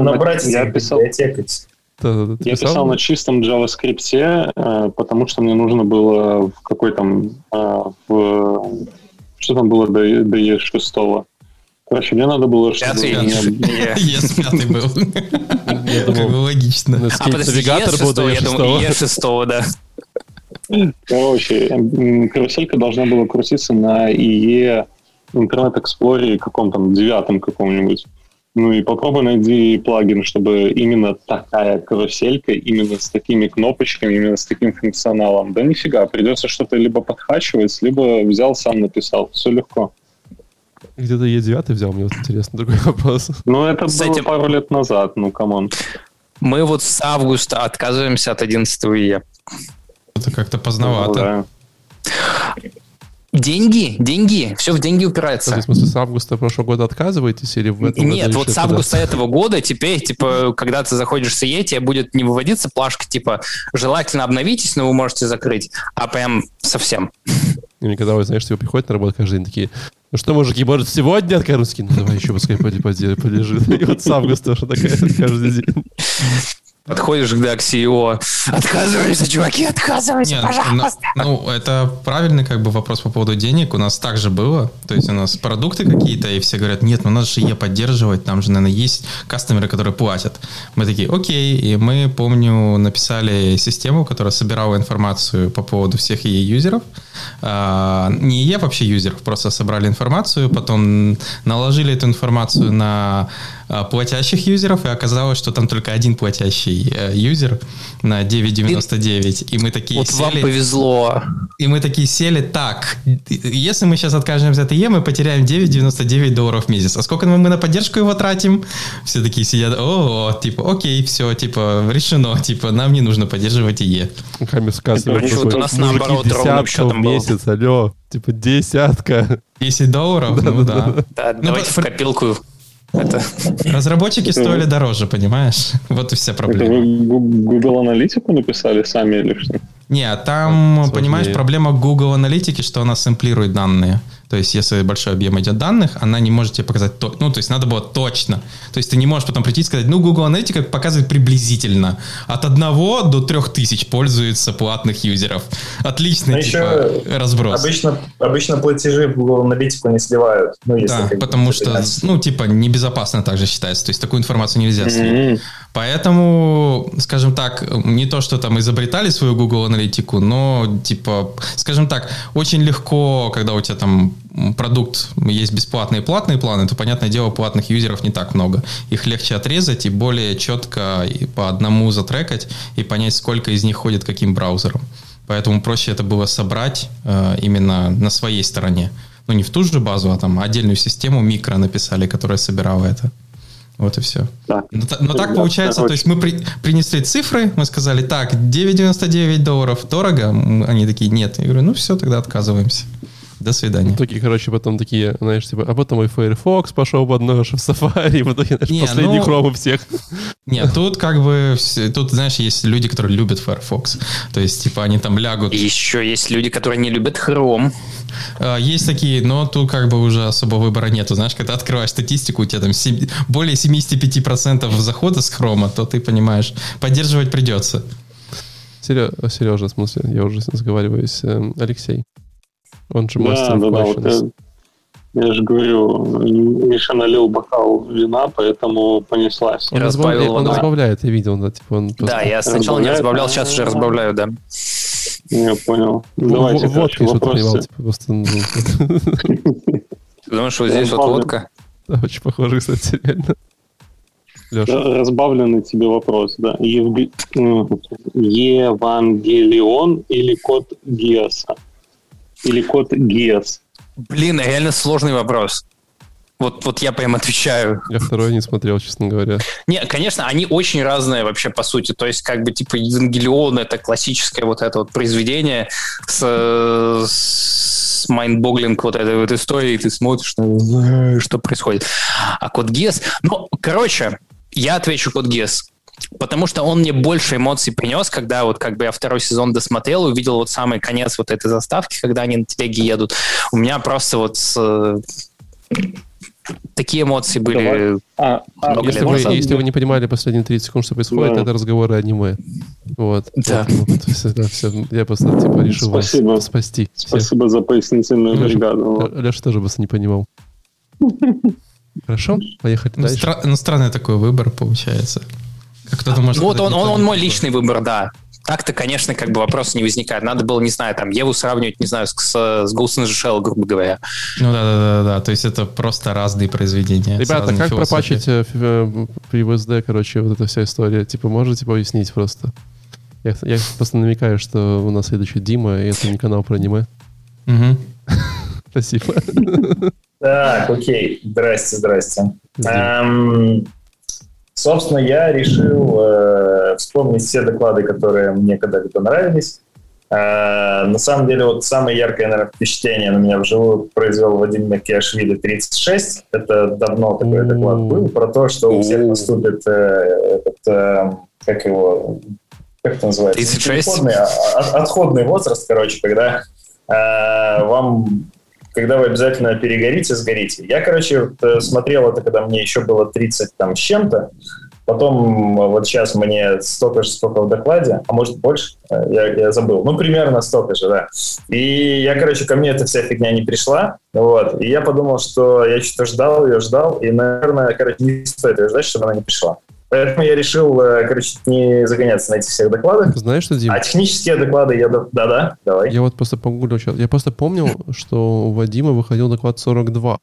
на чистом JavaScript, потому что мне нужно было в какой там... Что там было до ES6? Короче, мне надо было, чтобы... ES5 был. Как бы логично. Навигатор был до ES6, да. Короче, каруселька должна была крутиться на IE Internet Explorer каком-то 9 каком-нибудь. Ну и попробуй найди плагин, чтобы именно такая каруселька, именно с такими кнопочками, именно с таким функционалом. Да нифига, придется что-то либо подхачивать, либо взял, сам написал. Все легко. Где ты E9 взял, мне вот интересно, другой вопрос. Ну это было пару лет назад, ну камон. Мы вот с августа отказываемся от 11 IE. Это как-то поздновато. Деньги, все в деньги упирается. В смысле, с августа прошлого года отказываетесь или в этом году? Нет, вот с августа этого года теперь, типа, когда ты заходишь в SE, тебе будет не выводиться плашка, типа, желательно обновитесь, но вы можете закрыть, а прям совсем. И когда вы, знаешь, тебе приходят на работу каждый день такие, ну что, мужики, может, сегодня откажемся? Ну, давай еще пускай полежит. И вот с августа уже такая каждый день. Подходишь к CEO, отказывайся, чуваки, отказывайся, пожалуйста. Ну, это правильный как бы вопрос по поводу денег. У нас так же было. То есть у нас продукты какие-то, и все говорят, нет, ну надо же E поддерживать, там же, наверное, есть кастомеры, которые платят. Мы такие, окей, и мы, помню, написали систему, которая собирала информацию по поводу всех EE-юзеров. Не EE вообще юзеров, просто собрали информацию, потом наложили эту информацию на платящих юзеров, и оказалось, что там только один платящий юзер на 9.99. И мы такие вот сели... вам повезло. И мы такие сели, так, если мы сейчас откажемся от EE, мы потеряем $9.99 в месяц. А сколько мы на поддержку его тратим? Все такие сидят, типа, окей, все, типа, решено, типа, нам не нужно поддерживать EE. У нас наоборот ровным счетом в месяц, алло, типа, десятка. $10? Ну да. Да, давайте в копилку. Разработчики стоили дороже, понимаешь? Вот и вся проблема. Это вы Google Аналитику написали сами или что? Не, там, понимаешь, проблема Google Аналитики, что она сэмплирует данные. То есть, если большой объем идет данных, она не может тебе показать... Ну, то есть, надо было точно. То есть, ты не можешь потом прийти и сказать, ну, Google Аналитика показывает приблизительно. От 1 до 3000 пользуется платных юзеров. Отличный, типа, разброс. Обычно платежи в Google Аналитику не сливают. Ну, если да, потому что, ну, типа, небезопасно также считается. То есть, такую информацию нельзя сливать. Поэтому, скажем так, не то, что там изобретали свою Google Аналитику, но, типа, скажем так, очень легко, когда у тебя там продукт, есть бесплатные и платные планы, то, понятное дело, платных юзеров не так много. Их легче отрезать и более четко и по одному затрекать и понять, сколько из них ходит каким браузером. Поэтому проще это было собрать именно на своей стороне. Ну, не в ту же базу, а там отдельную систему микро написали, которая собирала это. Вот и все. Да. Но так получается, то есть мы принесли цифры, мы сказали, так, $9.99 дорого, они такие, нет. Я говорю, ну все, тогда отказываемся. До свидания. Такие, короче, потом такие, знаешь, типа, а потом и Firefox пошел под нож в Safari, в итоге, знаешь, последний Chrome у всех. Нет, тут как бы, тут, знаешь, есть люди, которые любят Firefox. То есть, типа, они там лягут. И еще есть люди, которые не любят Chrome. Есть такие, но тут как бы уже особо выбора нету. Знаешь, когда открываешь статистику, у тебя там более 75% захода с хрома, то ты понимаешь, поддерживать придется. Сережа, в смысле, я уже разговариваюсь. Алексей. Он же мастер questions. Я же говорю, Миша налил бокал вина, поэтому понеслась. Он разбавляет, я видел. Да, типа он да, я сначала не разбавлял, сейчас уже разбавляю, да. Я понял. Давайте, водкой что-то понимал. Ты думаешь, что здесь вот водка? Да, очень похоже, кстати, реально. Леша. Разбавленный тебе вопрос, да. Евангелион или код Гиаса? Или код Гиас? Блин, реально сложный вопрос. Вот я прям отвечаю. Я второй не смотрел, честно говоря. Не, конечно, они очень разные вообще по сути. То есть, как бы, типа, Евангелион — это классическое вот это вот произведение с майндбоглинг вот этой вот историей, ты смотришь, что происходит. А код Гиас... Ну, короче, я отвечу код Гиас. Потому что он мне больше эмоций принес, когда вот как бы я второй сезон досмотрел, увидел вот самый конец вот этой заставки, когда они на телеге едут. У меня просто вот такие эмоции были. Если вы не понимали последние 30 секунд, что происходит, это разговоры аниме. Вот. Да. Все. Я просто типа решил вас спасти. Спасибо за пояснительную бригаду. Леша тоже просто не понимал. Хорошо, поехали дальше. Ну, странный такой выбор получается. Кто-то может вот он мой личный выбор, да. Так-то, конечно, как бы вопрос не возникает. Надо было, не знаю, там, Еву сравнивать, не знаю, с Ghost in the Shell, грубо говоря. Ну да. То есть это просто разные произведения. Ребята, как пропатчить FreeBSD, короче, вот эта вся история? Типа, можете пояснить просто? Я просто намекаю, что у нас следующий Дима, и это не канал про аниме. Спасибо. Так, окей. Здрасте. Собственно, я решил вспомнить все доклады, которые мне когда-либо нравились. На самом деле, вот самое яркое, наверное, впечатление на меня вживую произвел Вадим Макиашвили 36. Это давно такой доклад был, про то, что у всех наступит как это называется? 36? Отходный возраст, короче, когда вы обязательно перегорите, сгорите. Я, короче, смотрел это, когда мне еще было 30 там с чем-то. Потом вот сейчас мне столько же, сколько в докладе, а может больше, я забыл. Ну, примерно столько же, да. И я, короче, ко мне эта вся фигня не пришла. Вот. И я подумал, что я что-то ждал, и, наверное, короче, не стоит ее ждать, чтобы она не пришла. Поэтому я решил, короче, не загоняться на этих всех докладах. Знаешь что, Дим? А технические доклады я... Да, давай. Я вот просто погуглил сейчас. Я просто помнил, что у Вадима выходил доклад 42.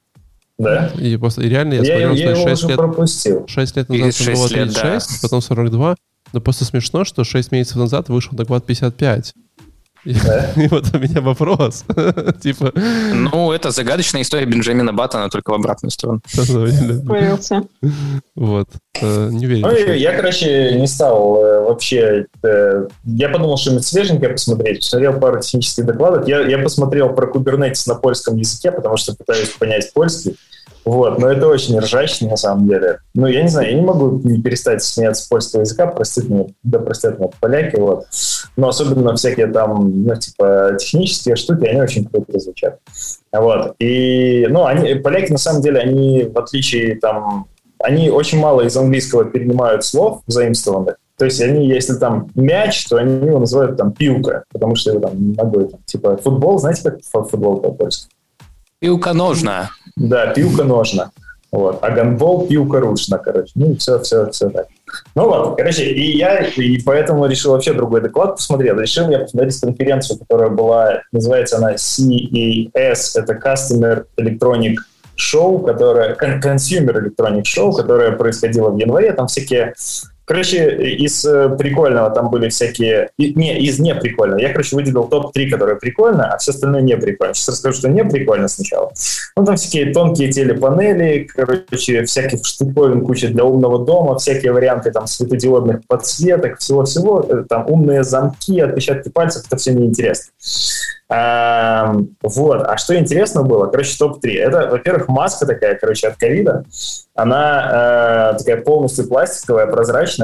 Да? И реально я смотрел, что 6 лет... пропустил. 6 лет назад было 36, да. Потом 42. Но просто смешно, что 6 месяцев назад вышел доклад 55. И вот у меня вопрос. Типа... Ну, это загадочная история Бенджамина Баттона, только в обратную сторону. Появился. Вот. Не уверен. Ну, я, короче, не стал вообще... Я подумал, что-нибудь свеженькое посмотреть. Посмотрел пару технических докладов. Я посмотрел про Kubernetes на польском языке, потому что пытаюсь понять польский. Вот, но это очень ржачно, на самом деле. Ну, я не знаю, я не могу не перестать смеяться с польского языка, простят меня поляки, вот. Но особенно всякие там, ну, типа, технические штуки, они очень круто звучат. Вот, и, ну, поляки, на самом деле, они, в отличие, там, они очень мало из английского перенимают слов заимствованных. То есть они, если там мяч, то они его называют там пилка, потому что его там ногой, там, типа, футбол, знаете, как футбол по-польски? Пилка ножна. Да, пилка ножна. Вот. А гандбол пилка ручна, короче. Ну, все так. Ну вот, короче, и поэтому решил вообще другой доклад посмотреть. Решил я посмотреть конференцию, которая была, называется она CES, это Customer Electronic Show, Consumer Electronic Show, которая происходила в январе. Там всякие... Короче, из прикольного там были всякие... из неприкольного. Я, короче, выделил топ-3, которые прикольно, а все остальное не прикольно. Сейчас расскажу, что не прикольно сначала. Ну, там всякие тонкие телепанели, короче, всяких штуковин, куча для умного дома, всякие варианты там светодиодных подсветок, всего-всего. Там умные замки, отпечатки пальцев, это все неинтересно. Вот. А что интересно было? Короче, топ-3. Это, во-первых, маска такая, короче, от ковида. Она такая полностью пластиковая, прозрачная.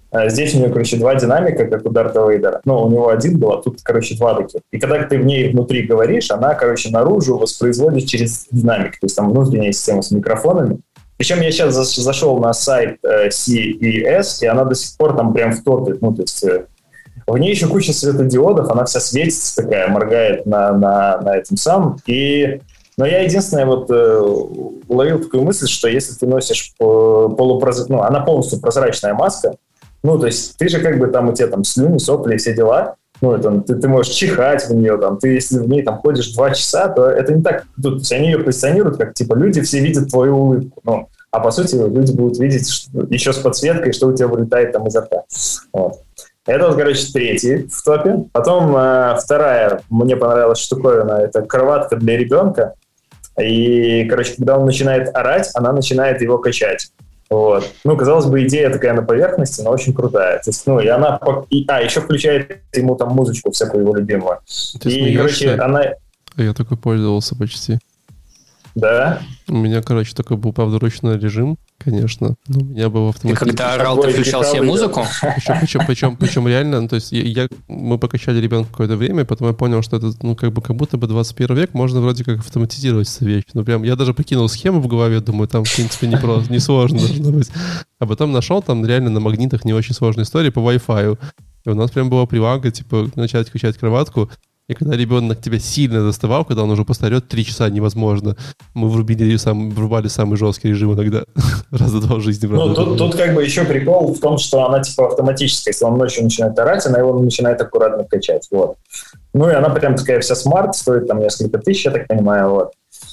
Здесь у нее, короче, 2 динамика, как у Дарта Вейдера. Ну, у него один был, а тут, короче, 2 таких. И когда ты в ней внутри говоришь, она, короче, наружу воспроизводит через динамик. То есть там внутренняя система с микрофонами. Причем я сейчас зашел на сайт CES, и она до сих пор там прям в топе. Ну, то есть в ней еще куча светодиодов, она вся светится такая, моргает на этом самом. Но я единственное уловил такую мысль, что если ты носишь полупрозрачную, она полностью прозрачная маска, ну, то есть ты же как бы там, у тебя там слюни, сопли, все дела, ну, это, ты можешь чихать в нее, там, ты если в ней там ходишь 2 часа, то это не так, то есть они ее позиционируют, как, типа, люди все видят твою улыбку, ну, а по сути люди будут видеть еще с подсветкой, что у тебя вылетает там изо рта. Вот. Это вот, короче, 3 в топе. Потом 2 мне понравилась штуковина, это кроватка для ребенка, и, короче, когда он начинает орать, она начинает его качать. Вот. Ну, казалось бы, идея такая на поверхности, но очень крутая. То есть, ну, и она... еще включает ему там музычку всякую его любимую. Ты смеешься? Короче, она... Я такой пользовался почти. Да? У меня, короче, такой был, правда, ручной режим, конечно. Но у меня был автоматически... И когда орал, ты включал себе музыку? Причем реально, ну, то есть мы покачали ребенка какое-то время, потом я понял, что это, ну, как будто бы 21 век, можно вроде как автоматизировать все вещи. Ну, прям, я даже прикинул схему в голове, думаю, там, в принципе, не сложно должно быть. А потом нашел там реально на магнитах не очень сложные истории по Wi-Fi. И у нас прям была привалка, типа, начать качать кроватку. И когда ребенок тебя сильно доставал, когда он уже просто орет 3 часа невозможно, мы врубали самый жесткий режим иногда. Раза 2 в жизни. Ну, тут как бы еще прикол в том, что она типа автоматическая. Если он ночью начинает орать, она его начинает аккуратно качать. Вот. Ну и она прям такая вся смарт, стоит там несколько тысяч, я так понимаю. Вот.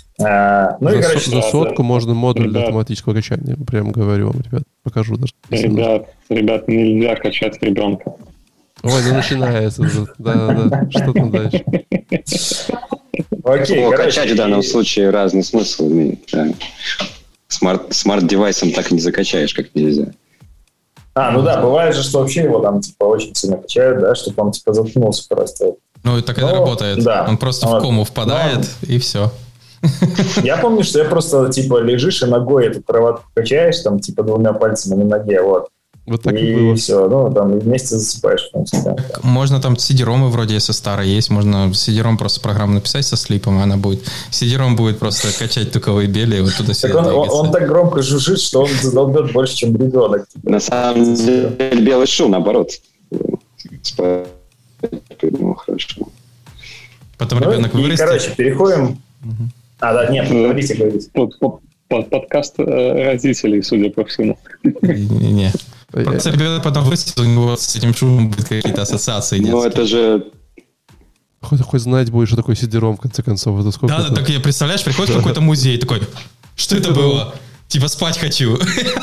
За 100 можно модуль для автоматического качания. Прям говорю вам, ребят. Покажу даже. Ребят, нельзя качать ребенка. Ой, ну начинается. Да. Что там дальше? Окей, качать в данном случае разный смысл имеет. Да. Смарт-девайсом так и не закачаешь, как нельзя. Ну да, бывает же, что вообще его там типа очень сильно качают, да, чтобы он типа заткнулся просто. Ну, и так это работает. Да. Он просто в кому впадает, и все. Я помню, что я просто типа лежишь и ногой эту кроватку качаешь, там типа 2 пальцами на ноге, вот. Вот так и было. Все, ну, там вместе засыпаешь. Можно там CD-ROM вроде, если старые есть, можно CD-ROM просто программу написать со слипом, и она будет... CD-ROM будет просто качать туковые бели, и вот туда-сюда двигаться. Он так громко жужжит, что он задолбет больше, чем ребенок. На самом деле белый шум, наоборот. Ну, хорошо. Потом ребенок вырастет. Короче, переходим... говорите. Подкаст родителей, судя по всему. Не. Просто ребенок потом вырастет, у него с этим шумом будут какие-то ассоциации. Ну, это же... Хоть знать будешь, что такое CD-ROM, в конце концов. Это сколько да, так я представляешь, приходит какой-то музей, такой, что это было? Типа спать хочу.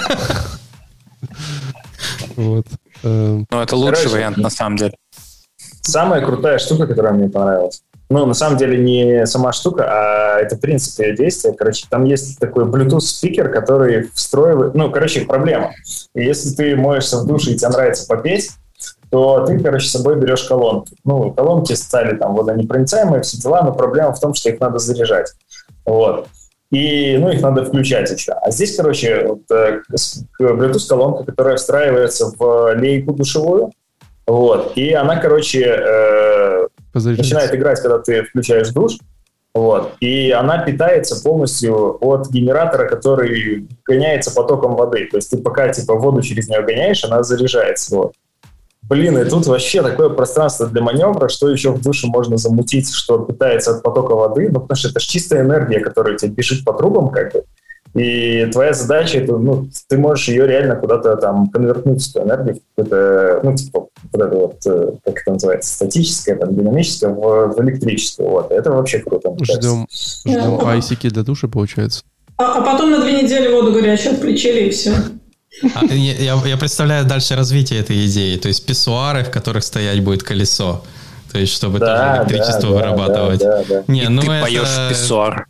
Вот. Ну, это лучший вариант, на самом деле. Самая крутая штука, которая мне понравилась. Ну, на самом деле, не сама штука, а это принцип ее действия. Короче, там есть такой Bluetooth-спикер, который встроивает... Ну, короче, проблема. И если ты моешься в душе и тебе нравится попеть, то ты, короче, с собой берешь колонки. Ну, колонки стали там водонепроницаемые, все дела, но проблема в том, что их надо заряжать. Вот. И, ну, их надо включать еще. А здесь, короче, вот, Bluetooth-колонка, которая встраивается в лейку душевую, вот, и она, короче, начинает играть, когда ты включаешь душ, вот, и она питается полностью от генератора, который гоняется потоком воды. То есть ты пока, типа, воду через нее гоняешь, она заряжается, вот. Блин, и тут вообще такое пространство для маневра, что еще в душе можно замутить, что питается от потока воды, ну, потому что это же чистая энергия, которая тебе бежит по трубам, как бы, и твоя задача, это, ну, ты можешь ее реально куда-то там конвертнуть, эту энергию, в какую-то, ну, типа, вот это вот, как это называется, статическое, там, динамическое в электрическое, вот, это вообще круто. Ждем айсики для душа, получается. А потом на 2 недели воду горячую отключили, и все. Я представляю дальше развитие этой идеи, то есть писсуары, в которых стоять будет колесо, то есть чтобы тоже электричество вырабатывать. Не, ну ты поешь писсуар.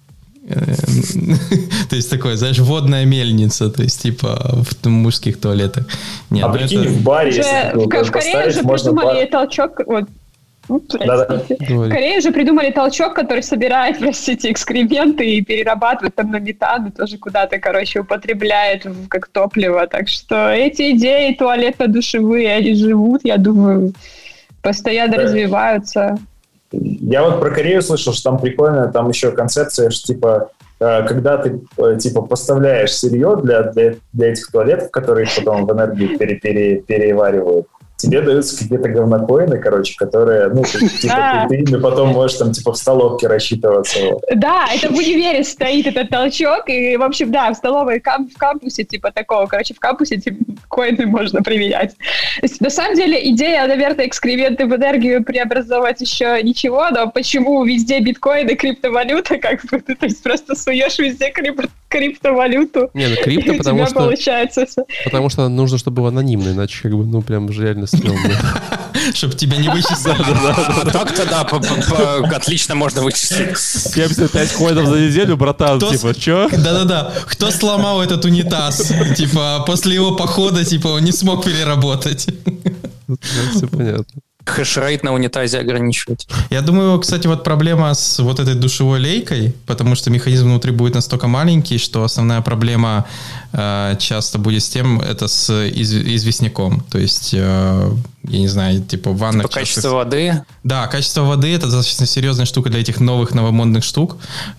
То есть такое, знаешь, водная мельница, то есть типа в мужских туалетах. Нет, прикинь, в баре, в Корее же придумали толчок, вот, Простите. В Корее же придумали толчок, который собирает, простите, экскременты и перерабатывает там на метан, и тоже куда-то, употребляет как топливо. Так что эти идеи туалетно-душевые, они живут, я думаю, постоянно развиваются. Я вот про Корею слышал, что там прикольно, там еще концепция, что типа когда ты типа поставляешь сырье для этих туалетов, которые их потом в энергию переваривают, тебе даются какие-то говнокоины, которые, ты ими потом можешь там типа в столовке рассчитываться. Да, это в универе стоит этот толчок, и, в общем, да, в столовой, в кампусе типа такого, в кампусе эти коины можно применять. То есть, на самом деле, идея, наверное, экскременты в энергию преобразовать еще ничего, но почему везде биткоины, криптовалюта, то есть просто суешь везде криптовалюту, крипто, потому что получается все. Потому что нужно, чтобы был анонимный, иначе прям же реально стрёмно. Чтобы тебя не вычислили. Так-то да, отлично можно вычислить. 75 коинов за неделю, братан, типа, чё? Да-да-да. Кто сломал этот унитаз? Типа, после его похода, типа, он не смог переработать. Все понятно. Хэшрейт на унитазе ограничивать. Я думаю, кстати, вот проблема с вот этой душевой лейкой, потому что механизм внутри будет настолько маленький, что основная проблема часто будет с тем, это с известняком. То есть, я не знаю, типа ванна... Типа качество воды? Да, качество воды — это достаточно серьезная штука для этих новых новомодных штук,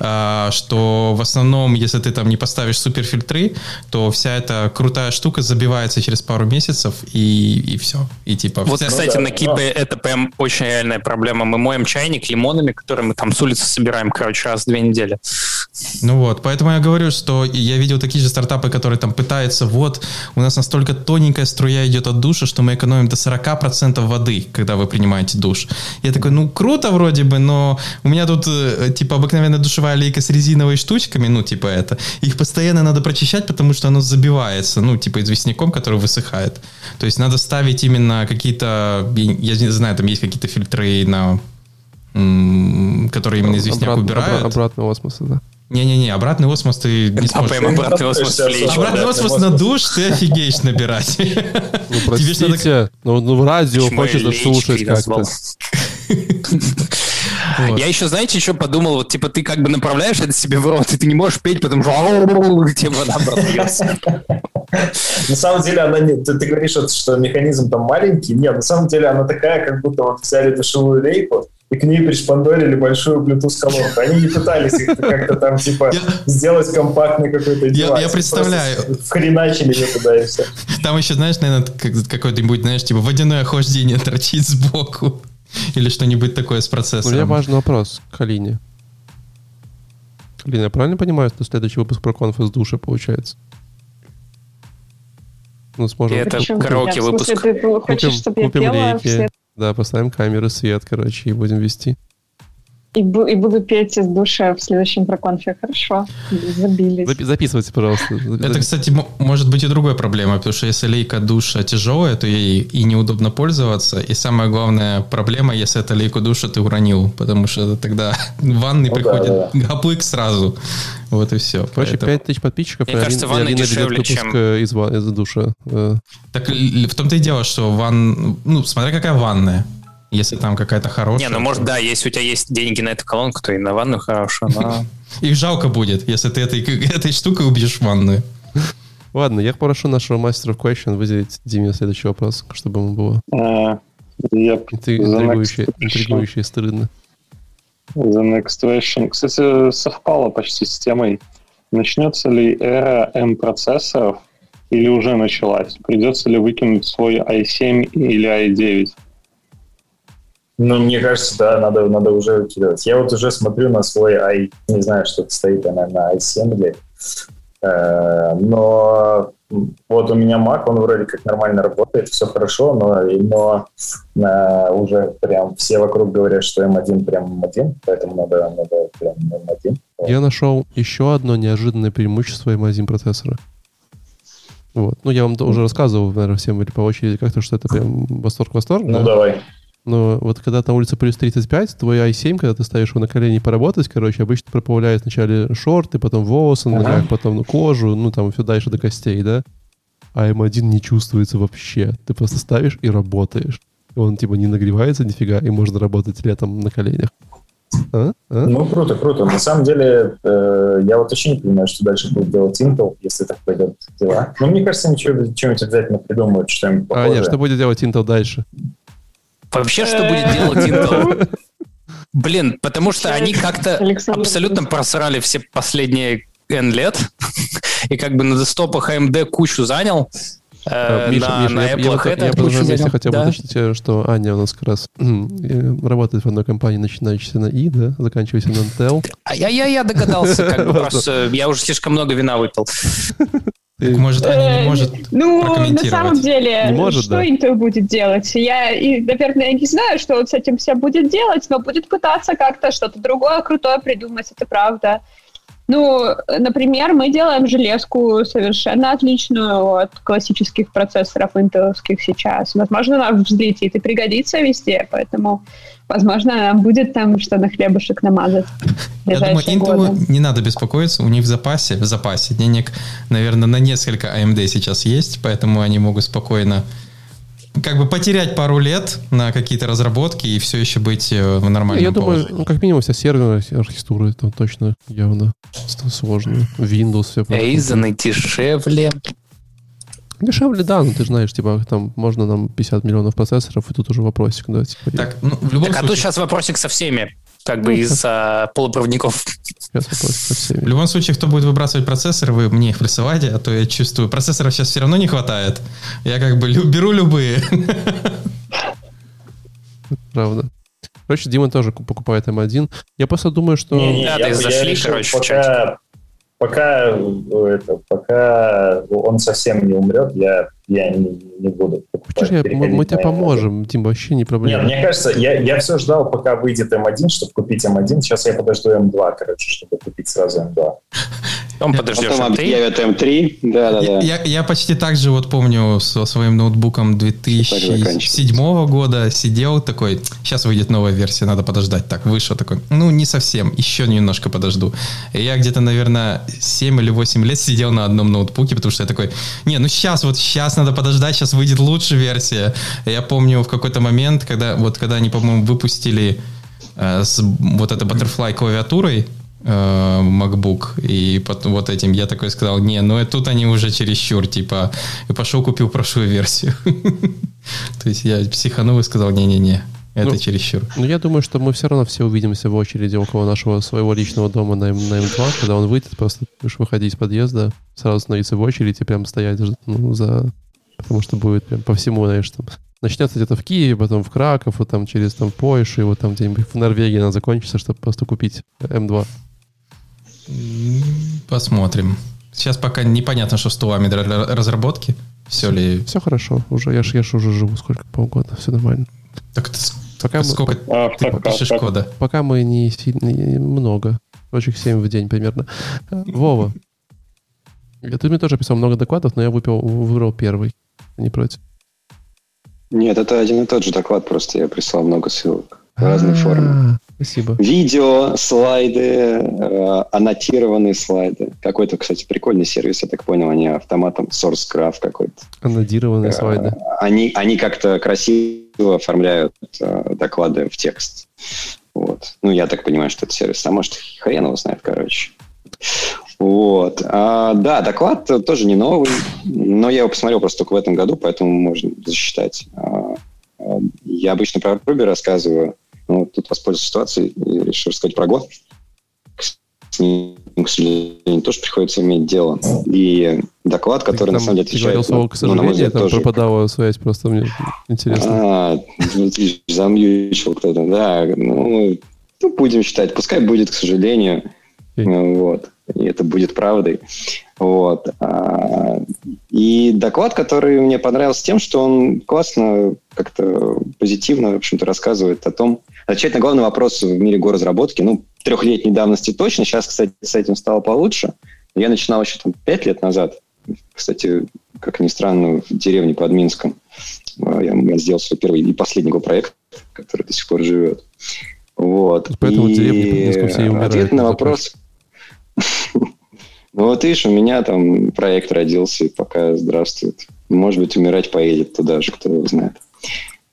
что в основном, если ты там не поставишь суперфильтры, то вся эта крутая штука забивается через пару месяцев, и все. И типа... Вот, кстати, на Кипре это прям очень реальная проблема. Мы моем чайник лимонами, которые мы там с улицы собираем, раз в 2 недели. Ну вот, поэтому я говорю, что я видел такие же стартапы, которые там пытаются, вот, у нас настолько тоненькая струя идет от душа, что мы экономим до 40% воды, когда вы принимаете душ. Я такой, круто вроде бы, но у меня тут, типа, обыкновенная душевая лейка с резиновыми штучками, типа это. Их постоянно надо прочищать, потому что оно забивается, типа, известняком, который высыхает. То есть надо ставить именно какие-то, я не знаю, там есть какие-то фильтры, которые именно известняк убирают. Обратный осмос, да. Не-не-не, обратный осмос ты не сможешь. Обратный осмос в плечи. Обратный осмос на душ ты офигеешь набирать. Простите, в радио хочется слушать как-то. Я еще, знаете, что подумал? Вот, типа, ты как бы направляешь это себе в рот, и ты не можешь петь, потому что тебе вода бьется. На самом деле, она не... Ты говоришь, что механизм там маленький. Нет, на самом деле, она такая, как будто вот взяли душевую лейку и к ней пришпандорили большую Bluetooth-колонку. Они не пытались их как-то там, типа, сделать компактный какой-то девайс. Я представляю. Вхреначили ее туда и все. Там еще, знаешь, наверное, какое-нибудь, знаешь, типа, водяное охлаждение торчит сбоку. Или что-нибудь такое с процессором. У меня важный вопрос к Алине. Алина, я правильно понимаю, что следующий выпуск про конф из души получается? Сможем... И это караоке-выпуск. Ты хочешь, чтобы я пела вслед? Да, поставим камеры, свет, и будем вести. И буду петь из душа в следующем проконфе. Хорошо, забились. Записывайте, пожалуйста. Это, кстати, может быть и другой проблемой, потому что если лейка душа тяжелая, то ей и неудобно пользоваться. И самая главная проблема, если это лейку душа ты уронил, потому что тогда в ванной приходит гаплык сразу. Вот и все. Короче, 5000 подписчиков, мне кажется, ванна дешевле, чем... из душа. Так в том-то и дело, что смотря какая ванная. Если там какая-то хорошая... может, да, если у тебя есть деньги на эту колонку, то и на ванну хорошую, но... Их жалко будет, если ты этой штукой убьешь ванную. Ладно, я попрошу нашего мастера question выделить Диме следующий вопрос, чтобы ему было интригующе и стыдно. The next question. Кстати, совпало почти с темой. Начнется ли эра M-процессоров или уже началась? Придется ли выкинуть свой i7 или i9? Мне кажется, да, надо уже выкидывать. Я вот уже смотрю на свой не знаю, что это стоит, на i7 или... Но вот у меня Mac, он вроде как нормально работает, все хорошо, но уже прям все вокруг говорят, что M1 прям M1, поэтому надо прям M1. Я нашел еще одно неожиданное преимущество M1 процессора. Вот. Я вам уже рассказывал, наверное, всем или по очереди как-то, что это прям восторг. Ну, давай. Но вот когда на улице плюс 35, твой i7, когда ты ставишь его на колени поработать, обычно проплавляет сначала шорты, потом волосы на ногах, потом кожу, там все дальше до костей, да? А M1 не чувствуется вообще. Ты просто ставишь и работаешь. он типа не нагревается нифига, и можно работать летом на коленях. Ну, круто. На самом деле, я вот вообще не понимаю, что дальше будет делать Intel, если так пойдет дела. Но мне кажется, что-нибудь обязательно придумают, что-нибудь похожее. Нет, что будет делать Intel дальше? Вообще, что будет делать Intel? Блин, потому что они как-то абсолютно просрали все последние N лет, и как бы на десктопах AMD кучу занял, Миша, на Apple я бы на месте хотел бы уточнить, что Аня у нас как раз работает в одной компании, начинающейся на И, да, заканчивающейся на Intel. Я догадался, как бы просто я уже слишком много вина выпил. Так, может, Аня не может прокомментировать? На самом деле, не может, что Intel будет делать? Наверное, не знаю, что он с этим все будет делать, но будет пытаться как-то что-то другое крутое придумать, это правда. Ну, например, мы делаем железку совершенно отличную от классических процессоров интеловских сейчас. Возможно, она взлетит и пригодится везде, поэтому, возможно, нам будет там что на хлебушек намазать. Я думаю, Intel не надо беспокоиться, у них в запасе денег, наверное, на несколько AMD сейчас есть, поэтому они могут спокойно как бы потерять пару лет на какие-то разработки и все еще быть в нормальном положении. Я думаю, как минимум вся серверная архитектура, это точно явно сложно. Windows, все. Ryzen дешевле. Дешевле, да, но ты же знаешь, типа, там можно нам 50 миллионов процессоров, и тут уже вопросик, да, типа. Так, ну, в любом случае... тут сейчас вопросик со всеми, как бы из-за полупроводников. Сейчас вопросик со всеми. В любом случае, кто будет выбрасывать процессоры, вы мне их присылайте, а то я чувствую, процессоров сейчас все равно не хватает. Я как бы беру любые. Правда. Короче, Дима тоже покупает M1. Я просто думаю, что... Да, зашли, короче, в чатик. Пока он совсем не умрет, я не буду покупать. Мы тебе поможем, Дим, вообще не проблема. Нет, мне кажется, я все ждал, пока выйдет М1, чтобы купить М1. Сейчас я подожду М2, короче, чтобы купить сразу М2. Он подождет Потом объявят М3. Да. Я почти так же вот помню со своим ноутбуком 2007 года сидел такой, сейчас выйдет новая версия, надо подождать. Так, вышел такой, не совсем, еще немножко подожду. И я где-то, наверное, 7 или 8 лет сидел на одном ноутбуке, потому что я такой, сейчас надо подождать, сейчас выйдет лучшая версия. И я помню в какой-то момент, когда они, по-моему, выпустили с вот этой Butterfly клавиатурой MacBook, и потом вот этим я такой сказал, тут они уже чересчур, типа, и пошел купил прошлую версию. То есть я психанул и сказал, не-не-не, это чересчур. Я думаю, что мы все равно все увидимся в очереди около нашего своего личного дома на M2, когда он выйдет, просто будешь выходить из подъезда, сразу становиться в очередь и прям стоять, потому что будет прям по всему, знаешь, там начнется где-то в Киеве, потом в Краков, вот там через Польшу, и вот там где-нибудь в Норвегии она закончится, чтобы просто купить M2. Посмотрим. Сейчас пока непонятно, что с тулами для разработки. Все ли... Все хорошо. Я ж уже живу сколько, полгода. Все нормально. Так сколько ты пишешь кода? Пока мы не сильно... Много. Строчек 7 в день примерно. Вова. Ты мне тоже писал много докладов, но я выбрал первый. Не против? Нет, это один и тот же доклад, просто я прислал много ссылок в разной форме. Спасибо. Видео, слайды, аннотированные слайды. Какой-то, кстати, прикольный сервис, я так понял, они автоматом, SourceGraph какой-то. Аннотированные слайды. Они как-то красиво оформляют доклады в текст. Вот. Я так понимаю, что это сервис, а может, хрен его знает, короче. Вот. Да, доклад тоже не новый, но я его посмотрел просто только в этом году, поэтому можно засчитать. Я обычно про Ruby рассказываю, но тут воспользовался ситуацией и решил рассказать про Go. С ним, к сожалению, тоже приходится иметь дело. И доклад, который на самом деле отвечает... Ты говорил слово «к сожалению», там тоже... пропадала связь, просто мне интересно. Замьючил кто-то, да. Будем считать, пускай будет, к сожалению. Вот. И это будет правдой. Вот. И доклад, который мне понравился тем, что он классно, как-то позитивно, в общем-то, рассказывает о том... Отвечать на главный вопрос в мире горазработки. 3-летней давности точно. Сейчас, кстати, с этим стало получше. Я начинал еще 5 лет назад. Кстати, как ни странно, в деревне под Минском. Я сделал свой первый и последний проект, который до сих пор живет. Вот. Поэтому в деревне под Минском все и умирают. Ответ на вопрос... Вот видишь, у меня там проект родился и пока здравствует. Может быть, умирать поедет туда же, кто его знает.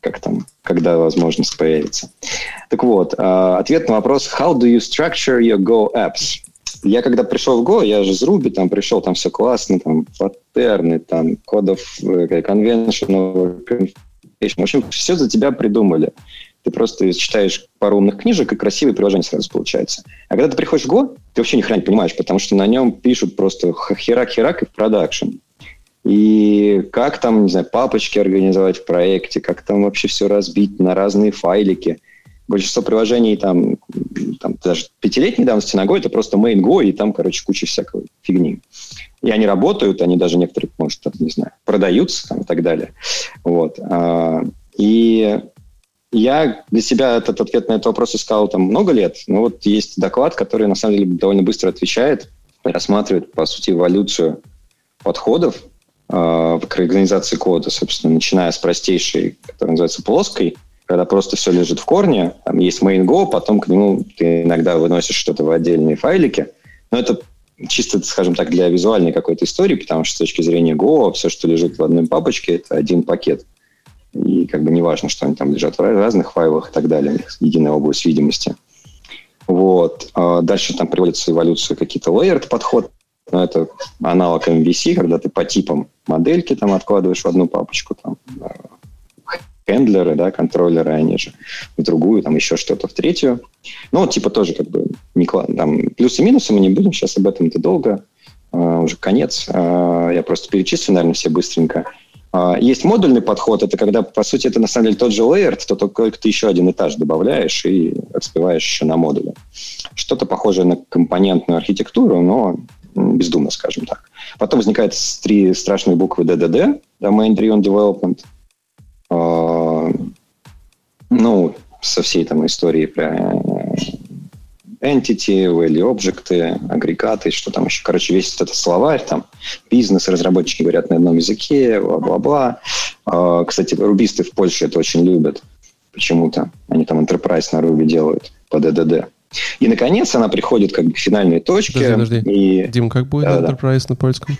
как там, когда возможность появится. Так вот, ответ на вопрос «How do you structure your Go apps?» Я когда пришел в Go, я же из Ruby, там пришел, там все классно, там паттерны, там кодов, conventional, в общем, все за тебя придумали. Ты просто читаешь пару умных книжек, и красивое приложение сразу получается. А когда ты приходишь в Go, ты вообще ни хрена не понимаешь, потому что на нем пишут просто херак-херак и в продакшн. И как там, не знаю, папочки организовать в проекте, как там вообще все разбить на разные файлики. Большинство приложений там даже 5-летней давности на Go это просто main Go, и там, короче, куча всякой фигни. И они работают, они даже некоторые, может, не знаю, продаются там, и так далее. Вот. И я для себя этот ответ на этот вопрос искал там много лет. Но вот есть доклад, который на самом деле довольно быстро отвечает, рассматривает, по сути, эволюцию подходов к организации кода, собственно, начиная с простейшей, которая называется плоской, когда просто все лежит в корне, там есть main Go, потом к нему ты иногда выносишь что-то в отдельные файлики. Но это чисто, скажем так, для визуальной какой-то истории, потому что с точки зрения Go все, что лежит в одной папочке, это один пакет. И как бы не важно, что они там лежат в разных файлах и так далее, единая область видимости. Вот. Дальше там приводится эволюция какие-то layered подход. Но это аналог MVC, когда ты по типам модельки там откладываешь в одну папочку, там, хендлеры, да, контроллеры, они же в другую, там еще что-то в третью. Ну, вот типа тоже как бы не там плюсы и минусы мы не будем сейчас об этом, это долго, уже конец. Я просто перечислю, наверное, все быстренько. Есть модульный подход, это когда, по сути, это на самом деле тот же layer, то только ты еще один этаж добавляешь и распеваешь еще на модуле. Что-то похожее на компонентную архитектуру, но бездумно, скажем так. Потом возникают 3 страшные буквы DDD, Domain Driven Development, ну, со всей там историей про entity, value objects, агрегаты, что там еще. Короче, весь этот словарь, там, бизнес, разработчики говорят на одном языке, бла-бла-бла. Кстати, рубисты в Польше это очень любят почему-то. Они там enterprise на Ruby делают по DDD. И, наконец, она приходит как бы к финальной точке. Подожди. И... Дим, как будет enterprise на польском?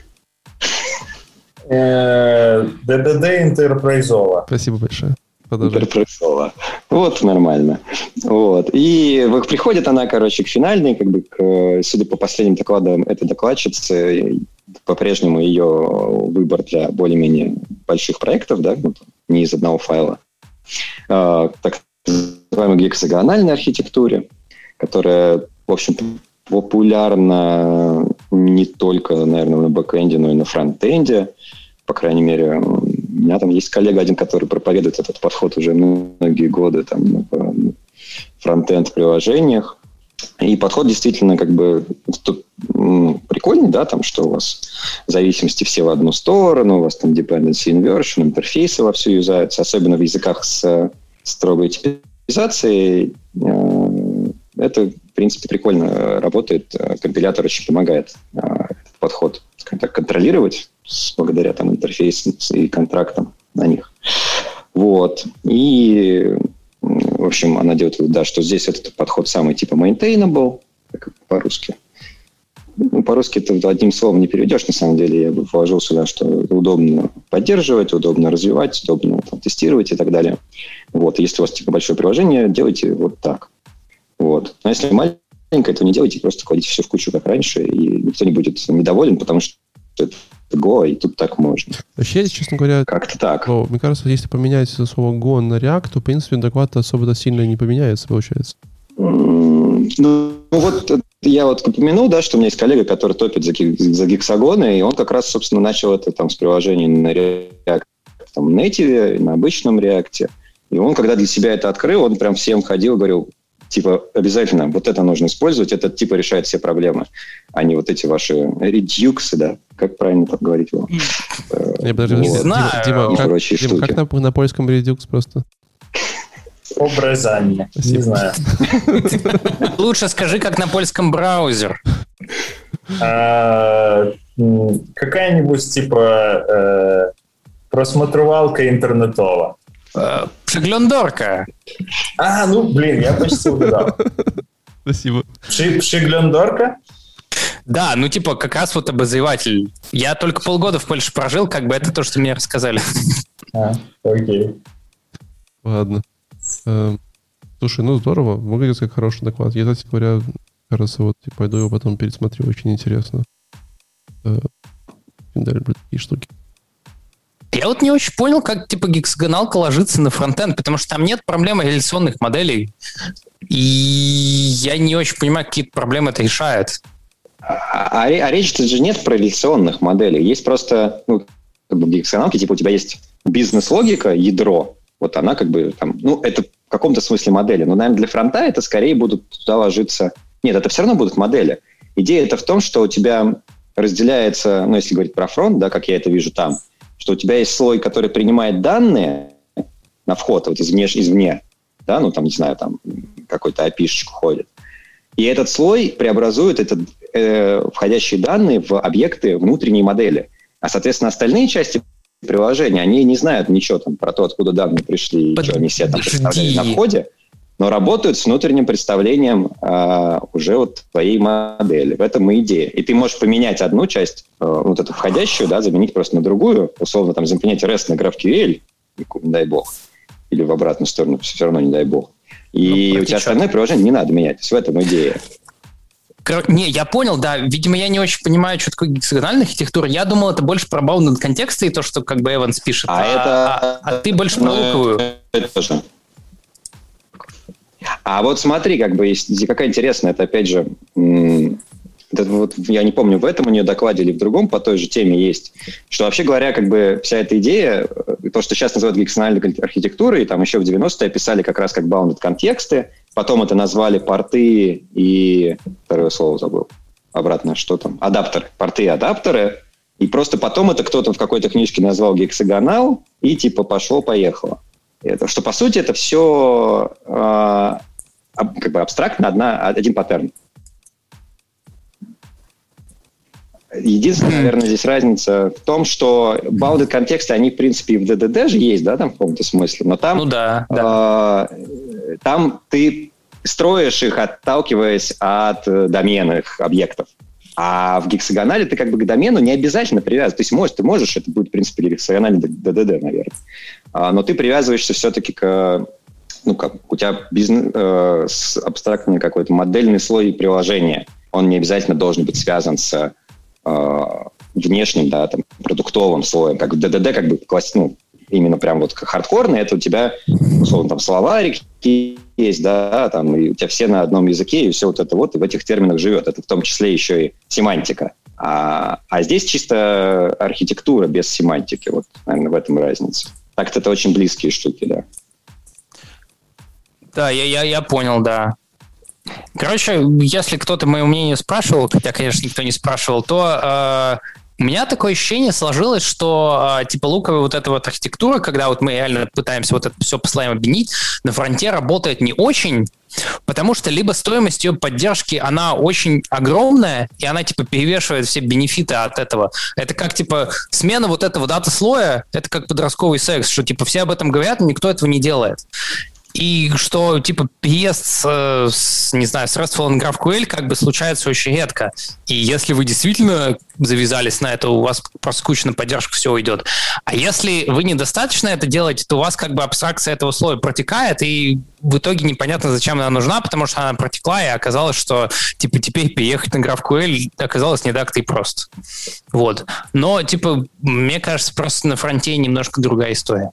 DDD интерпрайзово. Спасибо большое. Интерпрайзово. Вот, нормально. Вот. И приходит она, короче, к финальной, как бы, судя по последним докладам этой докладчицы, по-прежнему ее выбор для более-менее больших проектов, да, не из одного файла, так называемой гексагональной архитектуре, которая, в общем-то, популярна не только, наверное, на бэкэнде, но и на фронтенде. По крайней мере, у меня там есть коллега один, который проповедует этот подход уже многие годы там, на фронтенд-приложениях. И подход действительно как бы прикольный, да, там, что у вас зависимости все в одну сторону, у вас там dependency inversion, интерфейсы вовсю юзаются, особенно в языках с строгой типизацией. Это, в принципе, прикольно работает. Компилятор очень помогает этот подход, скажем так, контролировать благодаря там интерфейсам и контрактам на них. Вот. И, в общем, она делает вывод, да, что здесь этот подход самый типа maintainable, как по-русски. Ну, по-русски это одним словом не переведешь, на самом деле. Я бы вложил сюда, что удобно поддерживать, удобно развивать, удобно там, тестировать и так далее. Вот. И если у вас типа большое приложение, делайте вот так. Вот. Но если маленькое, то не делайте, просто кладите все в кучу, как раньше, и никто не будет недоволен, потому что это Go, и тут так можно. Вообще, честно говоря, как-то так. Мне кажется, если поменять слово Go на React, то, в принципе, доклад особо сильно не поменяется, получается. Ну, вот я вот упомянул, да, что у меня есть коллега, который топит за гексагоны, и он как раз, собственно, начал это там с приложений на React, там, Native, на обычном React. И он, когда для себя это открыл, он прям всем ходил и говорил, типа, обязательно вот это нужно использовать, это типа решает все проблемы, а не вот эти ваши редюксы, да, как правильно так говорить его? Я подожди, знаю. Дима, как на польском редюкс просто? Образание. Не знаю. Лучше скажи, как на польском браузер. Какая-нибудь типа просмотрувалка интернетова. Przyglądorka. Ну, блин, я почти угадал. Спасибо. Przyglądorka? Да, ну типа как раз вот обозреватель. Я только полгода в Польше прожил, как бы это то, что мне рассказали. Окей. Ладно. Слушай, ну здорово. Выглядит как хороший доклад. Я, кстати говоря, кажется, вот пойду его потом пересмотрю. Очень интересно. Да, люблю такие штуки. Я вот не очень понял, как типа гексагоналка ложится на фронтенд, потому что там нет проблемы реляционных моделей. И я не очень понимаю, какие проблемы это решает. А речи-то же нет про реляционных моделей. Есть просто, ну, как бы в гексагоналке, типа у тебя есть бизнес-логика, ядро. Вот она как бы там, ну, это в каком-то смысле модели. Но, наверное, для фронта это скорее будут туда ложиться... Нет, это все равно будут модели. Идея это в том, что у тебя разделяется, ну, если говорить про фронт, да, как я это вижу там, что у тебя есть слой, который принимает данные на вход, вот извне, да, ну, там, не знаю, там какой-то API-шечку ходит. И этот слой преобразует входящие данные в объекты внутренней модели. А, соответственно, остальные части приложения, они не знают ничего там про то, откуда данные пришли, и что они себе там представляли на входе, но работают с внутренним представлением уже вот твоей модели. В этом и идея. И ты можешь поменять одну часть, вот эту входящую, да, заменить просто на другую, условно там заменять REST на GraphQL, не дай бог, или в обратную сторону, все равно не дай бог. И у тебя остальное приложение не надо менять. То есть в этом идея. Не, я понял, да. Видимо, я не очень понимаю, что такое гексагональная архитектура. Я думал, это больше про bounded контексты и то, что как бы Эванс пишет. А ты больше про луковую. Это тоже. А вот смотри, как бы, какая интересная, это опять же, это вот, я не помню, в этом у нее докладе или в другом по той же теме есть, что вообще говоря, как бы вся эта идея, то, что сейчас называют гексагональной архитектурой, там еще в 90-е описали как раз как bounded контексты, потом это назвали порты и... Второе слово забыл. Обратно, что там? Адаптеры. Порты и адаптеры. И просто потом это кто-то в какой-то книжке назвал гексагонал, и типа пошло-поехало. Это, что, по сути, это все как бы абстрактно один паттерн. Единственная, наверное, здесь разница в том, что bounded контексты, они, в принципе, и в DDD же есть, да, там в каком-то смысле, но там, ну, да. Там ты строишь их, отталкиваясь от доменных объектов. А в гексагонале ты как бы к домену не обязательно привязываешь. То есть ты можешь, это будет, в принципе, гексагональный DDD, наверное. Но ты привязываешься все-таки к... Ну, как у тебя абстрактный какой-то модельный слой приложения. Он не обязательно должен быть связан с внешним, да, там, продуктовым слоем. Как в DDD, как бы, ну, именно прям вот хардкорный, это у тебя, условно, там, словарик есть, да, там, и у тебя все на одном языке, и все вот это вот, и в этих терминах живет. Это в том числе еще и семантика. А здесь чисто архитектура без семантики. Вот, наверное, в этом разница. Так-то это очень близкие штуки, да. Да, я понял, да. Короче, если кто-то мое мнение спрашивал, хотя, конечно, никто не спрашивал, то у меня такое ощущение сложилось, что типа луковая вот эта вот архитектура, когда вот мы реально пытаемся вот это все по слоям объединить, на фронте работает не очень, потому что либо стоимость ее поддержки, она очень огромная, и она типа перевешивает все бенефиты от этого. Это как типа смена вот этого дата-слоя, это как подростковый секс, что типа все об этом говорят, но никто этого не делает. И что, типа, переезд с RESTful на GraphQL как бы случается очень редко. И если вы действительно завязались на это, у вас просто скучно, поддержка, все уйдет. А если вы недостаточно это делаете, то у вас как бы абстракция этого слоя протекает, и в итоге непонятно, зачем она нужна, потому что она протекла, и оказалось, что, типа, теперь переехать на GraphQL оказалось не так-то и просто. Вот. Но, типа, мне кажется, просто на фронте немножко другая история.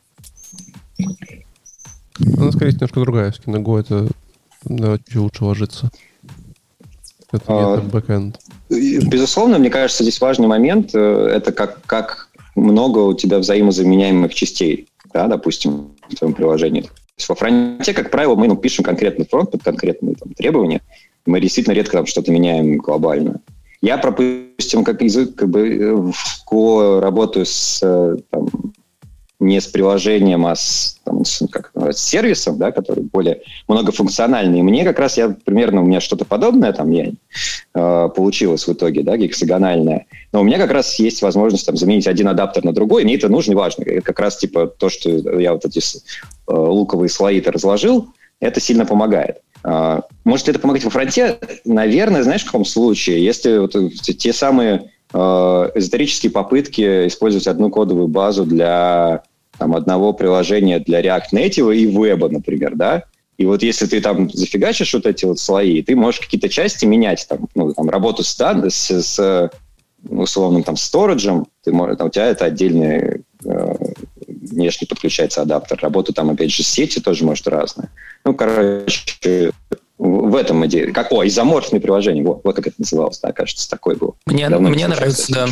Она, скорее, немножко другая. Все-таки на Go это чуть лучше ложится. Это бэкэнд. Безусловно, мне кажется, здесь важный момент. Это как много у тебя взаимозаменяемых частей, да, допустим, в твоем приложении. То есть во фронте, как правило, мы пишем конкретный фронт под конкретные там требования. Мы действительно редко там что-то меняем глобально. Я, допустим, как язык, как бы в Go работаю не с приложением, а с сервисом, да, который более многофункциональный. И мне как раз, примерно у меня что-то подобное там получилось в итоге, да, гексагональное. Но у меня как раз есть возможность там заменить один адаптер на другой, и мне это нужно и важно. Это как раз типа то, что я вот эти луковые слои-то разложил, это сильно помогает. Может ли это помогать во фронте? Наверное, знаешь, в каком случае? Если вот те самые эзотерические попытки использовать одну кодовую базу для там, одного приложения для React Native и веба, например, да? И вот если ты там зафигачишь вот эти вот слои, ты можешь какие-то части менять, там, ну, там, работу с условным там сториджем, у тебя это отдельный внешне подключается адаптер. Работа там, опять же, с сетью тоже может разная. Ну, короче, в этом идея. Изоморфные приложения. Вот как это называлось, да, кажется, такой был. Мне нравится, да.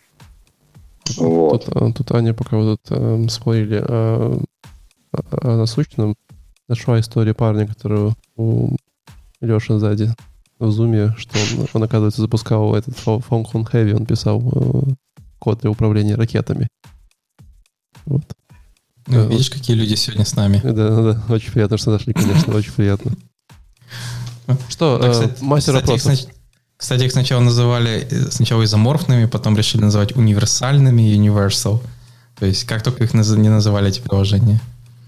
Вот. Тут Аня, пока вы тут спорили о насущном, нашла историю парня, которого у Леши сзади в зуме, что он оказывается, запускал этот Falcon Heavy, он писал код для управления ракетами. Вот. Ну, видишь, какие люди сегодня с нами. Да, очень приятно, что нашли, конечно, очень приятно. Что, мастер вопросов? Кстати, их сначала называли изоморфными, потом решили называть универсальными, universal. То есть, как только их не называли эти приложения.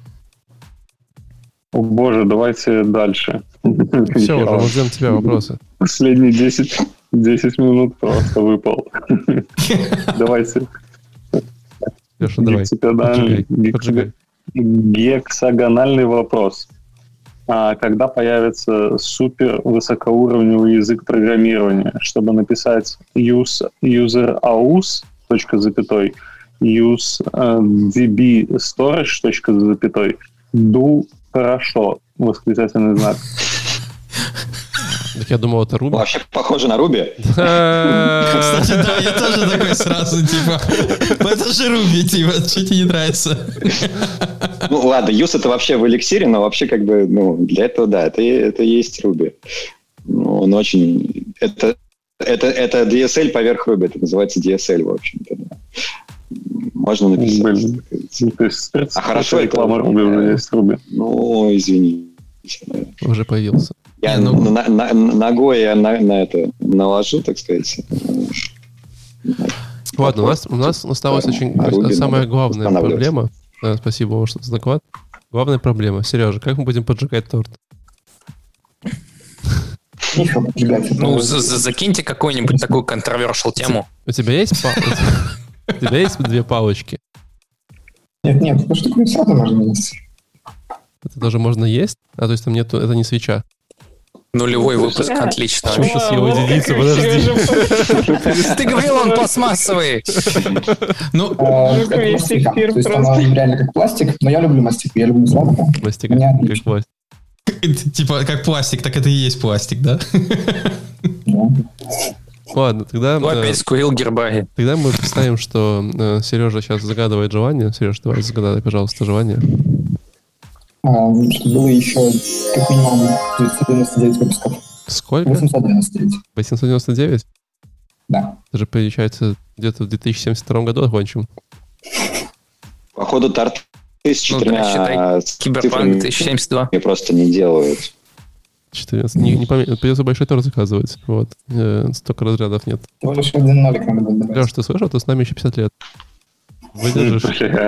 О боже, давайте дальше. Все, уже мы ждем тебя вопросы. Последние 10 минут просто выпал. Давайте. Леша, давай. Гексагональный вопрос. Когда появится супер высокоуровневый язык программирования, чтобы написать user.aus, use db storage, do хорошо, восклицательный знак. Так я думал, это Ruby. Вообще похоже на Ruby. Кстати, да, я тоже такой сразу, типа, это же Ruby, типа, что тебе не нравится? Ну, ладно, use это вообще в эликсире, но вообще как бы, ну, для этого, да, это есть Ruby. Ну, он очень... Это DSL поверх Ruby, это называется DSL, в общем-то, да. Можно написать. А хорошо, реклама Ruby уже есть Ruby. Ну, извини. Уже появился. Я ногой на это наложу, так сказать. Ладно, у нас осталась очень самая главная проблема. Спасибо, Вова, что за доклад. Главная проблема. Сережа, как мы будем поджигать торт? Ну, закиньте какую-нибудь такую controversial тему. У тебя есть две палочки? Нет, эту штуку сразу можно есть. Это тоже можно есть? То есть там нету, это не свеча. Нулевой выпуск, отлично. Почему сейчас его единица? Подожди. Ты говорил, он пластмассовый. Ну, это мастика. То есть она реально как пластик, но я люблю мастик. Я люблю сладкое. Мастика, как пластик. Типа как пластик, так это и есть пластик, да? Ладно, тогда... Ну, опять скурил гербарий. Тогда мы представим, что Сережа сейчас загадывает желание. Сереж, давай загадай, пожалуйста, желание. Что было еще как минимум 999 выпусков. Сколько? 899. 899? Да. Это же, получается, где-то в 2072 году окончим. Походу, торты с 4 Киберпанк 1072. Просто не делают. 14. Не помню. Придется большой торт заказывать. Вот. Столько разрядов нет. Всего лишь один нолик надо будет добавить. Леш, ты слышал? Ты с нами еще 50 лет. Выдержишь?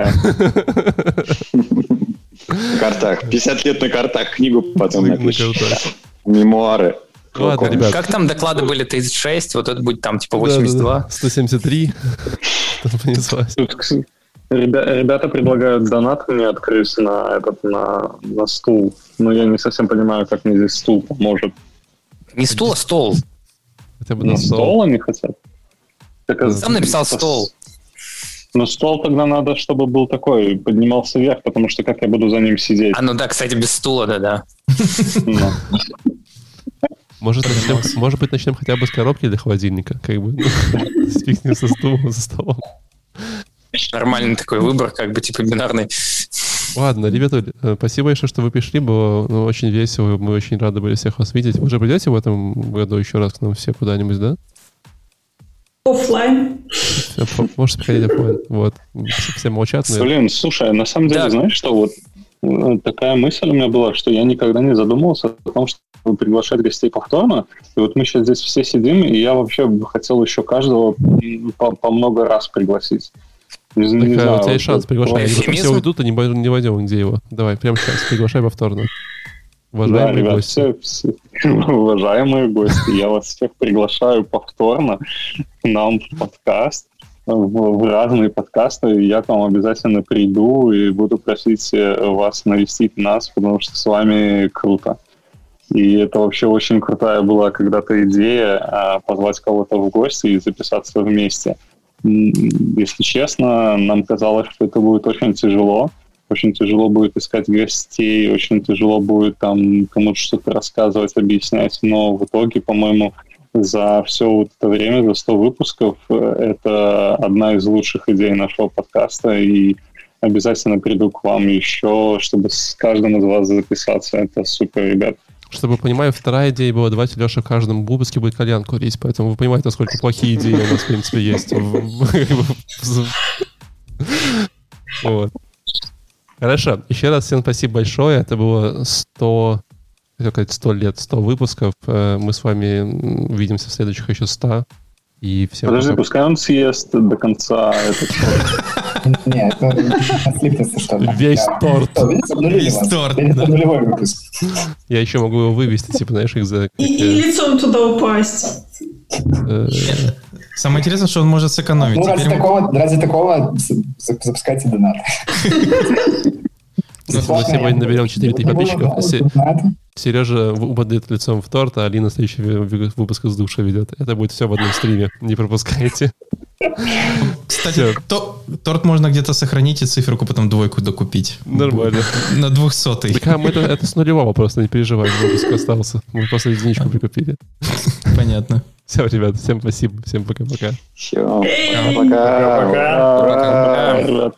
На картах. 50 лет на картах. Книгу потом напишешь. Мемуары. Ладно, ребят. Как там доклады были? 36, вот это будет там типа 82. Да. 173. Понеслась. Ребята предлагают донат мне открыть на стул. Но я не совсем понимаю, как мне здесь стул поможет. Не стул, а стол. Хотя бы на стол они хотят. Сам написал стол. Но стол тогда надо, чтобы был такой, поднимался вверх, потому что как я буду за ним сидеть? Ну да, кстати, без стула, да. Может быть, начнем хотя бы с коробки для холодильника, как бы. Спикнем со стулом, за столом. Нормальный такой выбор, как бы типа бинарный. Ладно, ребята, спасибо большое, что вы пришли, было очень весело, мы очень рады были всех вас видеть. Вы же придете в этом году еще раз к нам все куда-нибудь, да? Оффлайн. Можете приходить оффлайн. Вот. Все молчат. Блин, слушай, на самом деле, знаешь, что вот такая мысль у меня была, что я никогда не задумывался о том, чтобы приглашать гостей повторно. И вот мы сейчас здесь все сидим, и я вообще хотел еще каждого по много раз пригласить. Так, у тебя есть шанс приглашать. Если все уйдут, то не войдем нигде его. Давай, прямо сейчас приглашай повторно. Уважаемые гости. Уважаемые гости, я вас всех приглашаю повторно к нам в подкаст. в разные подкасты, я к вам обязательно приду и буду просить вас навестить нас, потому что с вами круто. И это вообще очень крутая была когда-то идея позвать кого-то в гости и записаться вместе. Если честно, нам казалось, что это будет очень тяжело. Очень тяжело будет искать гостей, очень тяжело будет там кому-то что-то рассказывать, объяснять. Но в итоге, по-моему, за все вот это время, за 100 выпусков, это одна из лучших идей нашего подкаста. И обязательно приду к вам еще, чтобы с каждым из вас записаться. Это супер, ребят. Чтобы вы понимали, вторая идея была, давайте Леша в каждом выпуске будет кальян курить, поэтому вы понимаете, насколько плохие идеи у нас, в принципе, есть. Вот. Хорошо. Еще раз всем спасибо большое. Это было 100 лет, 100 выпусков. Мы с вами увидимся в следующих еще 100. И всем Подожди, пока. пускай он съест до конца этот торт. Нет, это слипнется что-то. Весь торт. Весь торт. Это нулевой выпуск. Я еще могу его вывести, типа, знаешь, их за... И лицом туда упасть. Самое интересное, что он может сэкономить. Ну, ради такого запускайте донат. Если мы сегодня наберем 4000 подписчиков, Сережа упадет лицом в торт, а Алина следующий выпуск из душа ведет. Это будет все в одном стриме. Не пропускайте. Кстати, торт можно где-то сохранить и циферку потом 2 докупить. Нормально. На 200-й. Так, это с нулевого просто, не переживай, выпуск остался. Мы просто единичку прикупили. Понятно. Все, ребят, всем спасибо, всем пока-пока. Все, пока. Пока.